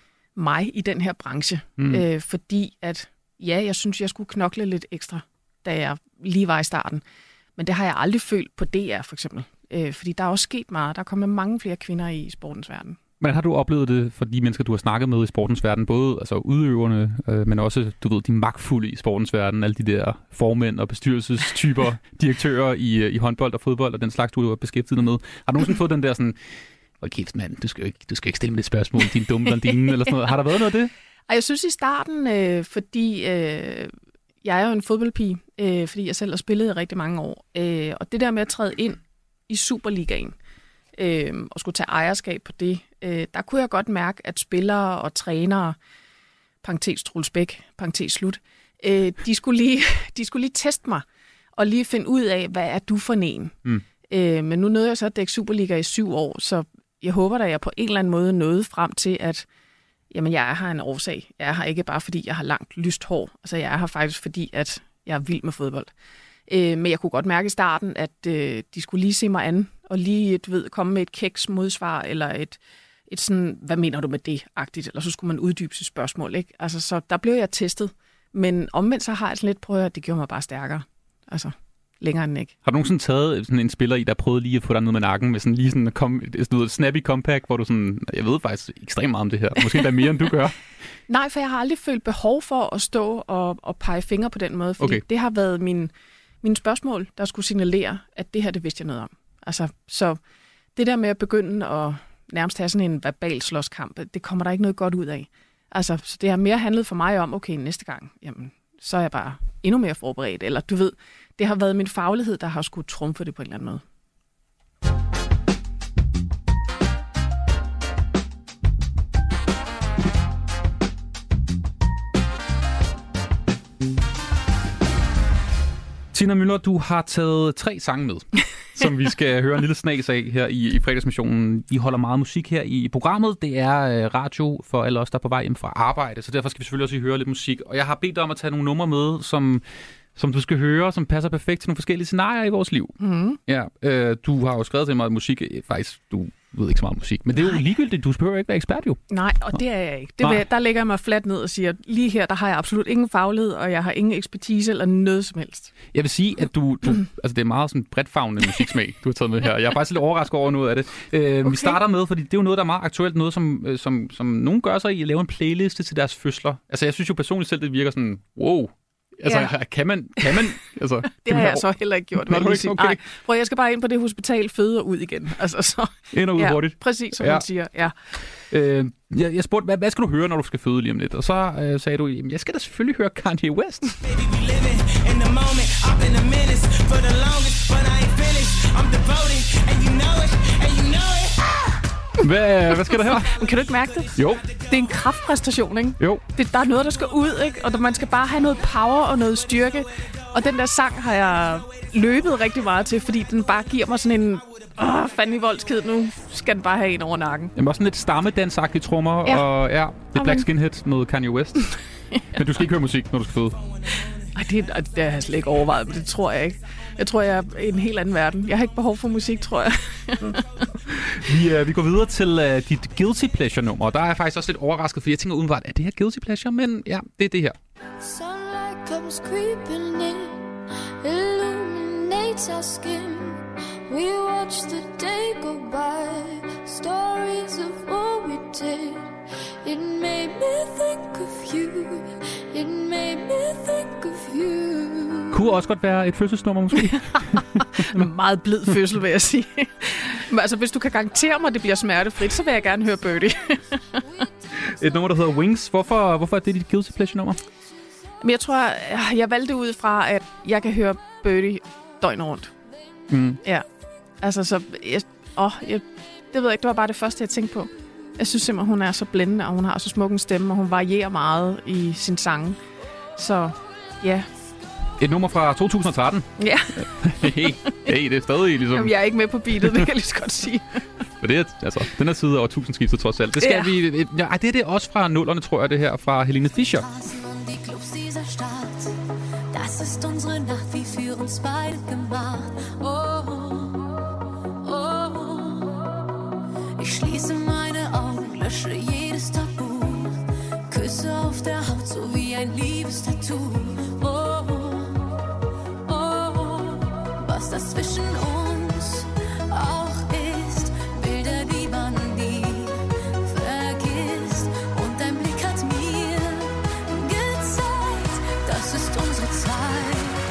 mig i den her branche. Mm. Øh, fordi at, ja, jeg synes, jeg skulle knokle lidt ekstra, da jeg lige var i starten. Men det har jeg aldrig følt på D R, for eksempel. Øh, fordi der er også sket meget. Der er kommet mange flere kvinder i sportens verden. Men har du oplevet det for de mennesker, du har snakket med i sportens verden, både altså udøverne, øh, men også, du ved, de magtfulde i sportens verden, alle de der formænd og bestyrelsestyper, direktører i, i håndbold og fodbold og den slags, du er beskæftiget med. Har du nogensinde fået den der sådan, hvor kæft mand, du skal ikke, du skal ikke stille med det spørgsmål, din dumme blondine, eller sådan noget. Har der været noget af det? Ej, jeg synes i starten, øh, fordi øh, jeg er jo en fodboldpige, øh, fordi jeg selv har spillet i rigtig mange år, øh, og det der med at træde ind i Superligaen, øh, og skulle tage ejerskab på det, øh, der kunne jeg godt mærke, at spillere og trænere, parentes Truls Bæk, parentes slut, øh, de, skulle lige, de skulle lige teste mig, og lige finde ud af, hvad er du for en? Mm. Øh, men nu nåede jeg så at dække Superliga i syv år, så jeg håber, at jeg på en eller anden måde nåede frem til, at jamen, jeg er her en årsag. Jeg er her ikke bare, fordi jeg har langt lyst hår. Altså, jeg er her faktisk, fordi at jeg er vild med fodbold. Øh, men jeg kunne godt mærke i starten, at øh, de skulle lige se mig an, og lige, du ved, komme med et kæks modsvar, eller et, et sådan, hvad mener du med det-agtigt? Eller så skulle man uddybe sit spørgsmål, ikke? Altså, så der blev jeg testet. Men omvendt så har jeg sådan lidt prøvet, at det gjorde mig bare stærkere. Altså, længere end ikke. Har du nogensinde taget sådan en spiller i, der prøvede lige at få dig ned med nakken, med sådan lige sådan kom, et snappy comeback, hvor du sådan, jeg ved faktisk ekstremt meget om det her, måske endda mere, end du gør? Nej, for jeg har aldrig følt behov for at stå og, og pege fingre på den måde, fordi okay. det har været min, min spørgsmål, der skulle signalere, at det her, det vidste jeg noget om. Altså, så det der med at begynde at nærmest have sådan en verbal slåskamp, det kommer der ikke noget godt ud af. Altså, så det har mere handlet for mig om, okay, næste gang, jamen, så er jeg bare endnu mere forberedt, eller du ved, det har været min faglighed, der har skulle trumfe det på en eller anden måde. Tina Müller, du har taget tre sange med, som vi skal høre en lille snas af her i, i fredagsmissionen. I holder meget musik her i programmet. Det er øh, radio for alle os, der er på vej hjem fra arbejde, så derfor skal vi selvfølgelig også høre lidt musik. Og jeg har bedt dig om at tage nogle numre med, som, som du skal høre, som passer perfekt til nogle forskellige scenarier i vores liv. Mm. Ja, øh, du har jo skrevet til mig, at musik faktisk, du ved ikke så meget om musik, men det er jo ligegyldigt. Du behøver ikke være ekspert jo. Nej, og det er jeg ikke. Det vil, der lægger jeg mig fladt ned og siger, lige her, der har jeg absolut ingen faglighed, og jeg har ingen ekspertise eller noget som helst. Jeg vil sige, at du, du altså det er meget sådan bredtfavnende musiksmag, du har taget med her. Jeg er faktisk lidt overrasket over noget af det. Øh, okay. Vi starter med, fordi det er jo noget, der er meget aktuelt, noget som, som, som nogen gør sig i at lave en playliste til deres fødsler. Altså jeg synes jo personligt selv, det virker sådan, wow. Altså, ja. kan man... Kan man altså, det har jeg så heller ikke gjort. Nå, ikke, okay. Ej, prøv, jeg skal bare ind på det hospital, føde og ud igen. Altså, så, ind og ud ja, hurtigt. Præcis, som ja. man siger. Ja. Øh, jeg, jeg spurgte, hvad, hvad skal du høre, når du skal føde lige om lidt? Og så øh, sagde du, jamen, jeg skal da selvfølgelig høre Kanye West. Hvad, hvad skal der her? Men kan du ikke mærke det? Jo. Det er en kraftpræstation, ikke? Jo. Det, der er noget, der skal ud, ikke? Og man skal bare have noget power og noget styrke. Og den der sang har jeg løbet rigtig meget til, fordi den bare giver mig sådan en... Åh, fanden i voldsked, nu skal den bare have en over nakken. Jamen også sådan lidt stammedansagtige trommer, ja. Og ja, det er Black Skinhead med Kanye West. Ja. Men du skal ikke høre musik, når du skal føde. Ej, det, det har jeg slet ikke overvejet, men det tror jeg ikke. Jeg tror, jeg er i en helt anden verden. Jeg har ikke behov for musik, tror jeg. vi, uh, vi går videre til uh, dit Guilty Pleasure-nummer, og der er jeg faktisk også lidt overrasket, fordi jeg tænker udenbart, er det her Guilty Pleasure? Men ja, det er det her. Sunlight comes creeping in, illuminates our skin. We watch the day go by, stories of what we did. It made me think of you, it made me think of you. Kunne også godt være et fødselsnummer, måske. Meget blid fødsel, vil jeg sige. Men altså, hvis du kan garantere mig, at det bliver smertefrit, så vil jeg gerne høre Birdie. Et nummer, der hedder Wings. Hvorfor, hvorfor er det dit Guilty Pleasure-nummer? Men jeg tror, jeg valgte ud fra, at jeg kan høre Birdie døgnet rundt. Mm. Ja. Altså, så... Jeg, åh, jeg, det ved jeg ikke, det var bare det første, jeg tænkte på. Jeg synes simpelthen, hun er så blændende, og hun har så smuk en stemme, og hun varierer meget i sin sange. Så, ja... Et nummer fra to tusind og tretten. Ja. hey, hey, det er stadig ligesom... Jamen, jeg er ikke med på beatet, det kan jeg lige så godt sige. Og det er, altså, den her side over tusindskiftet trods alt. Det skal Ja. vi... Ja, ej, det er det også fra nullerne, tror jeg, det her fra Helene Fischer. Die Clubs dieser Stadt, das ist unsere Nacht, wie für uns beide gemacht. Oh, oh, ich schließe meine Augen, lösche jedes Tabu, Küsse auf der Haut, so wie ein Liebestattoo. Oh, oh, was das zwischen uns auch ist, Bilder, die man nie vergisst. Und dein Blick hat mir gezeigt, das ist unsere Zeit.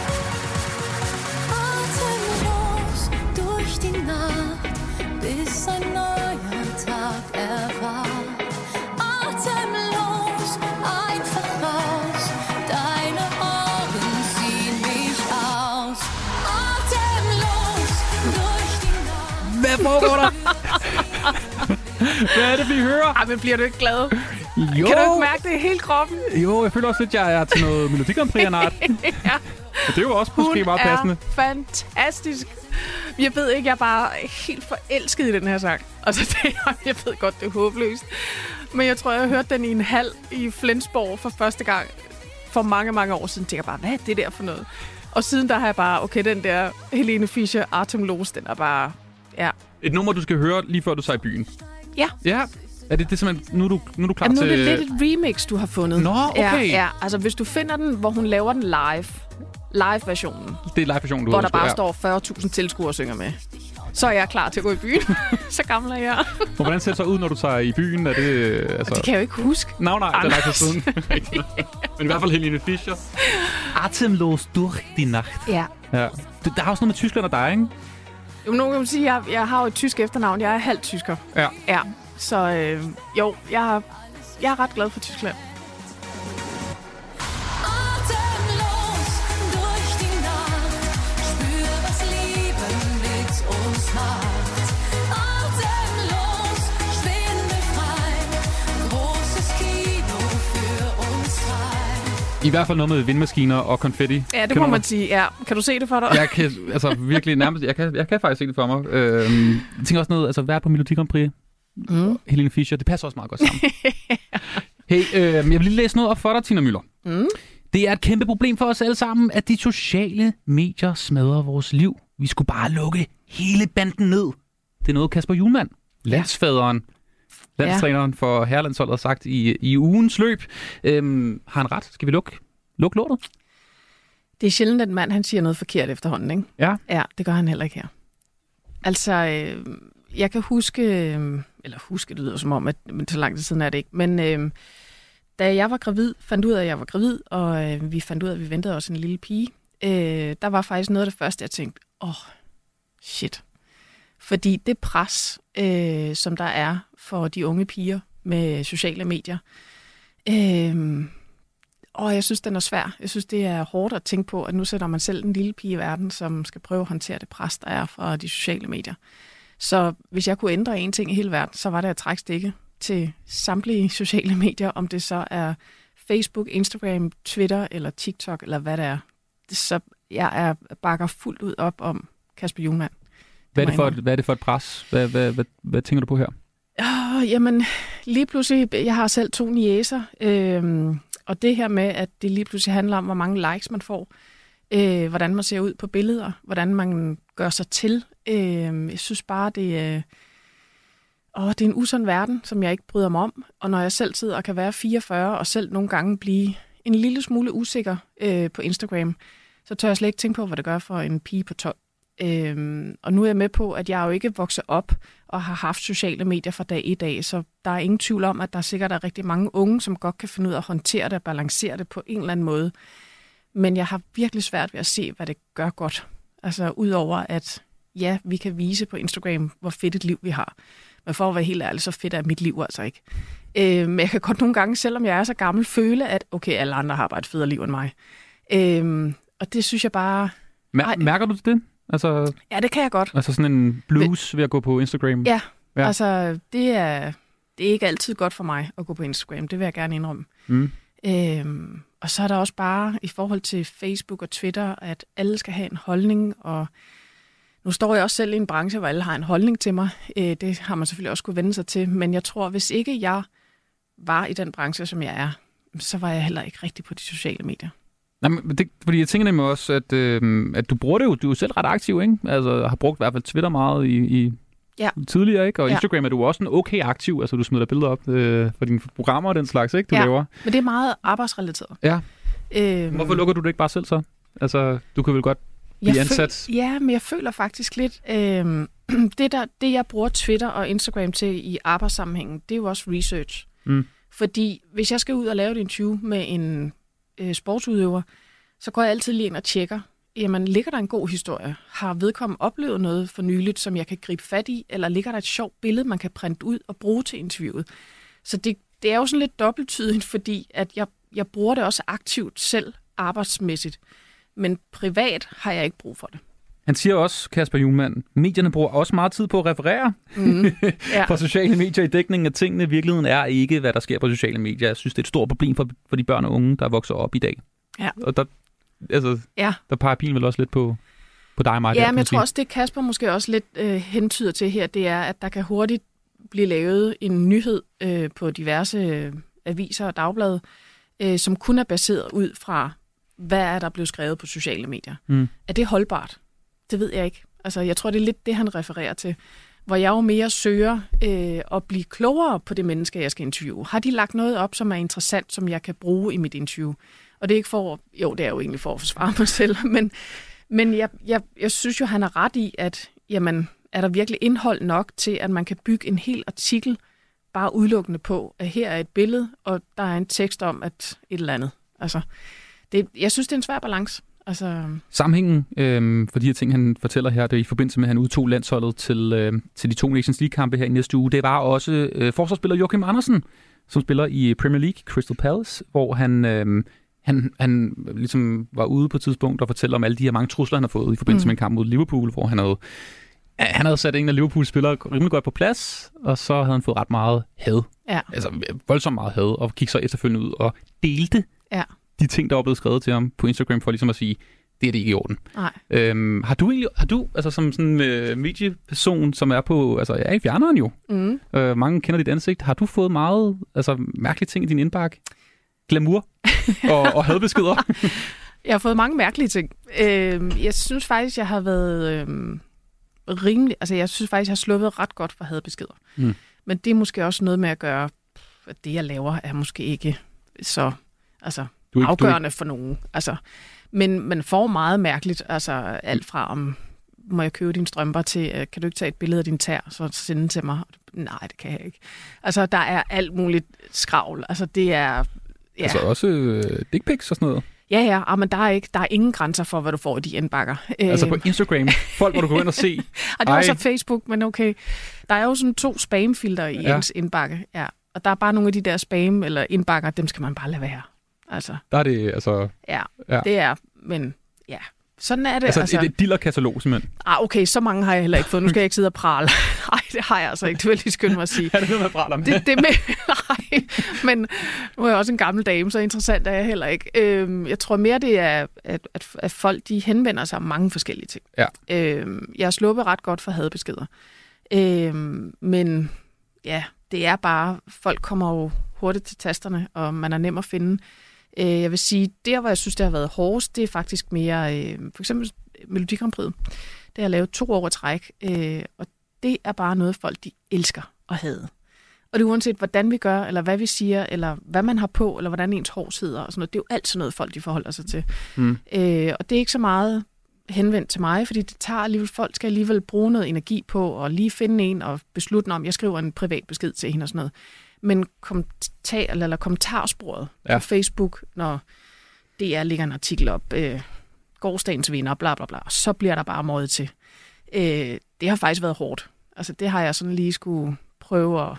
Atemlos durch die Nacht, bis ein neuer Tag erwacht. Atemlos, einfach raus, deine Augen ziehen mich aus. Atemlos durch die Nacht. Hvad foregår der? Hvad er det, vi hører? Ej, men bliver du ikke glad? Jo. Kan du ikke mærke det i hele kroppen? Jo, jeg føler også lidt, at jeg er til noget Melodi Grand Prix-art. Ja. Og det er jo også måske meget passende. Hun er fantastisk. Jeg ved ikke, jeg er bare helt forelsket i den her sang. Altså, det, jeg ved godt, det er håbløst. Men jeg tror, jeg har hørt den i en halv i Flensborg for første gang for mange, mange år siden. Jeg tænker bare, hvad er det der for noget? Og siden der har jeg bare, okay, den der Helene Fischer, Atemlos, den er bare, ja. Et nummer, du skal høre lige før du tager i byen. Ja. Ja. Er det, det er simpelthen, nu er du, nu er du klar Ja, nu er til... det lidt et remix, du har fundet. Nå, okay. Ja, ja, altså hvis du finder den, hvor hun laver den live, live-versionen, Det er live-versionen, du hvor har der bare ja. står fyrre tusind tilskuere og synger med, så er jeg klar til at gå i byen. Så gammel er jeg. Og hvordan ser det så ud, når du tager i byen? Er det, altså... Det kan jeg jo ikke huske. Nå, nej, det er langt for siden. Men i hvert fald Helene Fischer. Atemlos durch die Nacht. Ja. Ja. Det, der er også noget med Tyskland og dig, ikke? Jo, nogen kan man sige, at jeg, jeg har jo et tysk efternavn. Jeg er halvt tysker. Ja. Ja. Så øh, jo, jeg, er- jeg er ret glad for Tyskland. Atemlos durch die Nacht, spür, was Liebe mit uns macht. Atemlos, schwindelfrei, großes Kino für uns drei. I hvert fald noget med vindmaskiner og konfetti. Ja, det Kan må du- man sige. Ja. Kan du se det for dig? Jeg kan altså virkelig nærmest... Jeg kan, jeg kan faktisk se det for mig. Øhm, jeg tænker også noget... Altså, vært på Melodi Grand Prix. Mm. Helene Fischer. Det passer også meget godt sammen. Hey, øh, jeg vil lige læse noget op for dig, Tina Müller. Mm. Det er et kæmpe problem for os alle sammen, at de sociale medier smadrer vores liv. Vi skulle bare lukke hele banden ned. Det er noget, Kasper Hjulmand, landsfaderen, landstræneren for herrelandsholdet, har sagt i, i ugens løb. Øhm, har han ret? Skal vi lukke, lukke lortet? Det er sjældent, at en mand han siger noget forkert efterhånden, ikke? Ja. Ja, det gør han heller ikke her. Altså, øh, jeg kan huske, øh, eller huske, det lyder som om, at men så lang tid siden er det ikke, men øh, da jeg var gravid, fandt ud af, at jeg var gravid, og øh, vi fandt ud af, at vi ventede også en lille pige, øh, der var faktisk noget af det første, jeg tænkte, åh, oh, shit. Fordi det pres, øh, som der er for de unge piger med sociale medier, øh, og jeg synes, den er svær. Jeg synes, det er hårdt at tænke på, at nu sætter man selv en lille pige i verden, som skal prøve at håndtere det pres, der er fra de sociale medier. Så hvis jeg kunne ændre en ting i hele verden, så var det at trække stikket til samtlige sociale medier, om det så er Facebook, Instagram, Twitter eller TikTok, eller hvad det er. Så jeg er bakker fuldt ud op om Kasper Hjulmand. Hvad er, det for et, hvad er det for et pres? Hvad, hvad, hvad, hvad tænker du på her? Oh, jamen, lige pludselig, jeg har selv to niecer, øhm, og det her med, at det lige pludselig handler om, hvor mange likes man får, øh, hvordan man ser ud på billeder, hvordan man gør sig til. Øh, jeg synes bare, det er, åh, det er en usund verden, som jeg ikke bryder mig om. Og når jeg selv sidder og kan være fireogfyrre, og selv nogle gange blive en lille smule usikker øh, på Instagram, så tør jeg slet ikke tænke på, hvad det gør for en pige på tolv. Øhm, og nu er jeg med på, at jeg jo ikke vokser op og har haft sociale medier fra dag i dag, så der er ingen tvivl om, at der sikkert er rigtig mange unge, som godt kan finde ud af at håndtere det og balancere det på en eller anden måde. Men jeg har virkelig svært ved at se, hvad det gør godt. Altså udover at, ja, vi kan vise på Instagram, hvor fedt et liv vi har. Men for at være helt ærlig, så fedt er mit liv altså ikke. Øh, men jeg kan godt nogle gange, selvom jeg er så gammel, føle, at okay, alle andre har bare et federe liv end mig. Øh, og det synes jeg bare... Mær- mærker du det? Altså, ja, det kan jeg godt. Altså sådan en blues ved at gå på Instagram? Ja, ja. altså det er, det er ikke altid godt for mig at gå på Instagram. Det vil jeg gerne indrømme. Mm. Øhm, og så er der også bare i forhold til Facebook og Twitter, at alle skal have en holdning, og Nu står jeg også selv i en branche, hvor alle har en holdning til mig. Øh, det har man selvfølgelig også kunne vende sig til. Men jeg tror, hvis ikke jeg var i den branche, som jeg er, så var jeg heller ikke rigtig på de sociale medier. Nej, men det, fordi jeg tænker nemlig også, at, øh, at du bruger det jo, du er selv ret aktiv, ikke? Altså har brugt i hvert fald Twitter meget i, i ja. tidligere, ikke? Og ja. Instagram er du også en okay aktiv, altså du smider billeder op øh, for dine programmer og den slags, ikke? Du ja, laver. Men det er meget arbejdsrelateret. Ja. Øhm, Hvorfor lukker du det ikke bare selv så? Altså, du kan vel godt blive jeg ansat? Føl- ja, men jeg føler faktisk lidt, øh, det, der, det jeg bruger Twitter og Instagram til i arbejdssammenhængen, det er jo også research. Mm. Fordi hvis jeg skal ud og lave et interview med en øh, sportsudøver, så går jeg altid lige ind og tjekker, jamen ligger der en god historie? Har vedkommende oplevet noget for nyligt, som jeg kan gribe fat i? Eller ligger der et sjovt billede, man kan printe ud og bruge til interviewet? Så det, det er jo sådan lidt dobbelttydigt, fordi at jeg, jeg bruger det også aktivt selv arbejdsmæssigt. Men privat har jeg ikke brug for det. Han siger også, Kasper Hjulmand, medierne bruger også meget tid på at referere mm, ja. på sociale medier i dækningen af tingene. I virkeligheden er ikke, hvad der sker på sociale medier. Jeg synes, det er et stort problem for, for de børn og unge, der vokser op i dag. Ja. Og der, altså, ja. der peger pilen vel også lidt på, på dig og mig. Ja, der, men jeg sige. tror også, det Kasper måske også lidt øh, hentyder til her, det er, at der kan hurtigt blive lavet en nyhed øh, på diverse øh, aviser og dagblade, øh, som kun er baseret ud fra, hvad er der blevet skrevet på sociale medier. Mm. Er det holdbart? Det ved jeg ikke. Altså, jeg tror, det er lidt det, han refererer til. Hvor jeg jo mere søger øh, at blive klogere på det menneske, jeg skal interviewe. Har de lagt noget op, som er interessant, som jeg kan bruge i mit interview? Og det er ikke for... Jo, det er jo egentlig for at forsvare mig selv. Men, men jeg, jeg, jeg synes jo, han har ret i, at jamen, er der virkelig indhold nok til, at man kan bygge en hel artikel bare udelukkende på, at her er et billede, og der er en tekst om at et eller andet. Altså, det, jeg synes, det er en svær balance. Altså... Sammenhængen øh, for de her ting, han fortæller her, det er i forbindelse med, at han udtog landsholdet til, øh, til de to Nations League-kampe her i næste uge. Det var også øh, forsvarsspiller Joachim Andersen, som spiller i Premier League, Crystal Palace, hvor han, øh, han, han ligesom var ude på et tidspunkt og fortæller om alle de her mange trusler, han har fået i forbindelse mm. med en kamp mod Liverpool, hvor han havde, ja, han havde sat en af Liverpools spillere rimelig godt på plads, og så havde han fået ret meget had. Ja. Altså voldsomt meget had, og gik så efterfølgende ud og delte ja. de ting, der var blevet skrevet til ham på Instagram, for ligesom at sige, det er det ikke i orden. Nej. Øhm, har du egentlig, har du, altså som sådan en øh, medieperson, som er på, altså jeg er i fjerneren jo, mm. øh, mange kender dit ansigt, har du fået meget, altså mærkelige ting i din indbakke? Glamour og, og hadbeskeder? Jeg har fået mange mærkelige ting. Øh, jeg synes faktisk, jeg har været øh, rimelig, altså jeg synes faktisk, jeg har sluppet ret godt for hadbeskeder. Mm. Men det er måske også noget med at gøre, at det jeg laver er måske ikke så altså, du ikke, afgørende ikke... for nogen. Altså, men man får meget mærkeligt, altså alt fra om, må jeg købe dine strømper til, kan du ikke tage et billede af din tær, så sende til mig? Nej, det kan jeg ikke. Altså, der er alt muligt skravl. Altså, det er... Ja. Altså også øh, dick pics og sådan noget? Ja, ja, ah, men der er, ikke, der er ingen grænser for, hvad du får i de indbakker. Altså på Instagram, folk, hvor du går ind og se. Og det er også Facebook, men okay. Der er jo sådan to spamfilter i ja. ens indbakke, ja. Og der er bare nogle af de der spam- eller indbakker, dem skal man bare lade være. Altså. Der er det, altså... Ja, ja. det er, men ja, sådan er det. Altså, altså. et, et dillerkatalog, simpelthen. Ah, okay, så mange har jeg heller ikke fået. Nu skal jeg ikke sidde og prale. Nej, det har jeg altså ikke. Det vil jeg lige skynde mig at sige. Ja, det er noget, man praler med. Det, det med... Nej, men nu er jeg også en gammel dame, så interessant er jeg heller ikke. Øhm, jeg tror mere, det er, at, at, at folk de henvender sig om mange forskellige ting. Ja. Øhm, jeg har sluppet ret godt for hadbeskeder. Øhm, men ja, det er bare... Folk kommer jo hurtigt til tasterne, og man er nem at finde. Jeg vil sige, der hvor jeg synes, det har været hårdest, det er faktisk mere, øh, for eksempel Melodi Grand Prix. Det har jeg lavet to år i træk, øh, og det er bare noget, folk de elsker at hade. Og det er uanset, hvordan vi gør, eller hvad vi siger, eller hvad man har på, eller hvordan ens hår sidder, og sådan noget. Det er jo altid noget, folk de forholder sig til. Mm. Øh, og det er ikke så meget henvendt til mig, fordi det tager alligevel, folk skal alligevel bruge noget energi på, og lige finde en og beslutte om, jeg skriver en privat besked til hende og sådan noget. Men kommentar, eller kommentarsporet ja. på Facebook, når D R lægger en artikel op, øh, gårdsdagens vinder, bla bla bla, så bliver der bare måde til. Øh, det har faktisk været hårdt. Altså det har jeg sådan lige skulle prøve at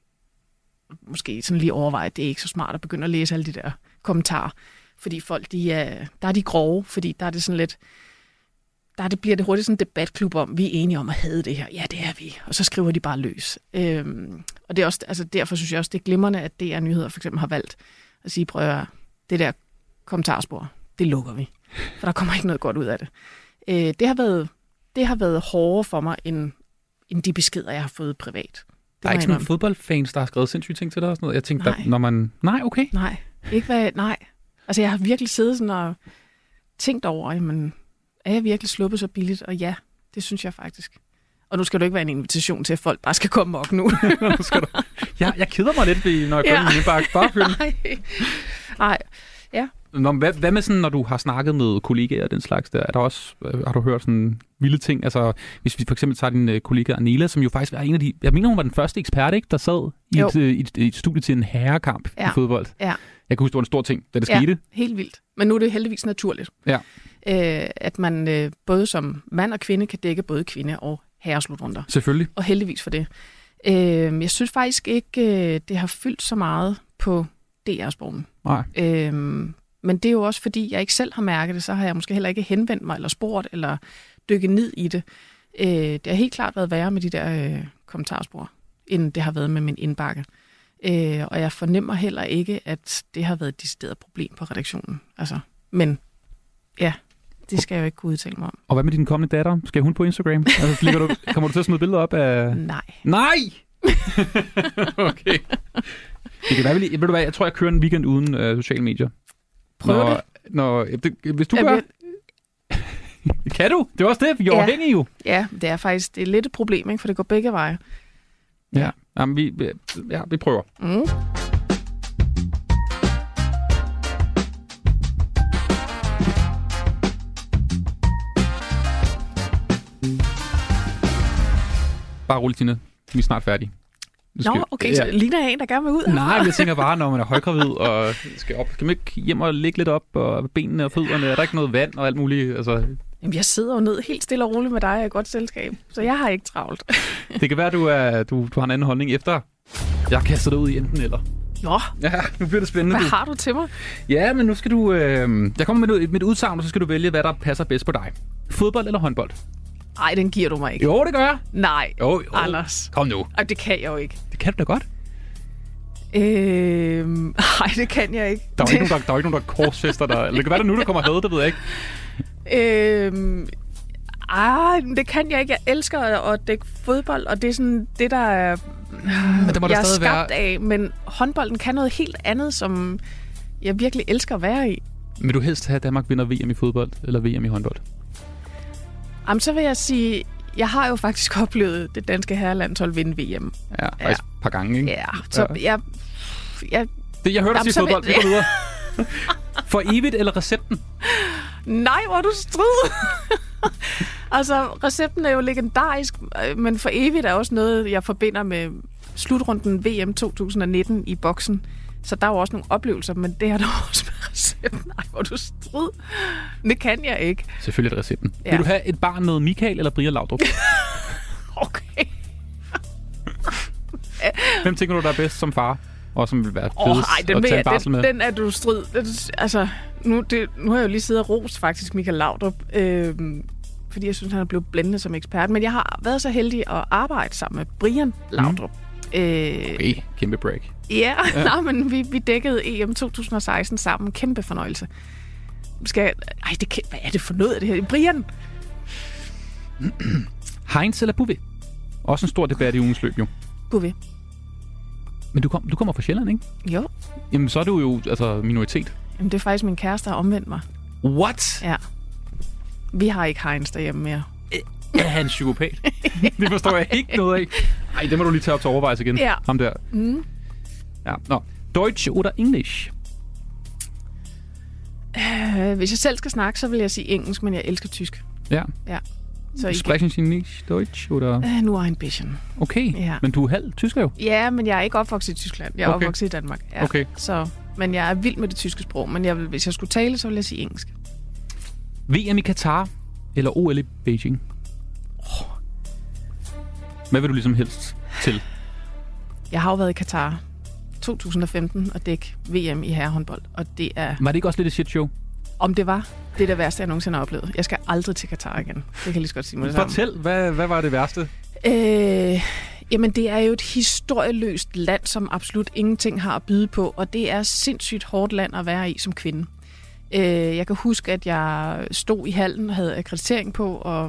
måske sådan lige overveje, at det er ikke så smart at begynde at læse alle de der kommentarer. Fordi folk, de er, der er de grove, fordi der er det sådan lidt, der det bliver det hurtigt sådan en debatklub om, vi er enige om at hade det her. Ja, det er vi. Og så skriver de bare løs. Øhm, og det er også, altså derfor synes jeg også, det er glimrende, at D R Nyheder for eksempel har valgt at sige, prøv at det der kommentarspor, det lukker vi. For der kommer ikke noget godt ud af det. Øh, det har været det har været hårdere for mig, end, end de beskeder, jeg har fået privat. Det der er ikke sådan nogle fodboldfans, der har skrevet sindssyge ting til dig og sådan noget? Jeg tænkte, nej. Der, når man... Nej, okay. Nej, ikke hvad... Nej. Altså, jeg har virkelig siddet sådan og tænkt over, men er jeg virkelig sluppet så billigt? Og ja, det synes jeg faktisk. Og nu skal du ikke være en invitation til, at folk bare skal komme op nu. nu skal du... ja, jeg keder mig lidt, når jeg kører ja. min indbakke. Bare Nej. Nej, ja. Nå, hvad, hvad med sådan, når du har snakket med kollegaer og den slags der? Er der også, øh, har du hørt sådan vilde ting? Altså, hvis vi for eksempel tager din øh, kollega Anela, som jo faktisk er en af de... Jeg mener, hun var den første ekspert, ikke, der sad i et, øh, et, et studie til en herrekamp ja. i fodbold. Ja. Jeg kan huske, det var en stor ting, da det ja, skete. Helt vildt. Men nu er det heldigvis naturligt. Ja. Øh, at man øh, både som mand og kvinde kan dække både kvinde og herreslutrunder. Selvfølgelig. Og heldigvis for det. Øh, jeg synes faktisk ikke, øh, det har fyldt så meget på D R-sporten. Nej. Øh, men det er jo også, fordi jeg ikke selv har mærket det, så har jeg måske heller ikke henvendt mig, eller spurgt, eller dykket ned i det. Øh, det har helt klart været værre med de der øh, kommentarspor, end det har været med min indbakke. Øh, og jeg fornemmer heller ikke, at det har været et decideret problem på redaktionen. Altså, men ja, det skal jeg jo ikke kunne udtale mig om. Og hvad med din kommende datter? Skal hun på Instagram? Altså, ligger du, kommer du til at smide billeder op af... Nej. Nej! Okay. Det kan være, ved du hvad, jeg tror, jeg kører en weekend uden øh, sociale medier. Prøv når, det. Når, det. Hvis du jeg gør... Ved... Kan du? Det er også det, vi er ja. afhængige jo. Ja, det er faktisk det er lidt et problem, ikke? For det går begge veje. Ja, Jamen, vi, ja, vi prøver. Mm. Bare rulle, Tina. Vi er snart færdige. Skal, Nå, okay, ja. Så ligner jeg en, der gerne vil ud. Nej, jeg tænker bare, når man er højgravid og skal op, skal man ikke hjem og ligge lidt op, og benene og fødderne, er der ikke noget vand og alt muligt? Altså... Jamen, jeg sidder jo ned helt stille og roligt med dig i et godt selskab, så jeg har ikke travlt. Det kan være, du, er, du, du har en anden holdning efter, jeg kaster dig ud i enten eller. Nå. Ja, nu bliver det spændende. Hvad du. har du til mig? Ja, men nu skal du... Øh, jeg kommer med, med et udsagn, og så skal du vælge, hvad der passer bedst på dig. Fodbold eller håndbold? Nej, den giver du mig ikke. Jo, det gør jeg. Nej, jo, jo. Anders. Kom nu. Ej, det kan jeg jo ikke. Det kan du da godt. Øh, nej, det kan jeg ikke. Der er jo ikke nogen, der, der, er ikke nogen, der korsfester dig. Eller det kan være, der nu der kommer had, det ved jeg ikke. Øh, ej, det kan jeg ikke. Jeg elsker at dække fodbold, og det er sådan det, der er, men det må jeg er skabt være... af. Men håndbolden kan noget helt andet, som jeg virkelig elsker at være i. Vil du helst have, at Danmark vinder V M i fodbold eller V M i håndbold? Jamen, så vil jeg sige, jeg har jo faktisk oplevet det danske herrelandshold vinde V M. Ja, faktisk ja. et par gange, ikke? Ja, så ja. jeg... jeg det, jeg hørte dig sige fodbold, vi går videre. For evigt eller recepten? Nej, hvor er du strid. Altså, recepten er jo legendarisk, men for evigt er også noget, jeg forbinder med slutrunden V M to tusind nitten i boksen. Så der er jo også nogle oplevelser, men det er der også med recepten. Nej, hvor er du strid. Det kan jeg ikke. Selvfølgelig er det recepten. Ja. Vil du have et barn med Michael eller Brian Laudrup? Okay. Hvem tænker du, der er bedst som far? Og som vil være fedest oh, ej, den at tage en barsel den, med? Den er du strid. Den, altså, nu, det, nu har jeg jo lige siddet og rost faktisk Michael Laudrup, øh, fordi jeg synes, han er blevet blændende som ekspert. Men jeg har været så heldig at arbejde sammen med Brian Laudrup. Mm. Øh, okay, kæmpe break. Ja, ja. Nej, men vi, vi dækkede E M to tusind seksten sammen. Kæmpe fornøjelse. Skal jeg, ej, det, hvad er det for noget af det her? Brian? Heinz eller Bouvet? Også en stor debat i ugens løb, jo. Bouvet. Men du, kom, du kommer fra Sjælland, ikke? Jo. Jamen, så er du jo altså minoritet. Jamen, det er faktisk min kæreste, der har omvendt mig. What? Ja. Vi har ikke Heinz derhjemme mere. Er han psykopat? Det forstår jeg ikke noget af. Ej, det må du lige tage op til overvejelse igen. Ja. Ham der. Mm. Ja, nå. Deutsch oder English? Uh, hvis jeg selv skal snakke, så vil jeg sige engelsk, men jeg elsker tysk. Ja. Ja. Så sprechen Sie nicht Deutsch, oder? Uh, nur ein bisschen. Okay, ja. Men du er halv tysker jo. Ja, men jeg er ikke opvokset i Tyskland. Jeg er okay. opvokset i Danmark. Ja. Okay. Så, men jeg er vild med det tyske sprog. Men jeg vil, hvis jeg skulle tale, så vil jeg sige engelsk. V M i Katar eller O L i Beijing? Oh. Hvad vil du ligesom helst til? Jeg har jo været i Katar to tusind femten og dække V M i herrehåndbold, og det er... Var det ikke også lidt et shit show? Om det var, det er det værste, jeg nogensinde har oplevet. Jeg skal aldrig til Katar igen. Det kan jeg lige så godt sige med det samme. Fortæl, hvad, hvad var det værste? Øh, jamen, det er jo et historieløst land, som absolut ingenting har at byde på, og det er sindssygt hårdt land at være i som kvinde. Øh, jeg kan huske, at jeg stod i hallen og havde akkreditering på, og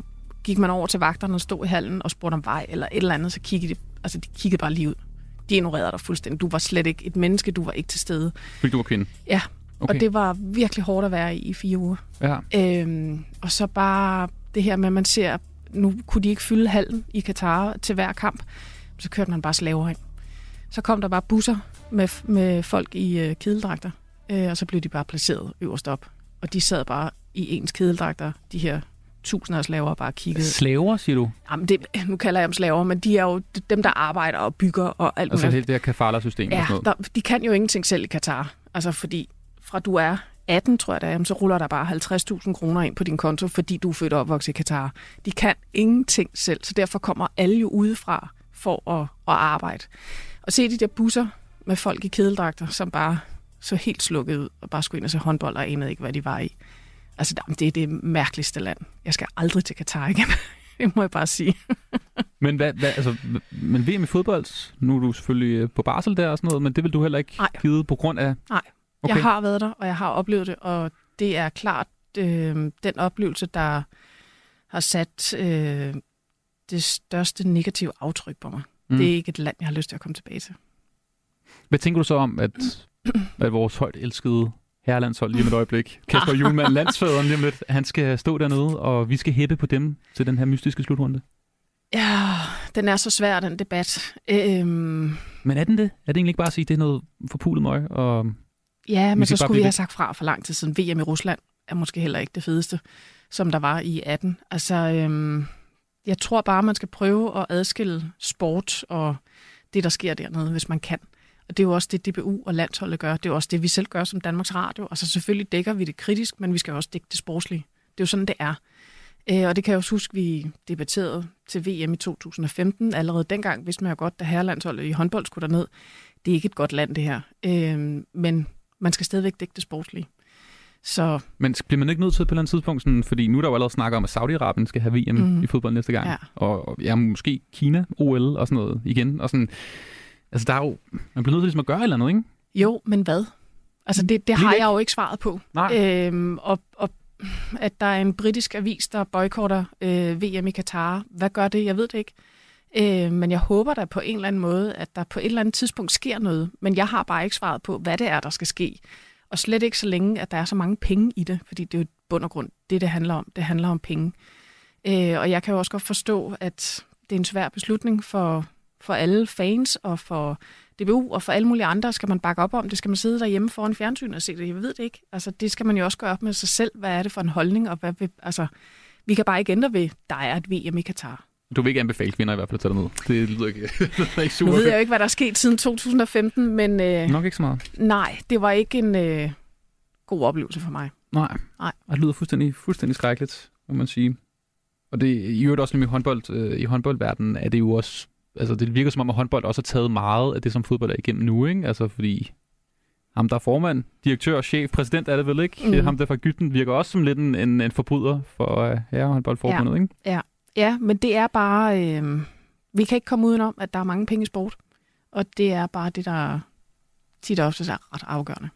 gik man over til vagterne og stod i hallen og spurgte om vej eller et eller andet, så kiggede de, altså de kiggede bare lige ud. De ignorerede dig fuldstændig. Du var slet ikke et menneske, du var ikke til stede. Fordi du var kvinde? Ja, okay. Og det var virkelig hårdt at være i i fire uger. Ja. Øhm, og så bare det her med, at man ser, nu kunne de ikke fylde hallen i Katar til hver kamp, så kørte man bare slaver ind. Så kom der bare busser med, med folk i øh, kedeldragter, øh, og så blev de bare placeret øverst op. Og de sad bare i ens kedeldragter, de her tusinder af slaver, bare kiggede. Slaver, siger du? Jamen, det, nu kalder jeg dem slaver, men de er jo dem, der arbejder og bygger og alt altså muligt. Altså det her kafala-system ja, og sådan noget? Der, de kan jo ingenting selv i Katar. Altså fordi fra du er atten, tror jeg det er, så ruller der bare halvtreds tusind kroner ind på din konto, fordi du er født og opvokset i Katar. De kan ingenting selv, så derfor kommer alle jo udefra for at, at arbejde. Og se de der busser med folk i kedeldragter, som bare så helt slukket ud, og bare skulle ind og se håndbold, og anede ikke, hvad de var i. Altså, det er det mærkeligste land. Jeg skal aldrig til Katar igen. Det må jeg bare sige. men, hvad, hvad, altså, men V M i fodbold, nu er du selvfølgelig på barsel der og sådan noget, men det vil du heller ikke Nej. give på grund af... Nej, okay. Jeg har været der, og jeg har oplevet det, og det er klart øh, den oplevelse, der har sat øh, det største negative aftryk på mig. Mm. Det er ikke et land, jeg har lyst til at komme tilbage til. Hvad tænker du så om, at, at vores højt elskede herrelandshold lige om et øjeblik, Kasper Hjulmand, landsfaderen lige om lidt, han skal stå dernede, og vi skal hæppe på dem til den her mystiske slutrunde? Ja, den er så svær, den debat. Øhm... Men er den det? Er det egentlig ikke bare at sige, at det er noget forpulet møg? Og ja, men så skulle vi have sagt fra for lang tid siden. V M i Rusland er måske heller ikke det fedeste, som der var i atten. Altså, øhm... jeg tror bare, man skal prøve at adskille sport og det, der sker dernede, hvis man kan. Og det er jo også det, D B U og landsholdet gør. Det er jo også det, vi selv gør som Danmarks Radio. Altså selvfølgelig dækker vi det kritisk, men vi skal også dække det sportslige. Det er jo sådan, det er. Øh, og det kan jeg også huske, vi debatterede til V M i to tusind og femten. Allerede dengang vidste man jo godt, at herrelandsholdet i håndbold skulle derned. Det er ikke et godt land, det her. Øh, men man skal stadigvæk dække det sportslige. Så... Men bliver man ikke nødt til på et eller andet tidspunkt, sådan, fordi nu er der jo allerede snakker om, at Saudi-Arabien skal have V M mm. i fodbold næste gang. Ja. Og, og ja, måske Kina, O L og sådan noget igen. Og sådan, altså der er jo, man bliver nødt til ligesom at gøre et eller andet, ikke? Jo, men hvad? Altså det, det har jeg jo ikke svaret på. Øhm, og, og at der er en britisk avis, der boykotter øh, V M i Katar. Hvad gør det? Jeg ved det ikke. Øh, men jeg håber da på en eller anden måde, at der på et eller andet tidspunkt sker noget. Men jeg har bare ikke svaret på, hvad det er, der skal ske. Og slet ikke så længe, at der er så mange penge i det, fordi det er jo bund og grund det, det handler om. Det handler om penge. Øh, og jeg kan jo også godt forstå, at det er en svær beslutning for, for alle fans og for D B U og for alle mulige andre. Skal man bakke op om det? Skal man sidde derhjemme foran fjernsynet og se det? Jeg ved det ikke. Altså, det skal man jo også gøre op med sig selv. Hvad er det for en holdning? Og hvad vil, altså, vi kan bare ikke ændre ved, der er et V M i Katar. Du vil ikke anbefale kvinder i hvert fald at tage derned. Det lyder ikke, det ikke super. Nu ved jeg jo ikke, hvad der er sket siden to tusind og femten, men... Øh, Nok ikke så meget. Nej, det var ikke en øh, god oplevelse for mig. Nej, nej. Det lyder fuldstændig, fuldstændig skrækkeligt, må man sige. Og det i øvrigt også i håndbold, øh, i håndboldverdenen er det jo også... Altså, det virker som om, at håndbold også har taget meget af det, som fodbold er igennem nu, ikke? Altså, fordi ham, der er formand, direktør, chef, præsident er det vel, ikke? Mm. Ham, der fra Egypten, virker også som lidt en, en, en forbryder for uh, herrehåndboldforbundet, ja. ikke? Ja. Ja, men det er bare... Øh, vi kan ikke komme udenom, at der er mange penge i sport. Og det er bare det, der tit og ofte er ret afgørende.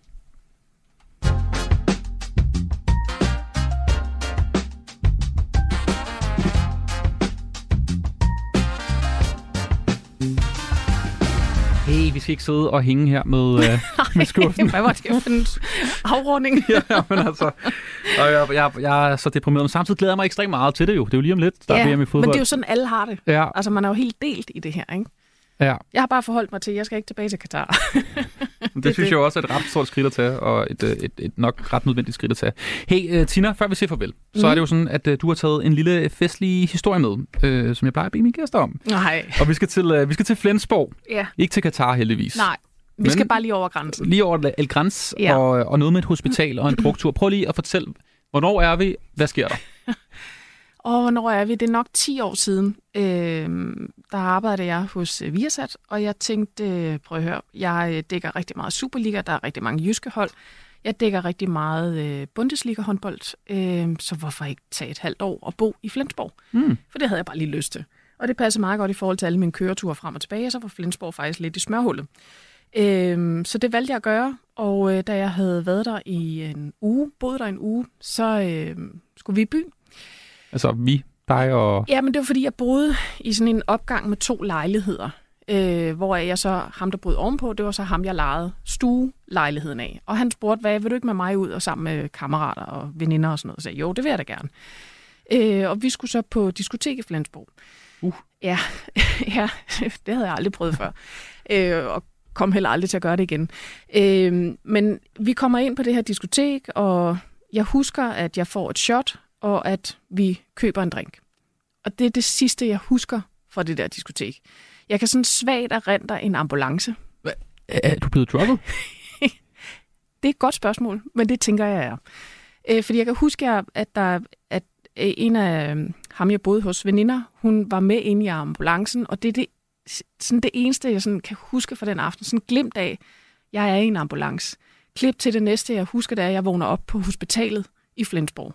Hey, vi skal ikke sidde og hænge her med, øh, med skuffen. Hvad var det for en afrunding? ja, men altså... Og jeg, jeg, jeg er så deprimeret, men samtidig glæder jeg mig ekstremt meget til det jo. Det er jo lige om lidt, der ja, er V M i fodbold. Men det er jo sådan, alle har det. Ja. Altså, man er jo helt delt i det her, ikke? Ja. Jeg har bare forholdt mig til, at jeg skal ikke tilbage til Katar. det, det synes jeg også er et ret stort skridt at tage, og et, et, et, et nok ret nødvendigt skridt at tage. Hey, uh, Tina, før vi siger farvel, mm. så er det jo sådan, at uh, du har taget en lille festlig historie med, uh, som jeg plejer at bede mine gæster om. Nej. Og vi skal til, uh, vi skal til Flensborg. Ja. Ikke til Katar, heldigvis. Nej, vi Men skal bare lige over grænsen. Lige over El Grans, ja. og, og noget med et hospital og en druktur. Prøv lige at fortælle, hvornår er vi? Hvad sker der? Og hvornår er vi? Det er nok ti år siden. Øh, der arbejdede jeg hos Viasat, og jeg tænkte, prøv at høre, jeg dækker rigtig meget Superliga, der er rigtig mange jyske hold. Jeg dækker rigtig meget øh, Bundesliga-håndbold, øh, så hvorfor ikke tage et halvt år og bo i Flensborg? Mm. For det havde jeg bare lige lyst til. Og det passer meget godt i forhold til alle mine køreture frem og tilbage, så var Flensborg faktisk lidt i smørhullet. Øh, så det valgte jeg at gøre, og øh, da jeg havde været der i en uge, boet der en uge, så øh, skulle vi i byen. Altså vi, dig og... Ja, men det var fordi, jeg boede i sådan en opgang med to lejligheder, øh, hvor jeg så, ham der boede ovenpå, det var så ham, jeg lejede stuelejligheden af. Og han spurgte, hvad vil du ikke med mig ud og sammen med kammerater og veninder og sådan noget? Og sagde, jo, det vil jeg da gerne. Øh, og vi skulle så på diskotek i Flensborg. Uh. Ja, ja, det havde jeg aldrig prøvet før. Øh, og kom heller aldrig til at gøre det igen. Øh, men vi kommer ind på det her diskotek, og jeg husker, at jeg får et shot, og at vi køber en drink. Og det er det sidste, jeg husker fra det der diskotek. Jeg kan sådan svagt erindre en ambulance. Hva? Er du blevet drukket? Det er et godt spørgsmål, men det tænker jeg er. Øh, fordi jeg kan huske, at, der, at en af ham, jeg boede hos, veninder, hun var med inde i ambulancen, og det er det, sådan det eneste, jeg sådan kan huske fra den aften. Sådan glimt af, jeg er i en ambulance. Klip til det næste, jeg husker, det er, at jeg vågner op på hospitalet i Flensborg.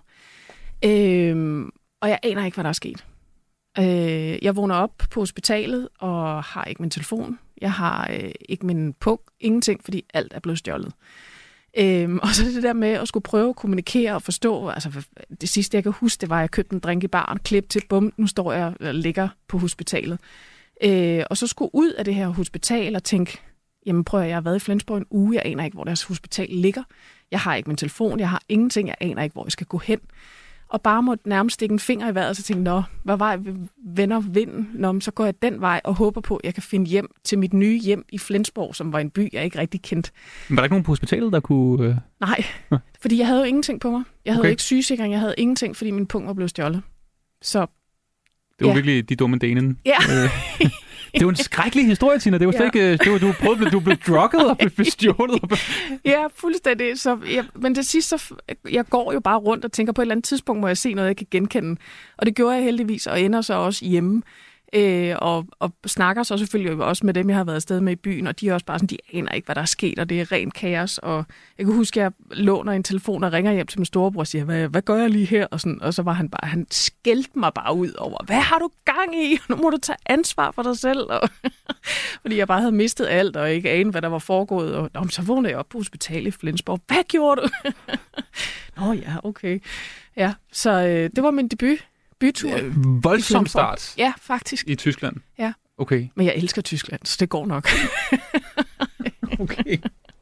Øhm, og jeg aner ikke, hvad der er sket. Øh, jeg vågner op på hospitalet og har ikke min telefon. Jeg har øh, ikke min pung. Ingenting, fordi alt er blevet stjålet. Øhm, og så det der med at skulle prøve at kommunikere og forstå. Altså, det sidste, jeg kan huske, det var, at jeg købte en drink i baren, klip til, bum, nu står jeg og ligger på hospitalet. Øh, og så skulle ud af det her hospital og tænke, jamen prøv at jeg har været i Flensborg en uge, jeg aner ikke, hvor deres hospital ligger. Jeg har ikke min telefon, jeg har ingenting, jeg aner ikke, hvor jeg skal gå hen. Og bare måtte nærmest stikke en finger i vejret, og så tænkte, nå, hvad vej vender vinden? Nå, så går jeg den vej og håber på, at jeg kan finde hjem til mit nye hjem i Flensborg, som var en by, jeg ikke rigtig kendte. Men var der ikke nogen på hospitalet, der kunne... Øh... Nej, fordi jeg havde jo ingenting på mig. Jeg havde okay. ikke sygesikring, jeg havde ingenting, fordi min pung var blevet stjålet. Så... Det var ja. virkelig de dumme dænen. Ja. Det er jo en skrækkelig historie, Tina. Det var slet ja. ikke... Det var, du prøvede, du blev drukket og blev bestjålet. Ja, fuldstændig. Så, ja, men det sidste, så jeg går jo bare rundt og tænker, på et eller andet tidspunkt må jeg se noget, jeg kan genkende. Og det gjorde jeg heldigvis, og ender så også hjemme. Øh, og, og snakker så selvfølgelig også med dem, jeg har været afsted med i byen, og de er også bare sådan, de aner ikke, hvad der er sket, og det er rent kaos. Og jeg kan huske, at jeg låner en telefon og ringer hjem til min storebror og siger, hvad, hvad gør jeg lige her? Og, sådan, og så var han bare, han skældte mig bare ud over, hvad har du gang i? Nu må du tage ansvar for dig selv. Og fordi jeg bare havde mistet alt, og ikke anede, hvad der var foregået. Og nå, så vågnede jeg op på hospitalet i Flensborg. Hvad gjorde du? Nå ja, okay. Ja, så øh, det var min debut. Bytur. Ja, voldsom start. Ja, faktisk. I Tyskland? Ja. Okay. Men jeg elsker Tyskland, så det går nok. Okay.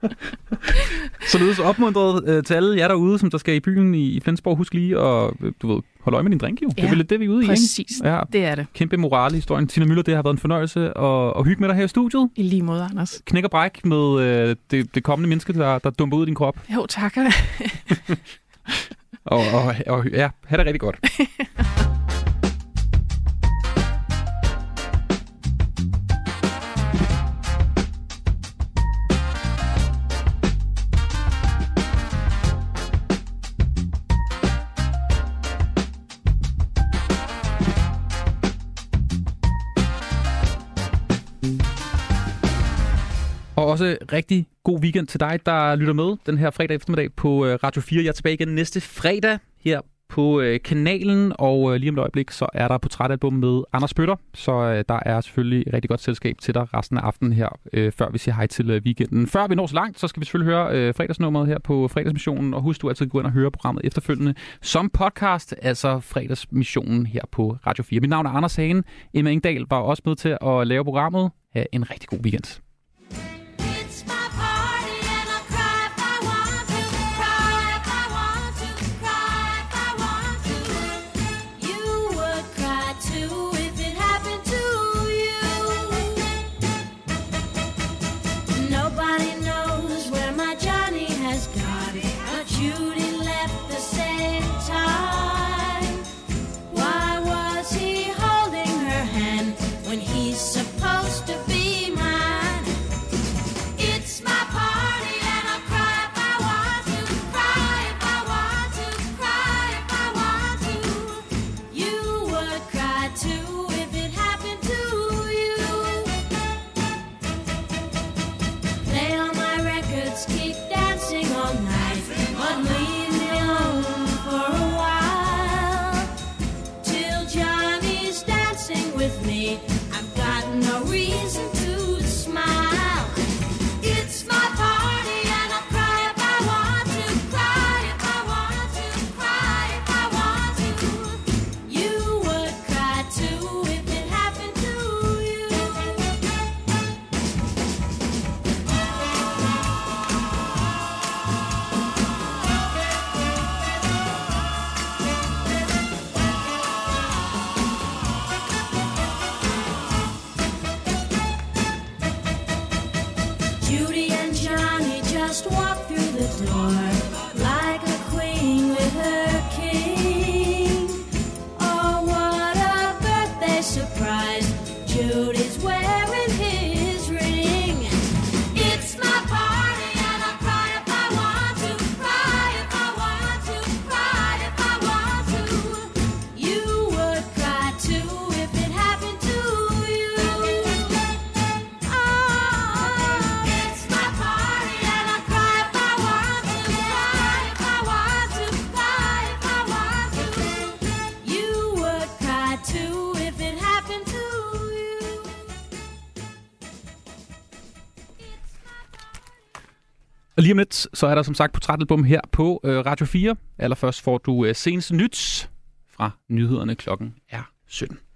Således opmuntret øh, til alle jer derude, som der skal i byen i, i Flensborg. Husk lige at du ved, holde øje med din drink, jo. Ja, det er vel det, vi er ude præcis. i. Præcis. Ja. Det er det. Kæmpe morale i historien. Tina Müller, det har været en fornøjelse at, at hygge med dig her i studiet. I lige måde, Anders. Knæk og bræk med øh, det, det kommende menneske, der, der dumper ud i din krop. Jo, tak. og, og, og ja, have det rigtig godt. Og også rigtig god weekend til dig, der lytter med den her fredag eftermiddag på Radio fire. Jeg er tilbage igen næste fredag her på kanalen, og lige om et øjeblik, så er der portrætalbum med Anders Bøtter. Så der er selvfølgelig et rigtig godt selskab til dig resten af aftenen her, før vi siger hej til weekenden. Før vi når så langt, så skal vi selvfølgelig høre fredagsnummeret her på Fredagsmissionen, og husk du altid at gå ind og høre programmet efterfølgende som podcast, altså Fredagsmissionen her på Radio fire. Mit navn er Anders Hagen. Emma Engdahl var også med til at lave programmet. Ha' en rigtig god weekend. Supposed to be mine. Judy and Johnny just walked through the door like a queen with her king. Oh, what a birthday surprise. Judy's wearing his ring. It's my party and I'll cry if I want to, cry if I want to, cry if I want to. You would cry too if it happened to you. Oh, it's my party and I'll cry if I want to, cry if I want to, cry if I want to. You would cry too if it happened to you. Og lige om lidt, så er der som sagt portrætalbum her på øh, Radio fire. Allerførst får du øh, seneste nyt fra nyhederne. Klokken er sytten.